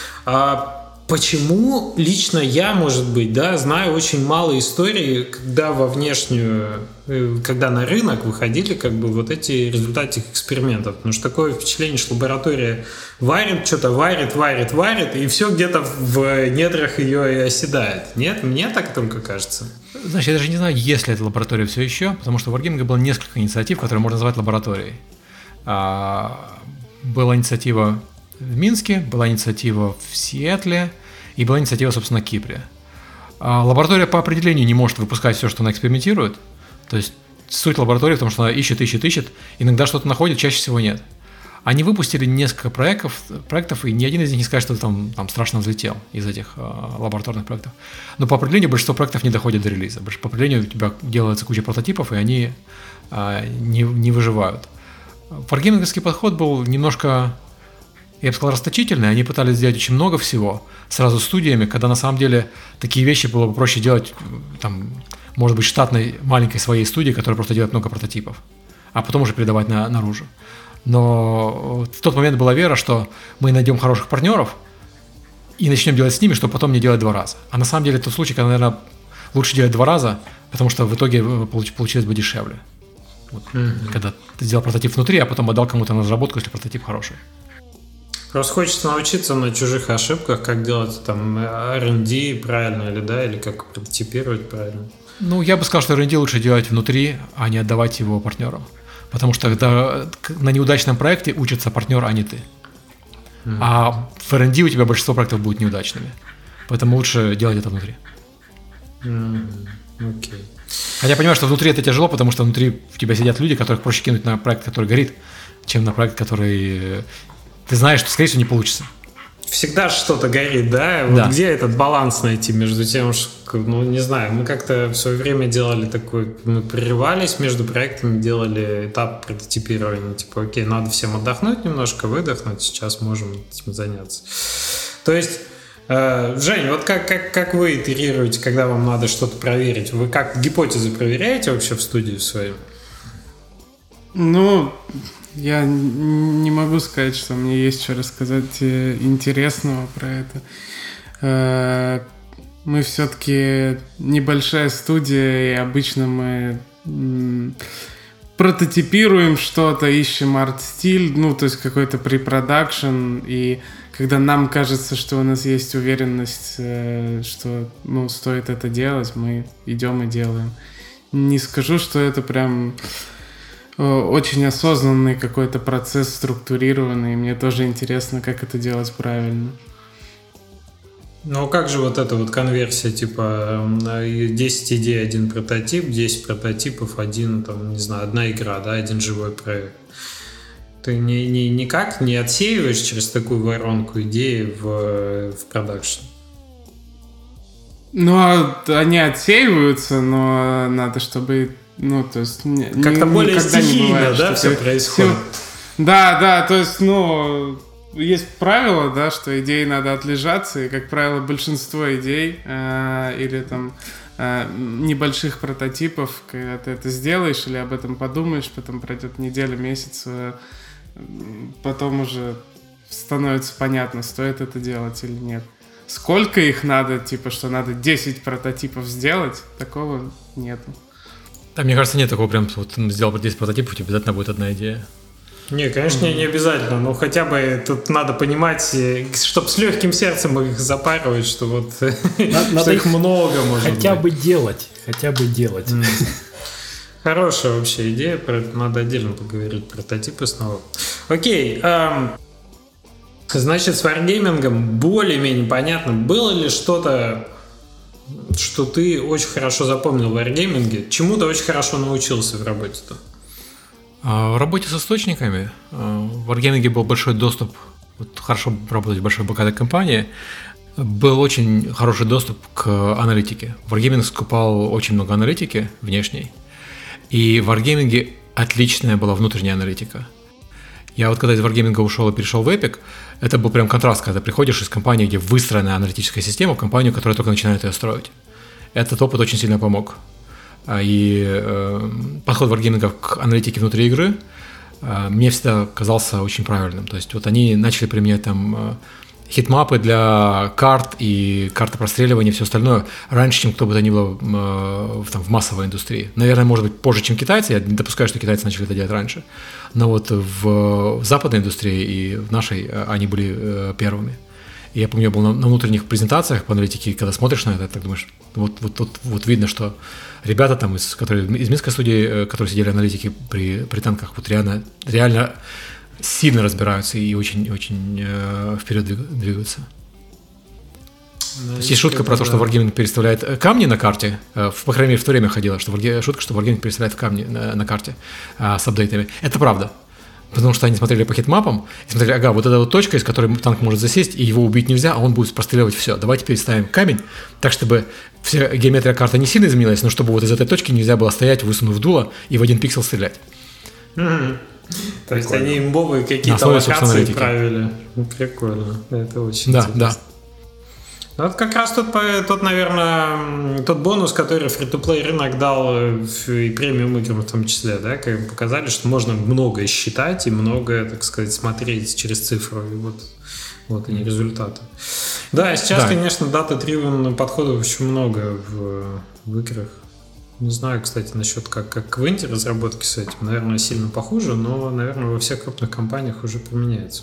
Почему лично я, может быть, да, знаю очень мало историй, когда когда на рынок выходили как бы вот эти результаты экспериментов. Потому что такое впечатление, что лаборатория что-то варит, и все где-то в недрах ее и оседает. Нет? Мне так только кажется. Знаешь, я даже не знаю, есть ли эта лаборатория все еще, потому что в Wargaming было несколько инициатив, которые можно назвать лабораторией. Была инициатива в Минске, была инициатива в Сиэтле и была инициатива, собственно, в Кипре. Лаборатория по определению не может выпускать все, что она экспериментирует. То есть суть лаборатории в том, что она ищет, иногда что-то находит, чаще всего нет. Они выпустили несколько проектов, и ни один из них не скажет, что там страшно взлетел из этих лабораторных проектов. Но по определению большинство проектов не доходит до релиза. По определению у тебя делается куча прототипов, и они не выживают. Wargaming-овский подход был немножко, я бы сказал, расточительный. Они пытались сделать очень много всего сразу студиями, когда на самом деле такие вещи было бы проще делать, там, может быть, штатной маленькой своей студии, которая просто делает много прототипов, а потом уже передавать наружу. Но в тот момент была вера, что мы найдем хороших партнеров и начнем делать с ними, чтобы потом не делать 2 раза. А на самом деле тот случай, когда, наверное, лучше делать 2 раза, потому что в итоге получилось бы дешевле. Вот, когда ты сделал прототип внутри, а потом отдал кому-то на разработку, если прототип хороший. Просто хочется научиться на чужих ошибках, как делать там R&D правильно или как прототипировать правильно. Ну, я бы сказал, что R&D лучше делать внутри, а не отдавать его партнерам. Потому что когда на неудачном проекте учится партнер, а не ты. А в R&D у тебя большинство проектов будет неудачными. Поэтому лучше делать это внутри. Окей. Хотя я понимаю, что внутри это тяжело, потому что внутри у тебя сидят люди, которых проще кинуть на проект, который горит, чем на проект, который ты знаешь, что, скорее всего, не получится. Всегда что-то горит, да? Вот где этот баланс найти между тем, что, ну, не знаю, мы как-то в свое время делали такой, мы прерывались между проектами, делали этап прототипирования, типа, окей, надо всем отдохнуть немножко, выдохнуть, сейчас можем этим заняться. То есть, Жень, вот как вы итерируете, когда вам надо что-то проверить? Вы как гипотезы проверяете вообще в студии своей? Ну, я не могу сказать, что мне есть что рассказать интересного про это. мы все-таки небольшая студия, и обычно мы прототипируем что-то, ищем арт-стиль, ну, то есть какой-то препродакшн, и когда нам кажется, что у нас есть уверенность, что, ну, стоит это делать, мы идем и делаем. Не скажу, что это прям очень осознанный какой-то процесс, структурированный, и мне тоже интересно, как это делать правильно. Ну, как же вот эта вот конверсия, типа 10 идей, один прототип, 10 прототипов, один, там, не знаю, одна игра, да, один живой проект. Ты никак не отсеиваешь через такую воронку идеи в продакшн? Ну, они отсеиваются, но надо, чтобы, ну, то есть... Как-то более стихийно, да, все происходит? Да, то есть, ну... Есть правило, да, что идеи надо отлежаться, и, как правило, большинство идей или там небольших прототипов, когда ты это сделаешь или об этом подумаешь, потом пройдет неделя, месяц, потом уже становится понятно, стоит это делать или нет. Сколько их надо, типа, что надо 10 прототипов сделать, такого нету. Да, мне кажется, нет такого прям, вот сделал 10 прототипов, у тебя обязательно будет одна идея. Не, конечно, не обязательно, но хотя бы тут надо понимать, чтобы с легким сердцем их запаривать, что вот надо их много, может хотя бы делать. Хорошая вообще идея, про это надо отдельно поговорить, прототипы снова. Окей, значит, с варгеймингом более-менее понятно, было ли что-то, что ты очень хорошо запомнил в варгейминге, чему ты очень хорошо научился в работе-то? В работе с источниками в Wargaming был большой доступ, вот хорошо работать в большой богатой компании, был очень хороший доступ к аналитике. Wargaming скупал очень много аналитики внешней, и в Wargaming отличная была внутренняя аналитика. Я вот когда из Wargaming ушел и перешел в Epic, это был прям контраст, когда ты приходишь из компании, где выстроена аналитическая система, в компанию, которая только начинает ее строить. Этот опыт очень сильно помог. И подход Wargaming к аналитике внутри игры мне всегда казался очень правильным. То есть вот они начали применять там хитмапы для карт и карты простреливания и все остальное раньше, чем кто бы то ни было там, в массовой индустрии. Наверное, может быть, позже, чем китайцы. Я не допускаю, что китайцы начали это делать раньше. Но вот в западной индустрии и в нашей они были первыми. И я помню, я был на внутренних презентациях по аналитике, когда смотришь на это, так думаешь, вот видно, что ребята там, которые из Минской студии, которые сидели аналитики при танках, вот реально сильно разбираются и очень вперед двигаются. То есть есть шутка про то, что Wargaming переставляет камни на карте, по крайней мере, в то время ходила, шутка, что Wargaming переставляет камни на карте с апдейтами. Это правда. Потому что они смотрели по хитмапам и смотрели, ага, вот эта вот точка, из которой танк может засесть, и его убить нельзя, а он будет простреливать все. Давайте переставим камень, так, чтобы вся геометрия карты не сильно изменилась, но чтобы вот из этой точки нельзя было стоять, высунув дуло, и в один пиксель стрелять. То есть они имбовые какие-то локации правили. Прикольно. Это очень интересно. Да. Ну, вот как раз тот, наверное, тот бонус, который фри-то-плей рынок дал и премиум играм в том числе, да, как показали, что можно многое считать и многое, так сказать, смотреть через цифру, и вот они результаты. Да, сейчас, конечно, дата-дривен подходов очень много в играх. Не знаю, кстати, насчет как в инди разработки с этим, наверное, сильно похуже, но, наверное, во всех крупных компаниях уже применяется.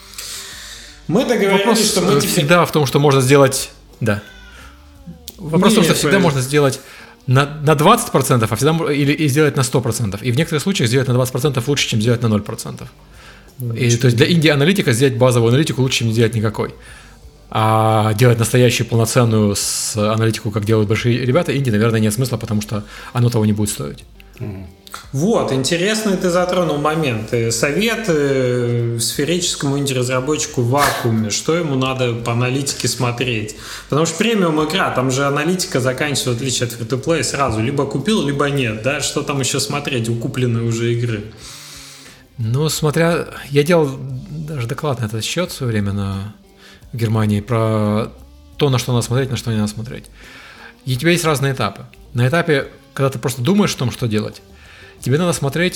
Мы договорились, что мы всегда в том, что можно сделать... Да. Вопрос в том, что всегда можно сделать на 20%, а всегда или сделать на 100%. И в некоторых случаях сделать на 20% лучше, чем сделать на 0%. И, то есть для инди-аналитика сделать базовую аналитику лучше, чем не делать никакой. А делать настоящую полноценную с аналитику, как делают большие ребята, инди, наверное, нет смысла, потому что оно того не будет стоить. Вот, интересный ты затронул момент. Совет сферическому инди-разработчику в вакууме, что ему надо по аналитике смотреть. Потому что премиум игра, там же аналитика заканчивается, в отличие от фри-то-плея, сразу. Либо купил, либо нет. Да? Что там еще смотреть у купленной уже игры? Ну, смотря... Я делал даже доклад на этот счет в свое время в Германии про то, на что надо смотреть, на что не надо смотреть. И у тебя есть разные этапы. На этапе, когда ты просто думаешь о том, что делать, тебе надо смотреть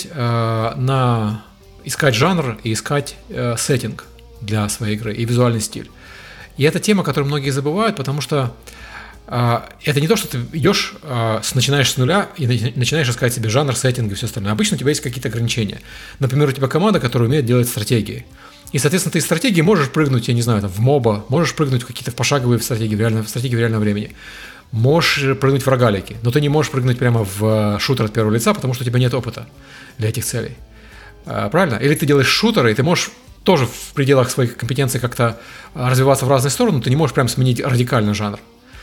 искать жанр и искать сеттинг для своей игры и визуальный стиль. И это тема, которую многие забывают, потому что это не то, что ты идешь, начинаешь с нуля и начинаешь искать себе жанр, сеттинг и все остальное. Обычно у тебя есть какие-то ограничения. Например, у тебя команда, которая умеет делать стратегии. И, соответственно, ты из стратегии можешь прыгнуть, я не знаю, там, в моба, можешь прыгнуть в какие-то пошаговые стратегии, в стратегии в реальном времени. Можешь прыгнуть в рогалики, но ты не можешь прыгнуть прямо в шутер от первого лица, потому что у тебя нет опыта для этих целей. Правильно? Или ты делаешь шутеры, и ты можешь тоже в пределах своих компетенций как-то развиваться в разные стороны, но ты не можешь прям сменить радикально жанр.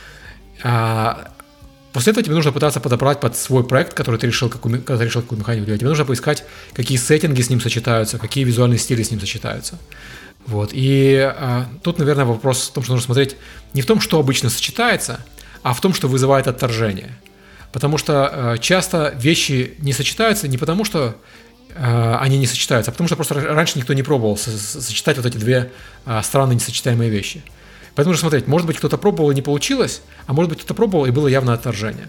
После этого тебе нужно пытаться подобрать под свой проект, который ты решил, когда ты решил какую механику делать. Тебе нужно поискать, какие сеттинги с ним сочетаются, какие визуальные стили с ним сочетаются. Вот. И тут, наверное, вопрос в том, что нужно смотреть не в том, что обычно сочетается, а в том, что вызывает отторжение. Потому что часто вещи не сочетаются не потому, что они не сочетаются, а потому что просто раньше никто не пробовал сочетать вот эти две странные несочетаемые вещи. Поэтому нужно смотреть, может быть, кто-то пробовал и не получилось, а может быть, кто-то пробовал и было явное отторжение.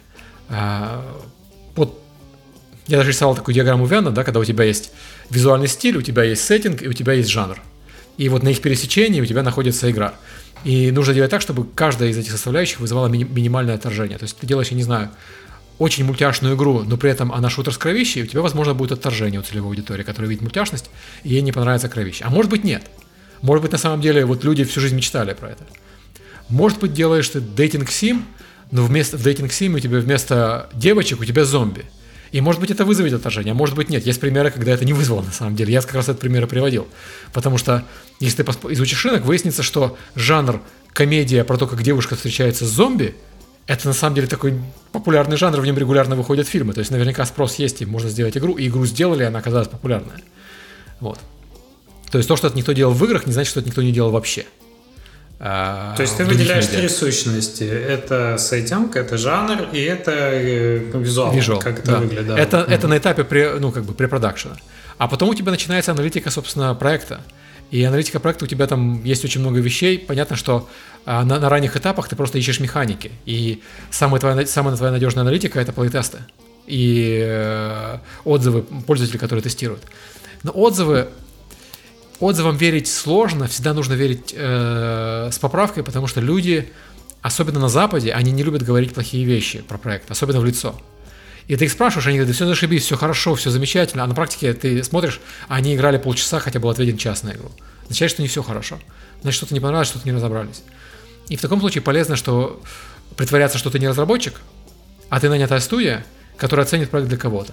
Вот я даже рисовал такую диаграмму Венна, да, когда у тебя есть визуальный стиль, у тебя есть сеттинг и у тебя есть жанр. И вот на их пересечении у тебя находится игра. И нужно делать так, чтобы каждая из этих составляющих вызывала минимальное отторжение. То есть ты делаешь, я не знаю, очень мультяшную игру, но при этом она шутер с кровищей, у тебя, возможно, будет отторжение у целевой аудитории, которая видит мультяшность, и ей не понравится кровище. А может быть, нет. Может быть, на самом деле, вот люди всю жизнь мечтали про это. Может быть, делаешь ты дейтинг-сим, но в дейтинг-симе у тебя вместо девочек у тебя зомби. И может быть, это вызовет отторжение, а может быть, нет. Есть примеры, когда это не вызвало на самом деле. Я как раз этот пример приводил. Потому что, если ты изучишь рынок, выяснится, что жанр комедия про то, как девушка встречается с зомби, это на самом деле такой популярный жанр, в нем регулярно выходят фильмы. То есть наверняка спрос есть, и можно сделать игру, и игру сделали, и она оказалась популярная. Вот. То есть то, что это никто делал в играх, не значит, что это никто не делал вообще. То есть ты выделяешь три сущности. Это сеттинг, это жанр и это визуал. Как это выглядит. Да. Это на этапе препродакшена. А потом у тебя начинается аналитика, собственно, проекта. И аналитика проекта у тебя там есть очень много вещей. Понятно, что на ранних этапах ты просто ищешь механики. И самая твоя надежная аналитика – это плейтесты и отзывы пользователей, которые тестируют. Но отзывам верить сложно, всегда нужно верить с поправкой, потому что люди, особенно на Западе, они не любят говорить плохие вещи про проект, особенно в лицо. И ты их спрашиваешь, они говорят, да все зашибись, все хорошо, все замечательно, а на практике ты смотришь, они играли полчаса, хотя был отведен час на игру. Означает, что не все хорошо. Значит, что-то не понравилось, что-то не разобрались. И в таком случае полезно, что притворяться, что ты не разработчик, а ты нанятая студия, которая оценит проект для кого-то.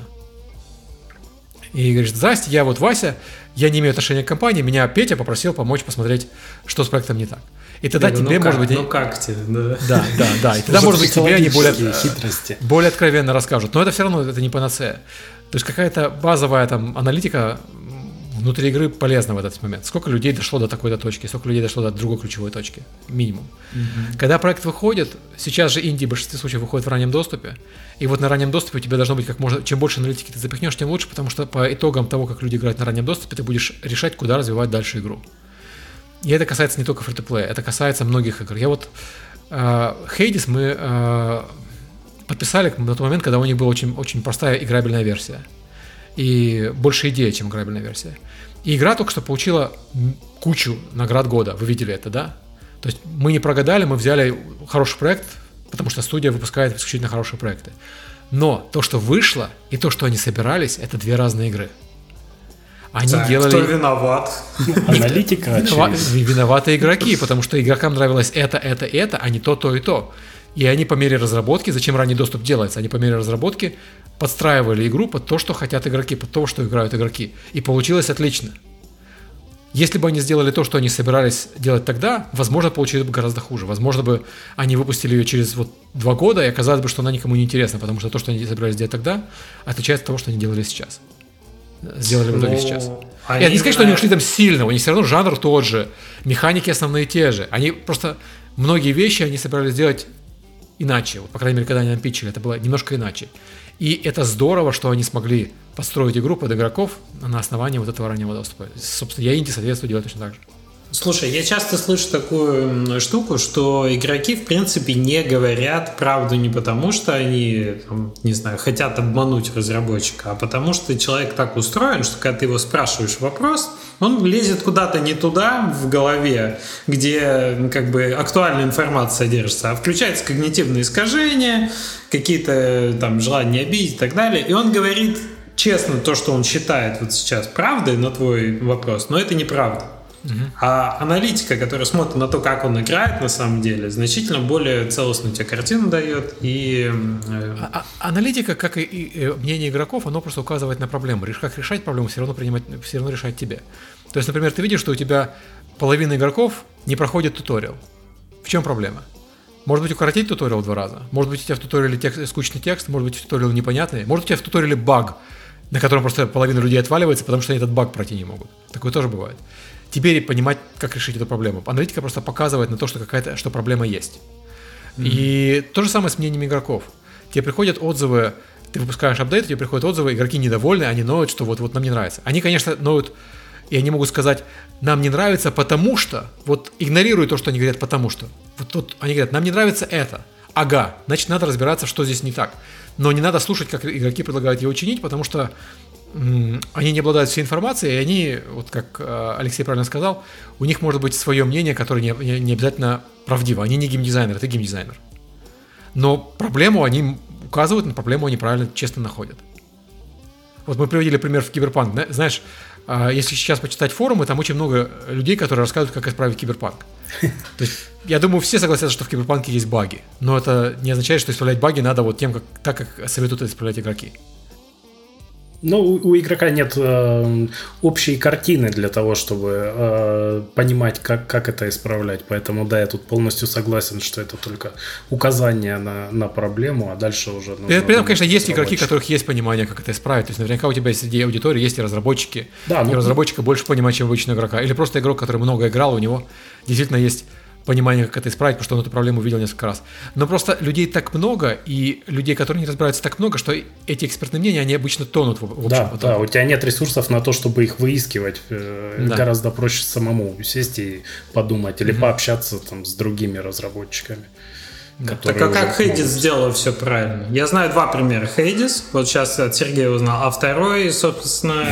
И говоришь, здрасте, я вот Вася, я не имею отношения к компании, меня Петя попросил помочь посмотреть, что с проектом не так. И тогда тебе, может быть... Ну как тебе, да. Да. И тогда, может быть, тебе они более откровенно расскажут. Но это все равно это не панацея. То есть какая-то базовая там аналитика внутри игры полезна в этот момент. Сколько людей дошло до такой-то точки, сколько людей дошло до другой ключевой точки. Минимум. Когда проект выходит, сейчас же инди в большинстве случаев выходит в раннем доступе, и вот на раннем доступе у тебя должно быть как можно, чем больше аналитики ты запихнешь, тем лучше, потому что по итогам того, как люди играют на раннем доступе, ты будешь решать, куда развивать дальше игру. И это касается не только фри-то-плея, это касается многих игр. Я вот Hades мы подписали на тот момент, когда у них была очень, очень простая играбельная версия. И больше идея, чем играбельная версия. И игра только что получила кучу наград года. Вы видели это, да? То есть мы не прогадали, мы взяли хороший проект, потому что студия выпускает исключительно хорошие проекты. Но то, что вышло, и то, что они собирались, это две разные игры. Они делали... Кто виноват? Аналитика, виноваты игроки, потому что игрокам нравилось это, а не то и то. И они по мере разработки, зачем ранний доступ делается, они по мере разработки подстраивали игру под то, что хотят игроки, под то, что играют игроки. И получилось отлично. Если бы они сделали то, что они собирались делать тогда, возможно, получилось бы гораздо хуже. Возможно бы они выпустили ее через 2 года, и оказалось бы, что она никому не интересна, потому что то, что они собирались делать тогда, отличается от того, что они делали сейчас. Сделали в итоге сейчас. Я не сказать, что они ушли там сильно, у них все равно жанр тот же, механики основные те же. Они просто многие вещи они собирались делать иначе. Вот, по крайней мере, когда они нам питчили, это было немножко иначе. И это здорово, что они смогли построить игру под игроков на основании вот этого раннего доступа. Собственно, я инди соответствую делать точно так же. Слушай, я часто слышу такую штуку, что игроки, в принципе, не говорят правду не потому, что они, там, не знаю, хотят обмануть разработчика, а потому что человек так устроен, что когда ты его спрашиваешь вопрос, он лезет куда-то не туда в голове, где как бы актуальная информация содержится, а включается когнитивные искажения, какие-то там желания обидеть и так далее, и он говорит честно то, что он считает вот сейчас правдой на твой вопрос, но это неправда. А аналитика, которая смотрит на то, как он играет на самом деле, значительно более целостную тебе картину дает. И аналитика, как и мнение игроков, оно просто указывает на проблему. Как решать проблему, все равно решать тебе. То есть, например, ты видишь, что у тебя половина игроков не проходит туториал. В чем проблема? Может быть, укоротить туториал в 2 раза? Может быть, у тебя в туториале скучный текст? Может быть, туториал непонятный? Может, у тебя в туториале баг, на котором просто половина людей отваливается, потому что они этот баг пройти не могут. Такое тоже бывает. Теперь понимать, как решить эту проблему. Аналитика просто показывает на то, что проблема есть. И то же самое с мнением игроков. Тебе приходят отзывы, ты выпускаешь апдейт, тебе приходят отзывы, игроки недовольны, они ноют, что вот нам не нравится. Они, конечно, ноют, и они могут сказать, нам не нравится, потому что, вот игнорируя то, что они говорят, потому что. Вот они говорят, нам не нравится это. Ага, значит, надо разбираться, что здесь не так. Но не надо слушать, как игроки предлагают его чинить, потому что они не обладают всей информацией, и они, вот как Алексей правильно сказал, у них может быть свое мнение, которое не обязательно правдиво. Они не геймдизайнер, это геймдизайнер. Но проблему они указывают, на проблему они правильно, честно находят. Вот мы приводили пример в Киберпанк. Знаешь, если сейчас почитать форумы, там очень много людей, которые рассказывают, как исправить Киберпанк. То есть, я думаю, все согласятся, что в Киберпанке есть баги. Но это не означает, что исправлять баги надо вот так, как советуют исправлять игроки. Ну, у игрока нет общей картины для того, чтобы понимать, как это исправлять. Поэтому, да, я тут полностью согласен, что это только указание на проблему, а дальше уже... При этом, конечно, есть игроки, у которых есть понимание, как это исправить. То есть, наверняка у тебя среди аудитории есть и разработчики. Да, и разработчика больше понимает, чем обычного игрока. Или просто игрок, который много играл, у него действительно есть понимание, как это исправить, потому что он эту проблему видел несколько раз. Но просто людей так много, и людей, которые не разбираются, так много, что эти экспертные мнения, они обычно тонут в общем. Да, у тебя нет ресурсов на то, чтобы их выискивать. Да. Гораздо проще самому сесть и подумать, или пообщаться там с другими разработчиками. Так а как Hades сделала все правильно? Я знаю 2 примера. Hades, вот сейчас от Сергея узнал, а второй, собственно,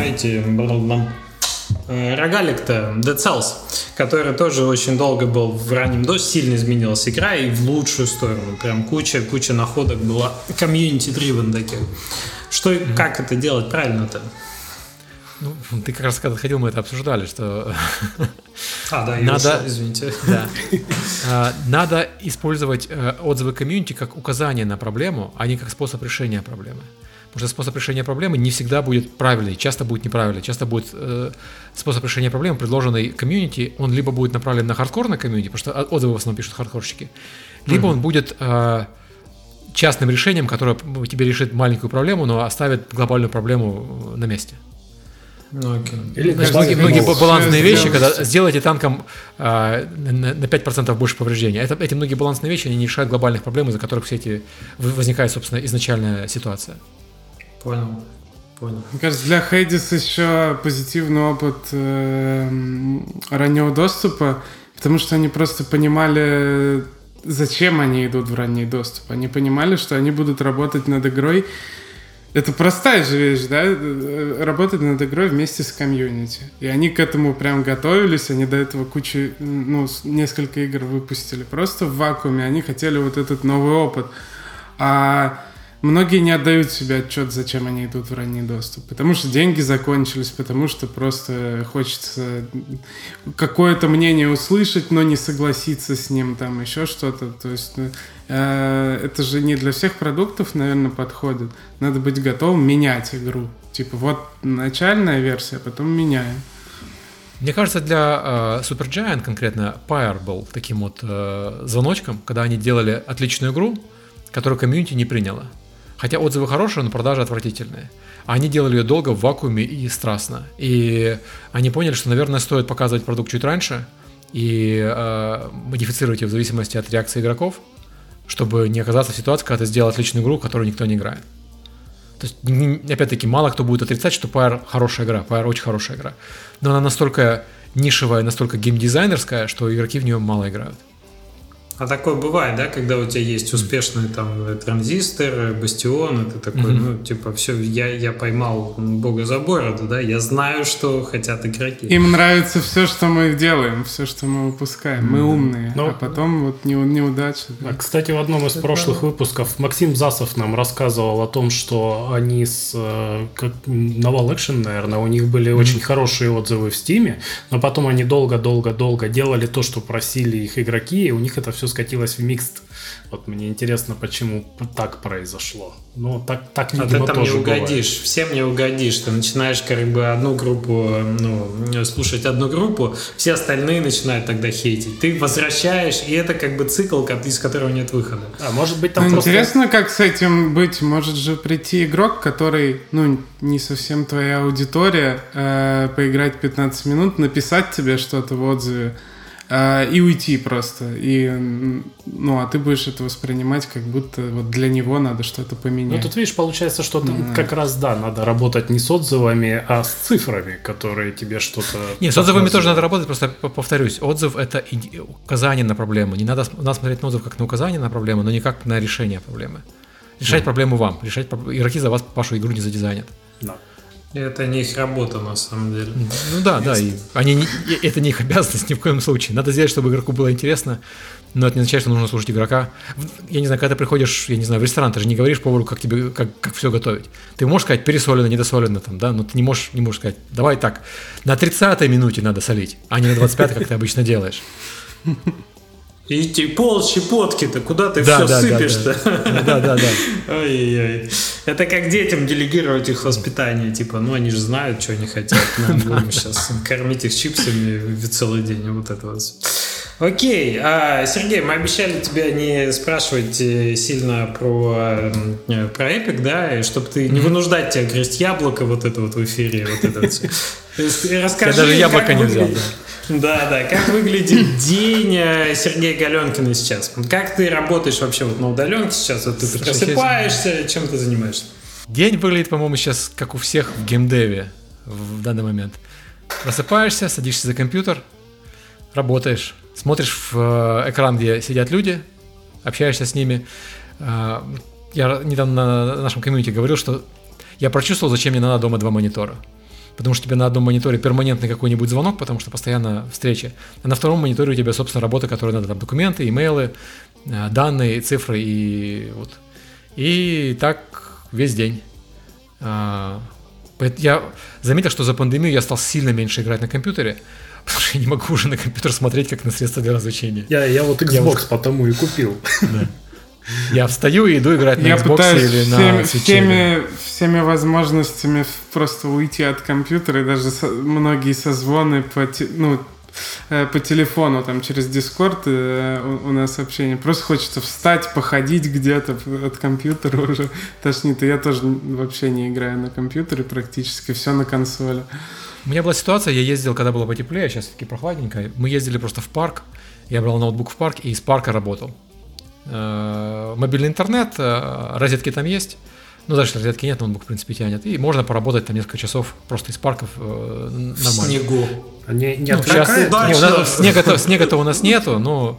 рогалик-то Dead Cells, который тоже очень долго был в раннем DOS, сильно изменилась игра и в лучшую сторону. Прям куча находок была комьюнити-дривен таких. Как это делать правильно-то? Ну, ты как раз когда ходил, мы это обсуждали, что надо, извините. Да. Надо использовать отзывы комьюнити как указание на проблему, а не как способ решения проблемы. Потому что способ решения проблемы не всегда будет правильный, часто будет неправильный. Часто будет способ решения проблемы, предложенный комьюнити, он либо будет направлен на хардкорное комьюнити, потому что отзывы в основном пишут хардкорщики, либо он будет частным решением, которое тебе решит маленькую проблему, но оставит глобальную проблему на месте. Многие балансные вещи, когда сделайте танком на 5% больше повреждений. Эти многие балансные вещи, они не решают глобальных проблем, из-за которых все эти возникает, собственно, изначальная ситуация. Понял. Мне кажется, для Hades еще позитивный опыт раннего доступа, потому что они просто понимали, зачем они идут в ранний доступ. Они понимали, что они будут работать над игрой. Это простая же вещь, да? Работать над игрой вместе с комьюнити. И они к этому прям готовились. Они до этого несколько игр выпустили просто в вакууме. Они хотели вот этот новый опыт. А многие не отдают себе отчет, зачем они идут в ранний доступ. Потому что деньги закончились, потому что просто хочется какое-то мнение услышать, но не согласиться с ним, там еще что-то. То есть это же не для всех продуктов, наверное, подходит. Надо быть готовым менять игру. Типа вот начальная версия, потом меняем. Мне кажется, для Supergiant конкретно Pyre был таким вот звоночком, когда они делали отличную игру, которую комьюнити не приняло. Хотя отзывы хорошие, но продажи отвратительные. Они делали ее долго, в вакууме и страстно. И они поняли, что, наверное, стоит показывать продукт чуть раньше и модифицировать его в зависимости от реакции игроков, чтобы не оказаться в ситуации, когда ты сделал отличную игру, в которую никто не играет. То есть, опять-таки, мало кто будет отрицать, что Pyre хорошая игра, Pyre очень хорошая игра. Но она настолько нишевая, настолько геймдизайнерская, что игроки в нее мало играют. А такое бывает, да, когда у тебя есть успешный там транзистор, бастион, это такой, все, я поймал бога за бороду, да, я знаю, что хотят игроки. Им нравится все, что мы делаем, все, что мы выпускаем. Мы умные, а потом вот неудача. Да. Кстати, в одном из прошлых выпусков Максим Засов нам рассказывал о том, что они с Naval Action, наверное, у них были очень хорошие отзывы в Steam, но потом они долго-долго-долго делали то, что просили их игроки, и у них это все скатилось в микст. Вот мне интересно, почему так произошло. Ну, так видимо, ты там тоже не угодишь, бывает. всем не угодишь. Ты начинаешь как бы одну группу, слушать одну группу, все остальные начинают тогда хейтить. Ты возвращаешь, и это как бы цикл, из которого нет выхода. А может быть там просто... Интересно, как с этим быть. Может же прийти игрок, который, не совсем твоя аудитория, поиграть 15 минут, написать тебе что-то в отзыве, и уйти просто. А ты будешь это воспринимать, как будто вот для него надо что-то поменять. Ну, тут, видишь, получается, что как раз, надо работать не с отзывами, а с цифрами, которые тебе что-то... Нет, с отзывами тоже надо работать, просто повторюсь, отзыв — это указание на проблему. Не надо смотреть на отзыв как на указание на проблему, но не как на решение проблемы. Решать проблему вам. Игроки за вас вашу игру не задизайнят. Да. Это не их работа, на самом деле. Ну да, и это не их обязанность ни в коем случае. Надо сделать, чтобы игроку было интересно, но это не означает, что нужно слушать игрока. Я не знаю, когда ты приходишь, в ресторан, ты же не говоришь повару, как все готовить. Ты можешь сказать пересолено, недосолено, но ты не можешь сказать, давай так, на 30-й минуте надо солить, а не на 25-й, как ты обычно делаешь. И пол щепотки-то, куда ты все сыпешь-то? Да. Ой-ой-ой. Это как детям делегировать их воспитание. Они же знают, что они хотят. Мы будем сейчас кормить их чипсами целый день. Вот это вот. Окей. Сергей, мы обещали тебя не спрашивать сильно про Epic, да, и чтобы ты не вынуждать тебя грызть яблоко вот это вот в эфире. Вот это вот. Расскажи, я даже яблоко не взял. Да, как выглядит день Сергея Галенкина сейчас? Как ты работаешь вообще на удаленке сейчас? Вот ты просыпаешься, чем ты занимаешься? День выглядит, по-моему, сейчас как у всех в геймдеве в данный момент. Просыпаешься, садишься за компьютер, работаешь, смотришь в экран, где сидят люди, общаешься с ними. Я недавно на нашем комьюнити говорил, что я прочувствовал, зачем мне надо дома 2 монитора. Потому что у тебя на одном мониторе перманентный какой-нибудь звонок, потому что постоянно встречи. А на втором мониторе у тебя, собственно, работа, которая надо, там, документы, имейлы, данные, цифры и вот. И так весь день. Я заметил, что за пандемию я стал сильно меньше играть на компьютере, потому что я не могу уже на компьютер смотреть, как на средство для развлечения. Я вот Xbox потому и купил. Да. Я встаю и иду играть на Xbox или на Switch. Всеми возможностями просто уйти от компьютера, и даже многие созвоны по телефону, там через Discord у нас общение. Просто хочется встать, походить где-то от компьютера уже тошнит. И я тоже вообще не играю на компьютере практически, все на консоли. У меня была ситуация, я ездил, когда было потеплее, сейчас все-таки прохладненько. Мы ездили просто в парк, я брал ноутбук в парк и из парка работал. Мобильный интернет, розетки там есть. Дальше розетки нет, ноутбук в принципе тянет. И можно поработать там несколько часов просто из парков нормально. В снегу. Снега-то у нас нету, но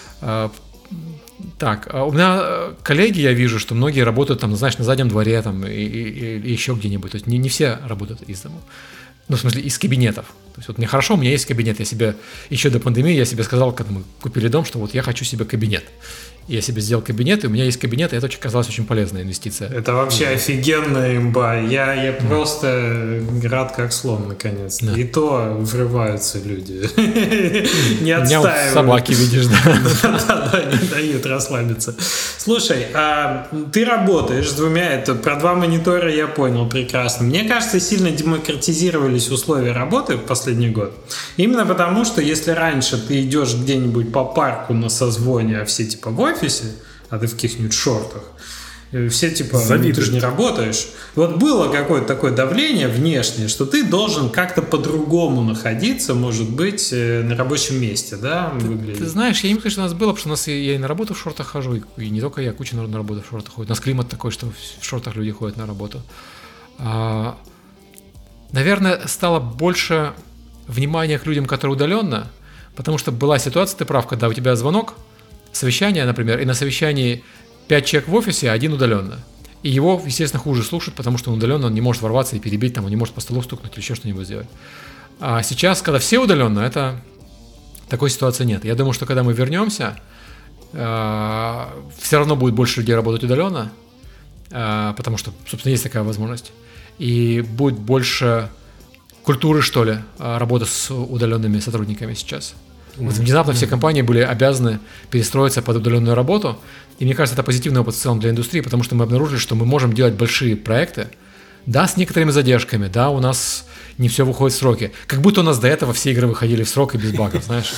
у меня коллеги, я вижу, что многие работают там, знаешь, на заднем дворе там, и еще где-нибудь. То есть не все работают из дома. В смысле, из кабинетов. То есть вот мне хорошо, у меня есть кабинет. Я себе, еще до пандемии, я себе сказал, когда мы купили дом, что вот я хочу себе кабинет. Я себе сделал кабинет, и у меня есть кабинет, и это казалось очень полезная инвестиция. Это вообще офигенная имба. Я просто рад как слон, наконец. Да. И то врываются люди. Не отстаивают. У меня собаки, видишь, да. Да, не дают расслабиться. Слушай, ты работаешь с двумя, про 2 монитора я понял прекрасно. Мне кажется, сильно демократизировались условия работы в последний год. Именно потому, что если раньше ты идешь где-нибудь по парку на созвоне, а все типа в офисе, а ты в каких-нибудь шортах, все типа, ты же не работаешь. Вот было какое-то такое давление внешнее, что ты должен как-то по-другому находиться, может быть, на рабочем месте, да? Ты знаешь, я не скажу, что у нас было, потому что я и на работу в шортах хожу, и не только я, куча народу на работу в шортах ходит. У нас климат такой, что в шортах люди ходят на работу. Наверное, стало больше внимание к людям, которые удаленно, потому что была ситуация, ты прав, когда у тебя звонок, совещание, например, и на совещании 5 человек в офисе, а 1 удаленно. И его, естественно, хуже слушать, потому что он удаленно, он не может ворваться и перебить, там, он не может по столу стукнуть или еще что-нибудь сделать. А сейчас, когда все удаленно, такой ситуации нет. Я думаю, что когда мы вернемся, все равно будет больше людей работать удаленно, потому что, собственно, есть такая возможность. И будет больше культуры, что ли, работы с удаленными сотрудниками сейчас. Вот внезапно все компании были обязаны перестроиться под удаленную работу. И мне кажется, это позитивный опыт в целом для индустрии, потому что мы обнаружили, что мы можем делать большие проекты, да, с некоторыми задержками, да, у нас не все выходит в сроки. Как будто у нас до этого все игры выходили в срок и без багов, знаешь.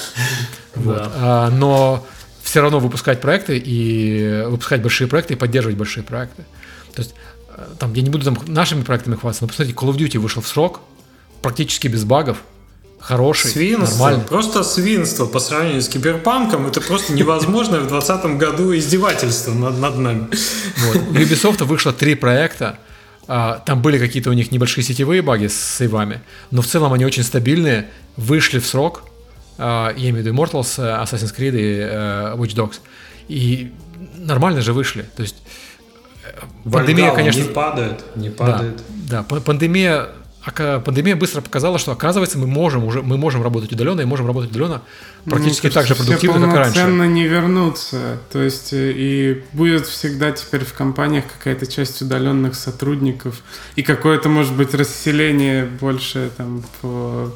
Но все равно выпускать проекты и выпускать большие проекты и поддерживать большие проекты. То есть, там, я не буду там нашими проектами хвастаться, но посмотрите, Call of Duty вышел в срок, практически без багов, хороший, свинство, нормальный. Просто свинство по сравнению с Киберпанком. Это просто невозможное в 2020 году издевательство над нами. Вот. У Ubisoft вышло 3 проекта. Там были какие-то у них небольшие сетевые баги с сейвами, но в целом они очень стабильные, вышли в срок. Я имею в виду Immortals, Assassin's Creed и Watch Dogs. И нормально же вышли. То есть пандемия, конечно, не падает. Да, пандемия быстро показала, что, оказывается, мы можем работать удаленно и можем работать удаленно практически так же продуктивно, как раньше. Полноценно не вернуться. То есть и будет всегда теперь в компаниях какая-то часть удаленных сотрудников и какое-то, может быть, расселение больше там по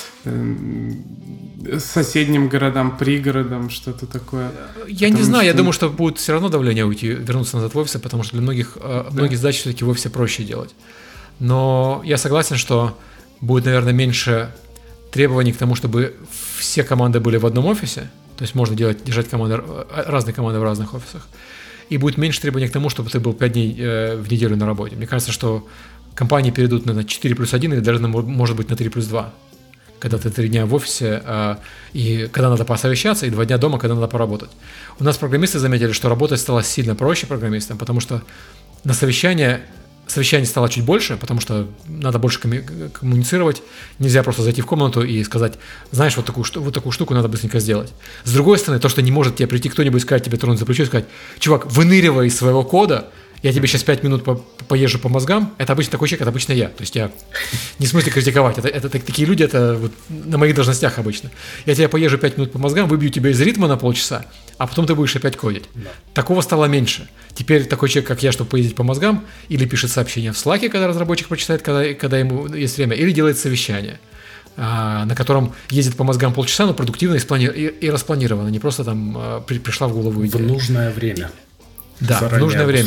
соседним городам, пригородам, что-то такое. Я не знаю, я думаю, что будет все равно давление вернуться назад в офисы, потому что для многих задач все-таки в офисе проще делать. Но я согласен, что будет, наверное, меньше требований к тому, чтобы все команды были в одном офисе. То есть можно держать разные команды в разных офисах. И будет меньше требований к тому, чтобы ты был 5 дней в неделю на работе. Мне кажется, что компании перейдут на 4+1 или даже, может быть, на 3+2. Когда ты 3 дня в офисе, и когда надо посовещаться, и 2 дня дома, когда надо поработать. У нас программисты заметили, что работать стало сильно проще программистам, потому что на совещаний стало чуть больше, потому что надо больше коммуницировать. Нельзя просто зайти в комнату и сказать, знаешь, вот такую штуку надо быстренько сделать. С другой стороны, то, что не может тебе прийти кто-нибудь, сказать тебе, тронуть за плечо и сказать, чувак, выныривай из своего кода, я тебе сейчас 5 минут поезжу по мозгам, это обычно такой человек, это обычно я. То есть я не в смысле критиковать, это такие люди, это вот на моих должностях обычно. Я тебя поезжу 5 минут по мозгам, выбью тебя из ритма на полчаса, а потом ты будешь опять кодить. Да. Такого стало меньше. Теперь такой человек, как я, чтобы поездить по мозгам, или пишет сообщение в Slack, когда разработчик прочитает, когда ему есть время, или делает совещание, на котором ездит по мозгам полчаса, но продуктивно и распланировано, не просто там пришла в голову идея. В нужное время. Да, в нужное время.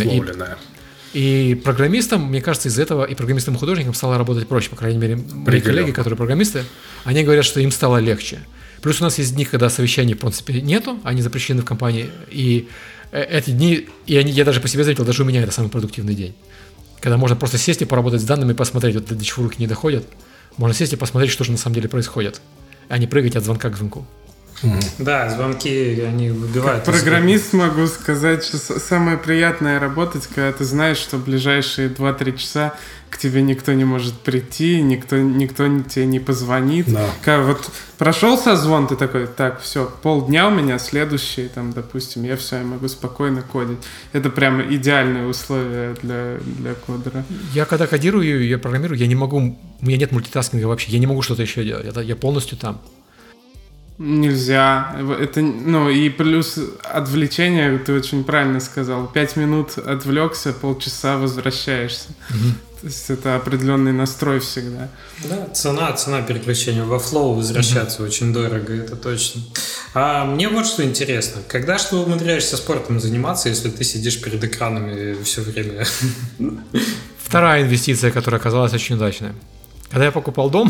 И программистам, мне кажется, из этого и программистам и художникам стало работать проще. По крайней мере, мои коллеги, которые программисты, они говорят, что им стало легче. Плюс у нас есть дни, когда совещаний, в принципе, нету, они запрещены в компании. И эти дни, я даже по себе заметил, даже у меня это самый продуктивный день. Когда можно просто сесть и поработать с данными, посмотреть, вот до чего руки не доходят. Можно сесть и посмотреть, что же на самом деле происходит, а не прыгать от звонка к звонку. Да, звонки, они выбивают. Как программист могу сказать, что самое приятное работать, когда ты знаешь, что в ближайшие 2-3 часа к тебе никто не может прийти, никто тебе не позвонит. Да. Когда вот прошел созвон, ты такой, так, все, полдня у меня, следующий, там, допустим, я могу спокойно кодить. Это прям идеальные условия для кодера. Я когда кодирую, я программирую, у меня нет мультитаскинга вообще, я не могу что-то еще делать, я полностью там. Нельзя. Это, и плюс отвлечение, ты очень правильно сказал. 5 минут отвлекся, полчаса возвращаешься. То есть это определенный настрой всегда. Да, цена переключения во флоу возвращаться очень дорого, это точно. А мне вот что интересно. Когда же ты умудряешься спортом заниматься, если ты сидишь перед экранами все время? Вторая инвестиция, которая оказалась очень удачной. Когда я покупал дом...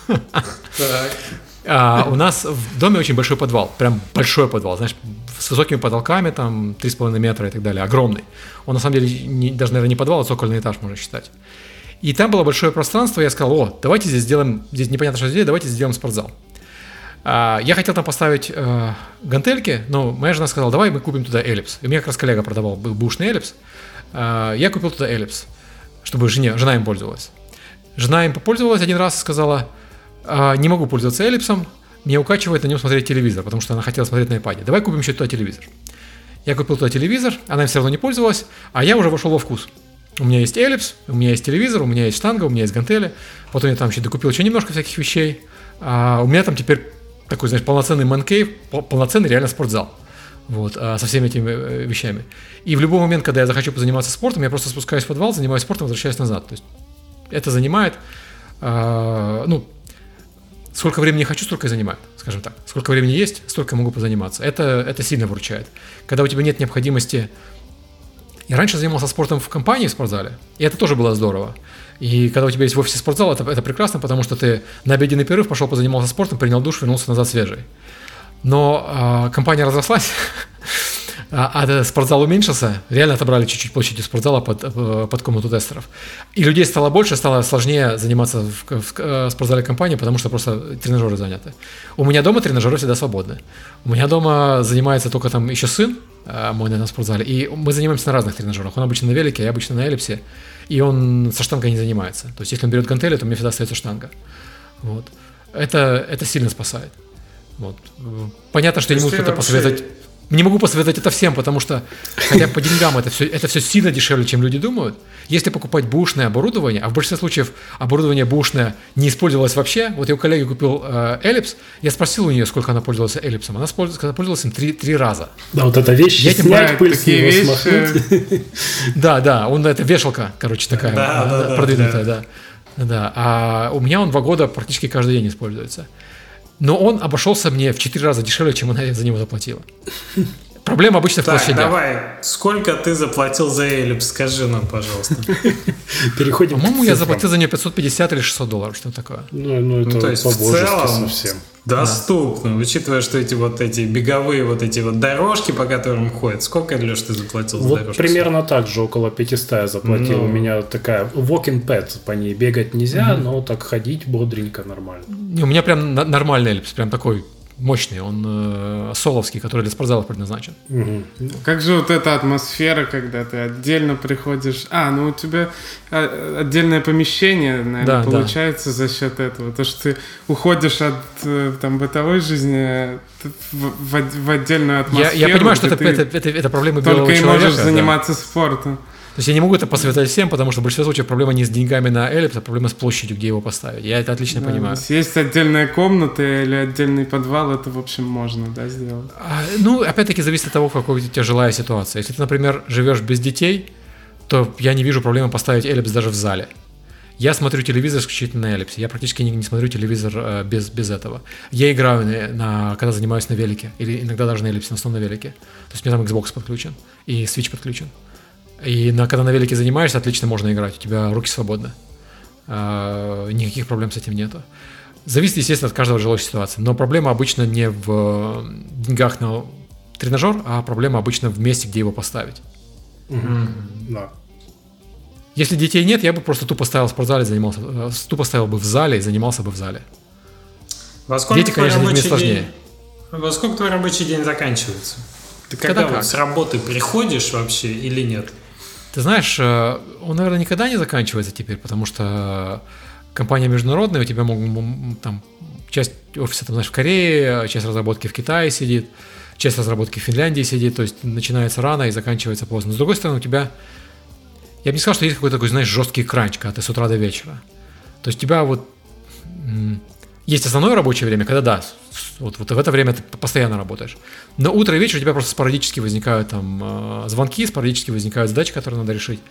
У нас в доме очень большой подвал, прям большой подвал, знаешь, с высокими потолками, там 3,5 метра и так далее, огромный. Он на самом деле даже, наверное, не подвал, а цокольный этаж, можно считать. И там было большое пространство, я сказал, давайте здесь непонятно, что здесь, давайте сделаем спортзал. Я хотел там поставить гантельки, но моя жена сказала, давай мы купим туда эллипс. И у меня как раз коллега продавал бэушный эллипс. Я купил туда эллипс, чтобы жена им пользовалась. Жена им попользовалась один раз и сказала... не могу пользоваться эллипсом, меня укачивает на нем смотреть телевизор, потому что она хотела смотреть на iPad. Давай купим еще туда телевизор. Я купил туда телевизор, она все равно не пользовалась, а я уже вошел во вкус. У меня есть эллипс, у меня есть телевизор, у меня есть штанга, у меня есть гантели. Потом я там еще докупил еще немножко всяких вещей. У меня там теперь такой, знаешь, полноценный man-cave, полноценный реально спортзал. Вот, со всеми этими вещами. И в любой момент, когда я захочу позаниматься спортом, я просто спускаюсь в подвал, занимаюсь спортом, возвращаюсь назад. То есть это занимает, сколько времени хочу, столько и занимаю, скажем так. Сколько времени есть, столько могу позаниматься. Это сильно выручает. Когда у тебя нет необходимости... Я раньше занимался спортом в компании, в спортзале, и это тоже было здорово. И когда у тебя есть в офисе спортзал, это прекрасно, потому что ты на обеденный перерыв пошел, позанимался спортом, принял душ, вернулся назад свежий. Но компания разрослась, а спортзал уменьшился, реально отобрали чуть-чуть площади спортзала под комнату тестеров. И людей стало больше, стало сложнее заниматься в спортзале компании, потому что просто тренажеры заняты. У меня дома тренажеры всегда свободны. У меня дома занимается только там еще сын мой на спортзале, и мы занимаемся на разных тренажерах. Он обычно на велике, я обычно на эллипсе, и он со штангой не занимается. То есть если он берет гантели, то у меня всегда остается штанга. Вот. Это сильно спасает. Вот. Понятно, что я не могу что-то посоветовать. Не могу посоветовать это всем, потому что, хотя по деньгам это все сильно дешевле, чем люди думают. Если покупать бэушное оборудование, а в большинстве случаев оборудование бэушное не использовалось вообще. Вот я у коллеги купил эллипс, я спросил у нее, сколько она пользовалась эллипсом. Она пользовалась им 3 раза. Да, вот эта вещь, снять пыль с него, смахнуть. Да, это вешалка, короче, такая продвинутая, да. А у меня он 2 года практически каждый день используется. Но он обошелся мне в 4 раза дешевле, чем она за него заплатила. Проблема обычно в площадях. Давай, сколько ты заплатил за эллипс, скажи нам, пожалуйста. Переходим к По-моему, я заплатил за нее $550 или $600, что такое. Ну, это то есть в целом совсем. Доступно, учитывая, что эти беговые дорожки, по которым ходят. Сколько, Леш, ты заплатил за дорожку? Примерно так же, около 500 я заплатил. У меня такая walking pad, по ней бегать нельзя, но так ходить бодренько, нормально. У меня прям нормальный эллипс, прям такой мощный, он соловский, который для спортзалов предназначен. Как же вот эта атмосфера, когда ты отдельно приходишь... у тебя отдельное помещение, наверное, получается за счет этого. То, что ты уходишь от бытовой жизни в отдельную атмосферу. Я понимаю, что это проблема белого человека. Только и можешь заниматься спортом. То есть я не могу это посоветовать всем, потому что в большинстве случаев проблема не с деньгами на эллипс, а проблема с площадью, где его поставить. Я это отлично понимаю. Если есть отдельная комната или отдельный подвал, это, в общем, можно, сделать. Опять-таки, зависит от того, какой у тебя жилая ситуация. Если ты, например, живешь без детей, то я не вижу проблемы поставить эллипс даже в зале. Я смотрю телевизор исключительно на эллипсе. Я практически не смотрю телевизор без этого. Я играю, когда занимаюсь на велике. Или иногда даже на эллипсе, на основном на велике. То есть у меня там Xbox подключен и Switch подключен. И когда на велике занимаешься, отлично можно играть, у тебя руки свободны. Никаких проблем с этим нету. Зависит, естественно, от каждого жилой ситуации. Но проблема обычно не в деньгах на тренажер, а проблема обычно в месте, где его поставить. Да. Если детей нет, я бы просто тупо ставил в спортзале, тупо ставил бы в зале и занимался бы в зале. Дети, конечно, с детьми сложнее. Во сколько твой рабочий день заканчивается? Ты когда с работы приходишь вообще или нет? Ты знаешь, он, наверное, никогда не заканчивается теперь, потому что компания международная, у тебя там часть офиса там, в Корее, часть разработки в Китае сидит, часть разработки в Финляндии сидит, то есть начинается рано и заканчивается поздно. С другой стороны, у тебя, я бы не сказал, что есть какой-то такой, знаешь, жесткий кранч, когда ты с утра до вечера. То есть у тебя есть основное рабочее время, когда вот в это время ты постоянно работаешь. Но утро и вечер у тебя просто спорадически возникают там звонки, спорадически возникают задачи, которые надо решить.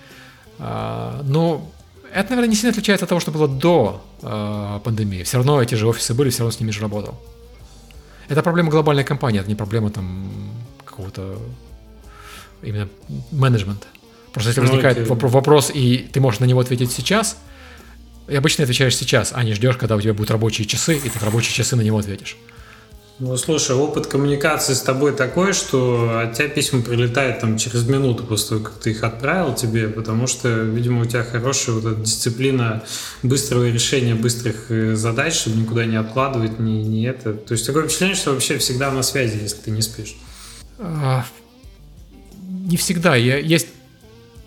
Но это, наверное, не сильно отличается от того, что было до пандемии. Все равно эти же офисы были, все равно с ними же работал. Это проблема глобальной компании, это не проблема там какого-то именно менеджмента. Просто если возникает вопрос, и ты можешь на него ответить сейчас, и обычно отвечаешь сейчас, а не ждешь, когда у тебя будут рабочие часы, и ты в рабочие часы на него ответишь. Слушай, опыт коммуникации с тобой такой, что от тебя письма прилетают там через минуту после того, как ты их отправил тебе, потому что, видимо, у тебя хорошая дисциплина быстрого решения быстрых задач, чтобы никуда не откладывать, не это. То есть такое впечатление, что вообще всегда на связи, если ты не спишь. Не всегда.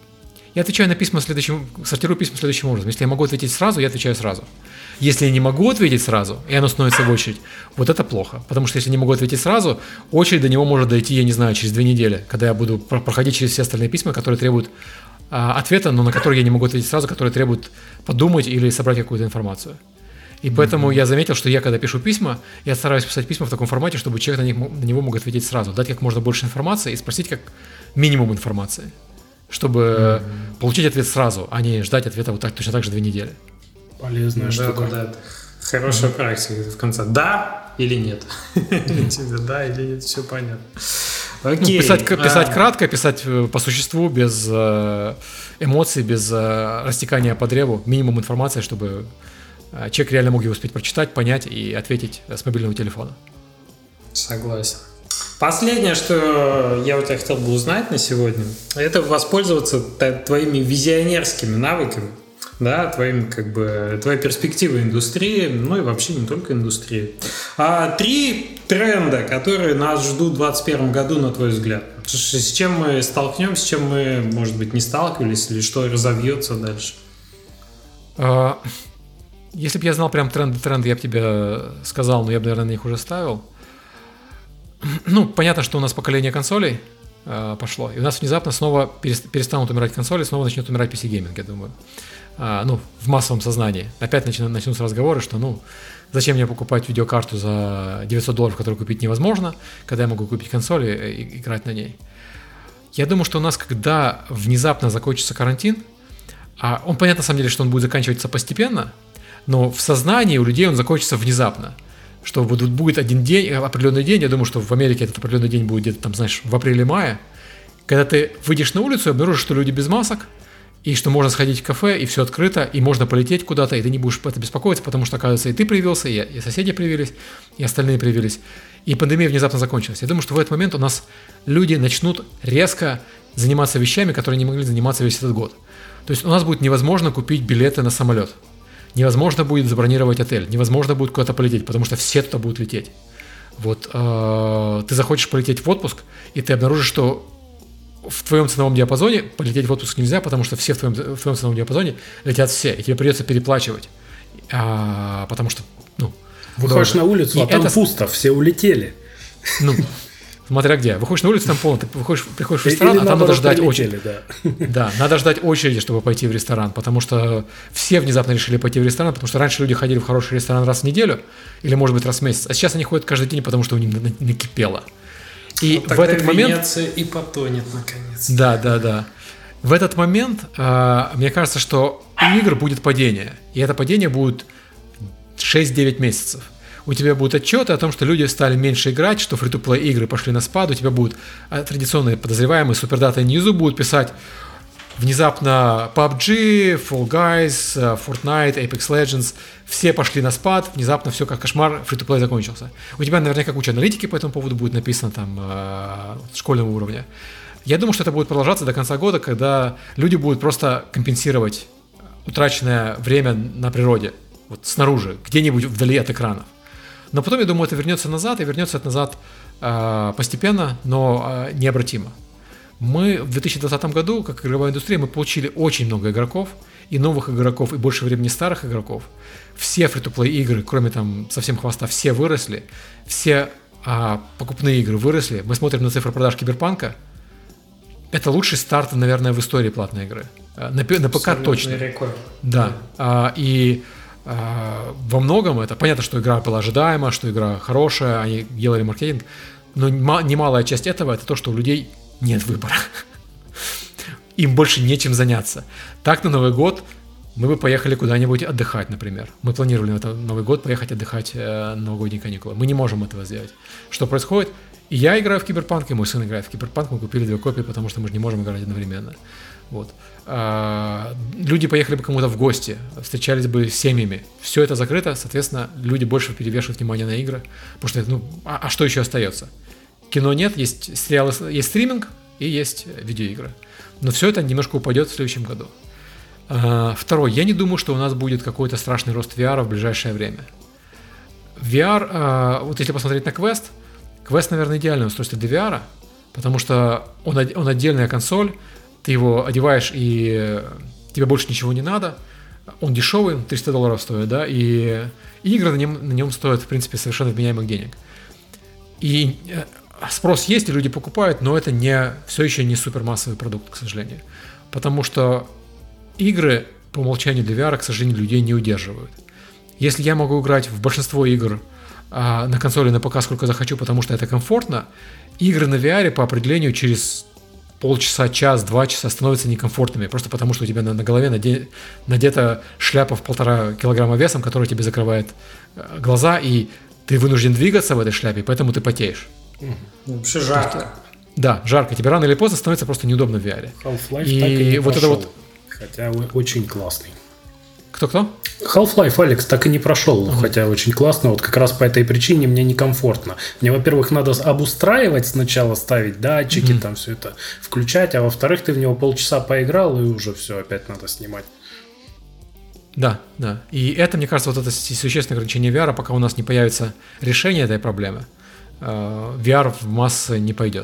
Я отвечаю на письма сортирую письма следующим образом. Если я могу ответить сразу, я отвечаю сразу. Если я не могу ответить сразу, и оно становится в очередь, вот это плохо. Потому что если не могу ответить сразу, очередь до него может дойти, я не знаю, через 2 недели, когда я буду проходить через все остальные письма, которые требуют ответа, но на которые я не могу ответить сразу, которые требуют подумать или собрать какую-то информацию. И поэтому я заметил, что я, когда пишу письма, я стараюсь писать письма в таком формате, чтобы человек на него мог ответить сразу, дать как можно больше информации и спросить как минимум информации, чтобы получить ответ сразу, а не ждать ответа вот так, точно так же 2 недели. Полезная штука. Да. Хорошая практика в конце. Да или нет? Да или нет, все понятно. Окей. Писать кратко, писать по существу, без эмоций, без растекания по древу, минимум информации, чтобы человек реально мог его успеть прочитать, понять и ответить с мобильного телефона. Согласен. Последнее, что я у тебя хотел бы узнать на сегодня, это воспользоваться твоими визионерскими навыками, да, твоей перспективой индустрии, ну и вообще не только индустрии. 3 тренда, которые нас ждут в 2021 году, на твой взгляд. С чем мы столкнемся, с чем мы, может быть, не сталкивались, или что разовьется дальше? Если бы я знал прям тренды, я бы тебе сказал, но я бы, наверное, на них уже ставил. Ну, понятно, что у нас поколение консолей пошло, и у нас внезапно снова перестанут умирать консоли, снова начнет умирать PC-гейминг, я думаю. В массовом сознании. Опять начнутся разговоры, что, зачем мне покупать видеокарту за $900, которую купить невозможно, когда я могу купить консоль и играть на ней. Я думаю, что у нас, когда внезапно закончится карантин, он понятно, на самом деле, что он будет заканчиваться постепенно, но в сознании у людей он закончится внезапно. Что будет один день, определенный день, я думаю, что в Америке этот определенный день будет где-то там, знаешь, в апреле-мае, когда ты выйдешь на улицу и обнаружишь, что люди без масок, и что можно сходить в кафе, и все открыто, и можно полететь куда-то, и ты не будешь по этому беспокоиться, потому что, оказывается, и ты привился, и соседи привились, и остальные привились, и пандемия внезапно закончилась. Я думаю, что в этот момент у нас люди начнут резко заниматься вещами, которые не могли заниматься весь этот год. То есть у нас будет невозможно купить билеты на самолет. Невозможно будет забронировать отель, невозможно будет куда-то полететь, потому что все туда будут лететь. Ты захочешь полететь в отпуск, и ты обнаружишь, что в твоем ценовом диапазоне полететь в отпуск нельзя, потому что все в твоем ценовом диапазоне летят все, и тебе придется переплачивать, потому что, выходишь на улицу, а там пусто, все улетели. Смотря где. Выходишь на улицу, там полно. Ты приходишь в ресторан, а там надо ждать очереди. Да, надо ждать очереди, чтобы пойти в ресторан, потому что все внезапно решили пойти в ресторан, потому что раньше люди ходили в хороший ресторан раз в неделю, или, может быть, раз в месяц, а сейчас они ходят каждый день, потому что у них накипело. И в этот момент... Венеция и потонет, наконец. Да. В этот момент, мне кажется, что у игр будет падение, и это падение будет 6-9 месяцев. У тебя будут отчеты о том, что люди стали меньше играть, что фри-то-плей игры пошли на спад, у тебя будут традиционные подозреваемые Супердата и Ньюзу будут писать внезапно PUBG, Fall Guys, Fortnite, Apex Legends, все пошли на спад, внезапно все как кошмар, фри-то-плей закончился. У тебя наверняка куча аналитики по этому поводу будет написано там школьного уровня. Я думаю, что это будет продолжаться до конца года, когда люди будут просто компенсировать утраченное время на природе, снаружи, где-нибудь вдали от экранов. Но потом, я думаю, это вернется назад, и вернется это назад постепенно, но необратимо. Мы в 2020 году, как игровая индустрия, мы получили очень много игроков, и новых игроков, и больше времени старых игроков. Все фри-то-плей игры, кроме там совсем хвоста, все выросли, все покупные игры выросли. Мы смотрим на цифры продаж Киберпанка. Это лучший старт, наверное, в истории платной игры. На ПК точно. Рекорд. Да. Во многом это понятно, что игра была ожидаема, что игра хорошая, они делали маркетинг, но немалая часть этого это то, что у людей нет выбора. Им больше нечем заняться. Так на Новый год мы бы поехали куда-нибудь отдыхать, например. Мы планировали на этот Новый год поехать отдыхать на новогодние каникулы. Мы не можем этого сделать. Что происходит? И я играю в Киберпанк, и мой сын играет в Киберпанк. Мы купили 2 копии, потому что мы же не можем играть одновременно. Люди поехали бы кому-то в гости, встречались бы с семьями. Все это закрыто, соответственно, люди больше перевешивают внимание на игры. Потому что, а что еще остается? Кино нет, есть сериалы, есть стриминг и есть видеоигры. Но все это немножко упадет в следующем году. Второе, я не думаю, что у нас будет какой-то страшный рост VR в ближайшее время. VR, если посмотреть на Quest, наверное, идеальное устройство для VR, потому что он отдельная консоль, ты его одеваешь, и тебе больше ничего не надо. Он дешевый, $300 стоит, да, и игры на нем стоят, в принципе, совершенно вменяемых денег. И спрос есть, и люди покупают, но это все еще не супермассовый продукт, к сожалению. Потому что игры по умолчанию для VR, к сожалению, людей не удерживают. Если я могу играть в большинство игр на консоли, на ПК сколько захочу, потому что это комфортно, игры на VR по определению через полчаса, час, 2 часа становятся некомфортными, просто потому что у тебя на голове надета шляпа в 1,5 килограмма весом, которая тебе закрывает глаза, и ты вынужден двигаться в этой шляпе, поэтому ты потеешь. Вообще жарко. Да, жарко. Тебе рано или поздно становится просто неудобно в VR. Half-Life так и не вот прошел, это вот... хотя очень классный. Кто? Half-Life, Алекс, так и не прошел, хотя очень классно. Вот как раз по этой причине мне некомфортно. Мне, во-первых, надо обустраивать сначала, ставить датчики, там все это включать, а во-вторых, ты в него полчаса поиграл, и уже все, опять надо снимать. Да. И это, мне кажется, вот это существенное ограничение VR, пока у нас не появится решение этой проблемы, VR в массы не пойдет.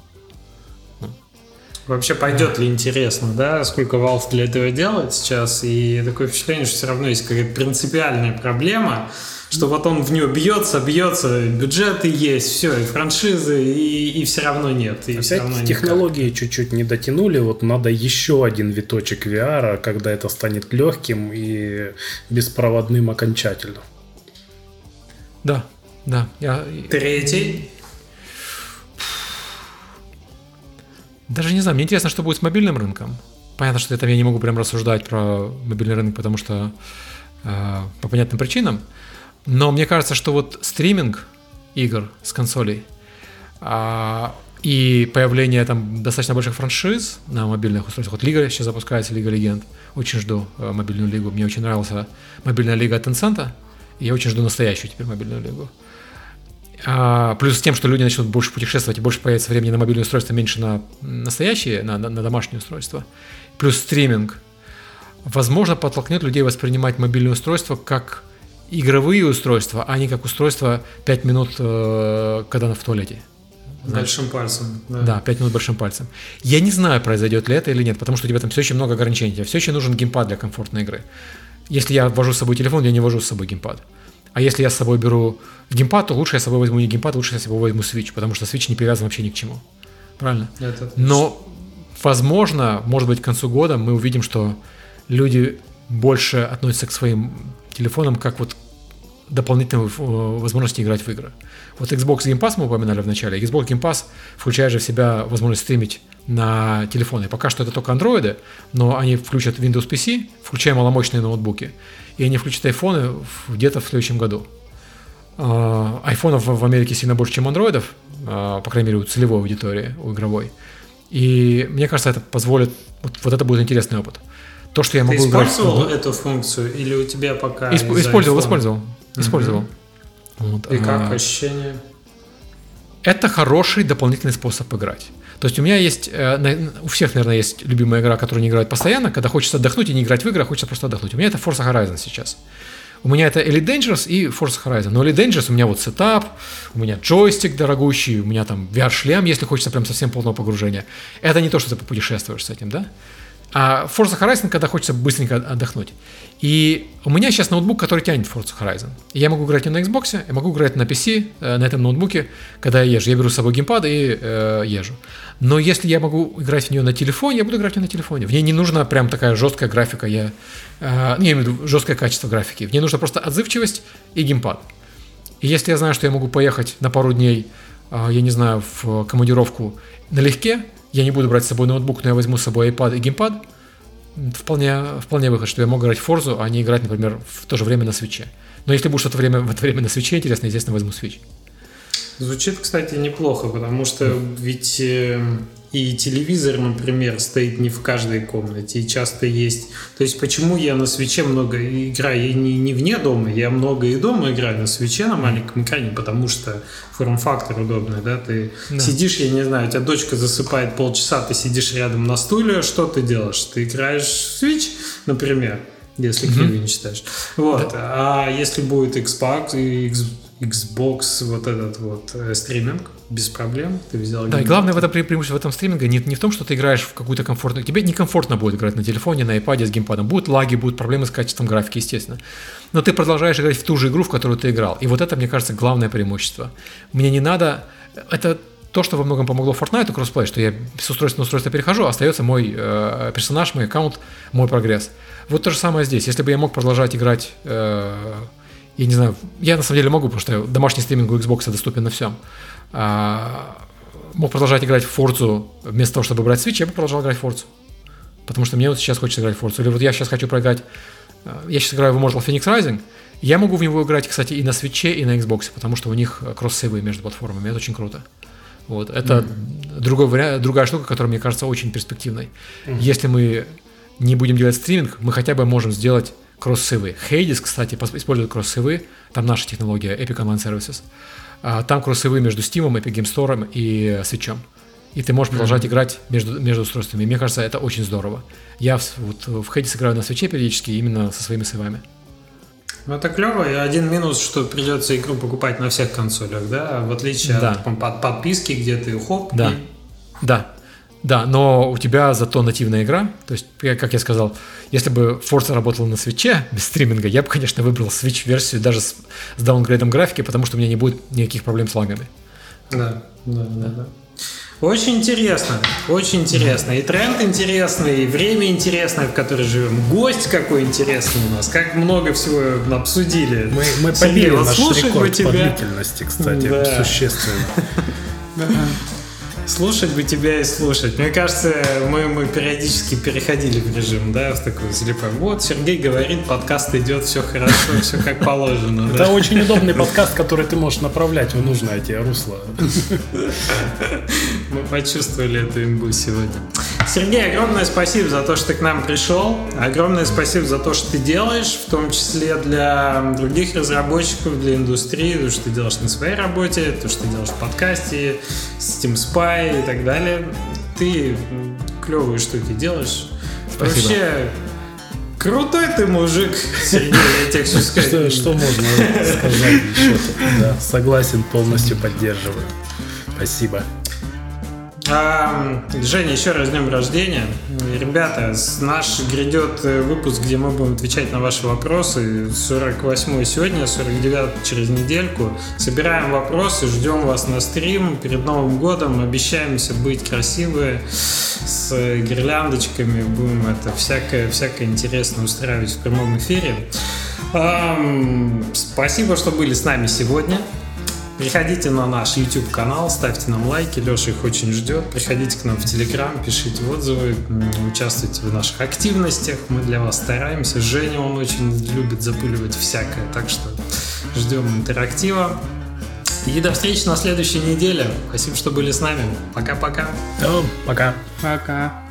Вообще пойдет ли, интересно, да, сколько Valve для этого делает сейчас, и такое впечатление, что все равно есть какая-то принципиальная проблема, что вот он в нее бьется, бюджеты есть, все, и франшизы, и все равно нет. И все равно технологии чуть-чуть не дотянули, вот надо еще один виточек VR, когда это станет легким и беспроводным окончательно. Да. Третий? Даже не знаю, мне интересно, что будет с мобильным рынком. Понятно, что я не могу прям рассуждать про мобильный рынок, потому что по понятным причинам. Но мне кажется, что вот стриминг игр с консолей и появление там достаточно больших франшиз на мобильных устройствах. Вот Лига сейчас запускается, Лига Легенд. Очень жду мобильную лигу. Мне очень нравилась мобильная лига от Tencent. И я очень жду настоящую теперь мобильную лигу. Плюс с тем, что люди начнут больше путешествовать и больше появится времени на мобильное устройство, меньше на настоящие, на домашнее устройство. Плюс стриминг. Возможно, подтолкнет людей воспринимать мобильное устройство как игровые устройства, а не как устройство 5 минут, когда она в туалете. Большим пальцем. Да, 5 минут большим пальцем. Я не знаю, произойдет ли это или нет, потому что у тебя там все еще много ограничений. Тебе все еще нужен геймпад для комфортной игры. Если я вожу с собой телефон, я не вожу с собой геймпад. А если я с собой беру геймпад, то лучше я с собой возьму не геймпад, лучше я с собой возьму Switch, потому что Switch не привязан вообще ни к чему. Правильно? Но, возможно, может быть, к концу года мы увидим, что люди больше относятся к своим телефонам как вот дополнительной возможности играть в игры. Вот Xbox Game Pass мы упоминали в начале. Xbox Game Pass включает же в себя возможность стримить на телефоны. Пока что это только андроиды, но они включат Windows PC, включая маломощные ноутбуки, и они включат айфоны где-то в следующем году. Айфонов в Америке сильно больше, чем андроидов, по крайней мере, у целевой аудитории, у игровой. И мне кажется, это позволит... Вот это будет интересный опыт. То, что я могу играть... Ты использовал эту функцию или у тебя пока... Использовал. Вот. И как ощущение? Это хороший дополнительный способ играть. То есть у меня есть, у всех, наверное, есть любимая игра, которую не играют постоянно, когда хочется отдохнуть и не играть в игры, а хочется просто отдохнуть. У меня это Forza Horizon сейчас. У меня это Elite Dangerous и Forza Horizon. Но Elite Dangerous у меня вот сетап, у меня джойстик дорогущий, у меня там VR-шлем, если хочется прям совсем полного погружения. Это не то, что ты попутешествуешь с этим, да? А Forza Horizon, когда хочется быстренько отдохнуть. И у меня сейчас ноутбук, который тянет Forza Horizon. И я могу играть и на Xbox, я могу играть на PC, на этом ноутбуке, когда я езжу. Я беру с собой геймпад и езжу. Но если я могу играть в нее на телефоне, я буду играть в нее на телефоне. В ней не нужна прям такая жесткая графика, я имею в виду жесткое качество графики. В ней нужна просто отзывчивость и геймпад. И если я знаю, что я могу поехать на пару дней, я не знаю, в командировку налегке, я не буду брать с собой ноутбук, но я возьму с собой iPad и геймпад, вполне выход, что я могу играть в Forza, а не играть, например, в то же время на Switch. Но если будет что-то в это время на Switch интересно, естественно, возьму Switch. Звучит, кстати, неплохо, потому что ведь и телевизор, например, стоит не в каждой комнате, и часто есть... То есть почему я на Switch'е много играю? Я не вне дома, я много и дома играю на Switch'е на маленьком экране, потому что форм-фактор удобный, да? Ты сидишь, я не знаю, у тебя дочка засыпает полчаса, ты сидишь рядом на стуле, что ты делаешь? Ты играешь в Switch, например, если криво не считаешь. Вот. А если будет Xbox, Xbox, вот этот вот стриминг без проблем. Ты взял. Да, и главное в этом преимущество в этом стриминге не в том, что ты играешь в какую-то комфортную. Тебе некомфортно будет играть на телефоне, на iPad с геймпадом. Будут лаги, будут проблемы с качеством графики, естественно. Но ты продолжаешь играть в ту же игру, в которую ты играл. И вот это, мне кажется, главное преимущество. Мне не надо. Это то, что во многом помогло Fortnite кроссплей, что я с устройства на устройство перехожу, остается мой персонаж, мой аккаунт, мой прогресс. Вот то же самое здесь. Если бы я мог продолжать играть, я не знаю, я на самом деле могу, потому что домашний стриминг у Xbox доступен на всем. Мог продолжать играть в Forza вместо того, чтобы брать Switch, я бы продолжал играть в Forza. Потому что мне вот сейчас хочется играть в Forza. Или вот я сейчас хочу проиграть, я сейчас играю в Immortal Phoenix Rising, я могу в него играть, кстати, и на Switch, и на Xbox, потому что у них кросс-сейвы между платформами, это очень круто. Вот. Это другая штука, которая, мне кажется, очень перспективной. Если мы не будем делать стриминг, мы хотя бы можем сделать кросс-сейвы. Hades, кстати, использует кросс-сейвы, там наша технология Epic Online Services. Там кросс-сейвы между Steam, Epic Game Store и Switch. И ты можешь продолжать играть между устройствами. И мне кажется, это очень здорово. Я вот в Hades играю на Switch периодически именно со своими сейвами. Ну, это клево. И один минус, что придется игру покупать на всех консолях, да? В отличие от подписки, где ты хоп. Да. Да, но у тебя зато нативная игра. То есть, как я сказал, если бы Forza работала на Switch без стриминга, я бы, конечно, выбрал Switch-версию даже с даунгрейдом графики, потому что у меня не будет никаких проблем с лагами. Да. Очень интересно, очень интересно. И тренд интересный, и время интересное, в которое живем. Гость какой интересный у нас. Как много всего обсудили. Мы побили наш рекорд по длительности, кстати, существенно. Слушать бы тебя и слушать. Мне кажется, мы периодически переходили в режим, да, в такой слепой. Вот, Сергей говорит, подкаст идет, все хорошо, все как положено. Это очень удобный подкаст, который ты можешь направлять в нужное тебе русло. Мы почувствовали эту имбу сегодня. Сергей, огромное спасибо за то, что ты к нам пришел. Огромное спасибо за то, что ты делаешь, в том числе для других разработчиков, для индустрии, то, что ты делаешь на своей работе, то, что ты делаешь в подкасте, Steam Spy и так далее. Ты клевые штуки делаешь. Спасибо. Вообще, крутой ты мужик, Сергей, я тебе хочу сказать. Что можно сказать еще? Да, согласен, полностью поддерживаю. Спасибо. Женя, еще раз с днем рождения. Ребята, наш грядет выпуск, где мы будем отвечать на ваши вопросы. 48-й сегодня, 49-й через недельку. Собираем вопросы, ждем вас на стрим перед Новым годом. Обещаемся быть красивые, с гирляндочками. Будем это всякое интересное устраивать в прямом эфире. Спасибо, что были с нами сегодня. Приходите на наш YouTube-канал, ставьте нам лайки, Леша их очень ждет. Приходите к нам в Telegram, пишите отзывы, участвуйте в наших активностях. Мы для вас стараемся. Женя, он очень любит запуливать всякое, так что ждем интерактива. И до встречи на следующей неделе. Спасибо, что были с нами. Пока-пока. Пока. Пока.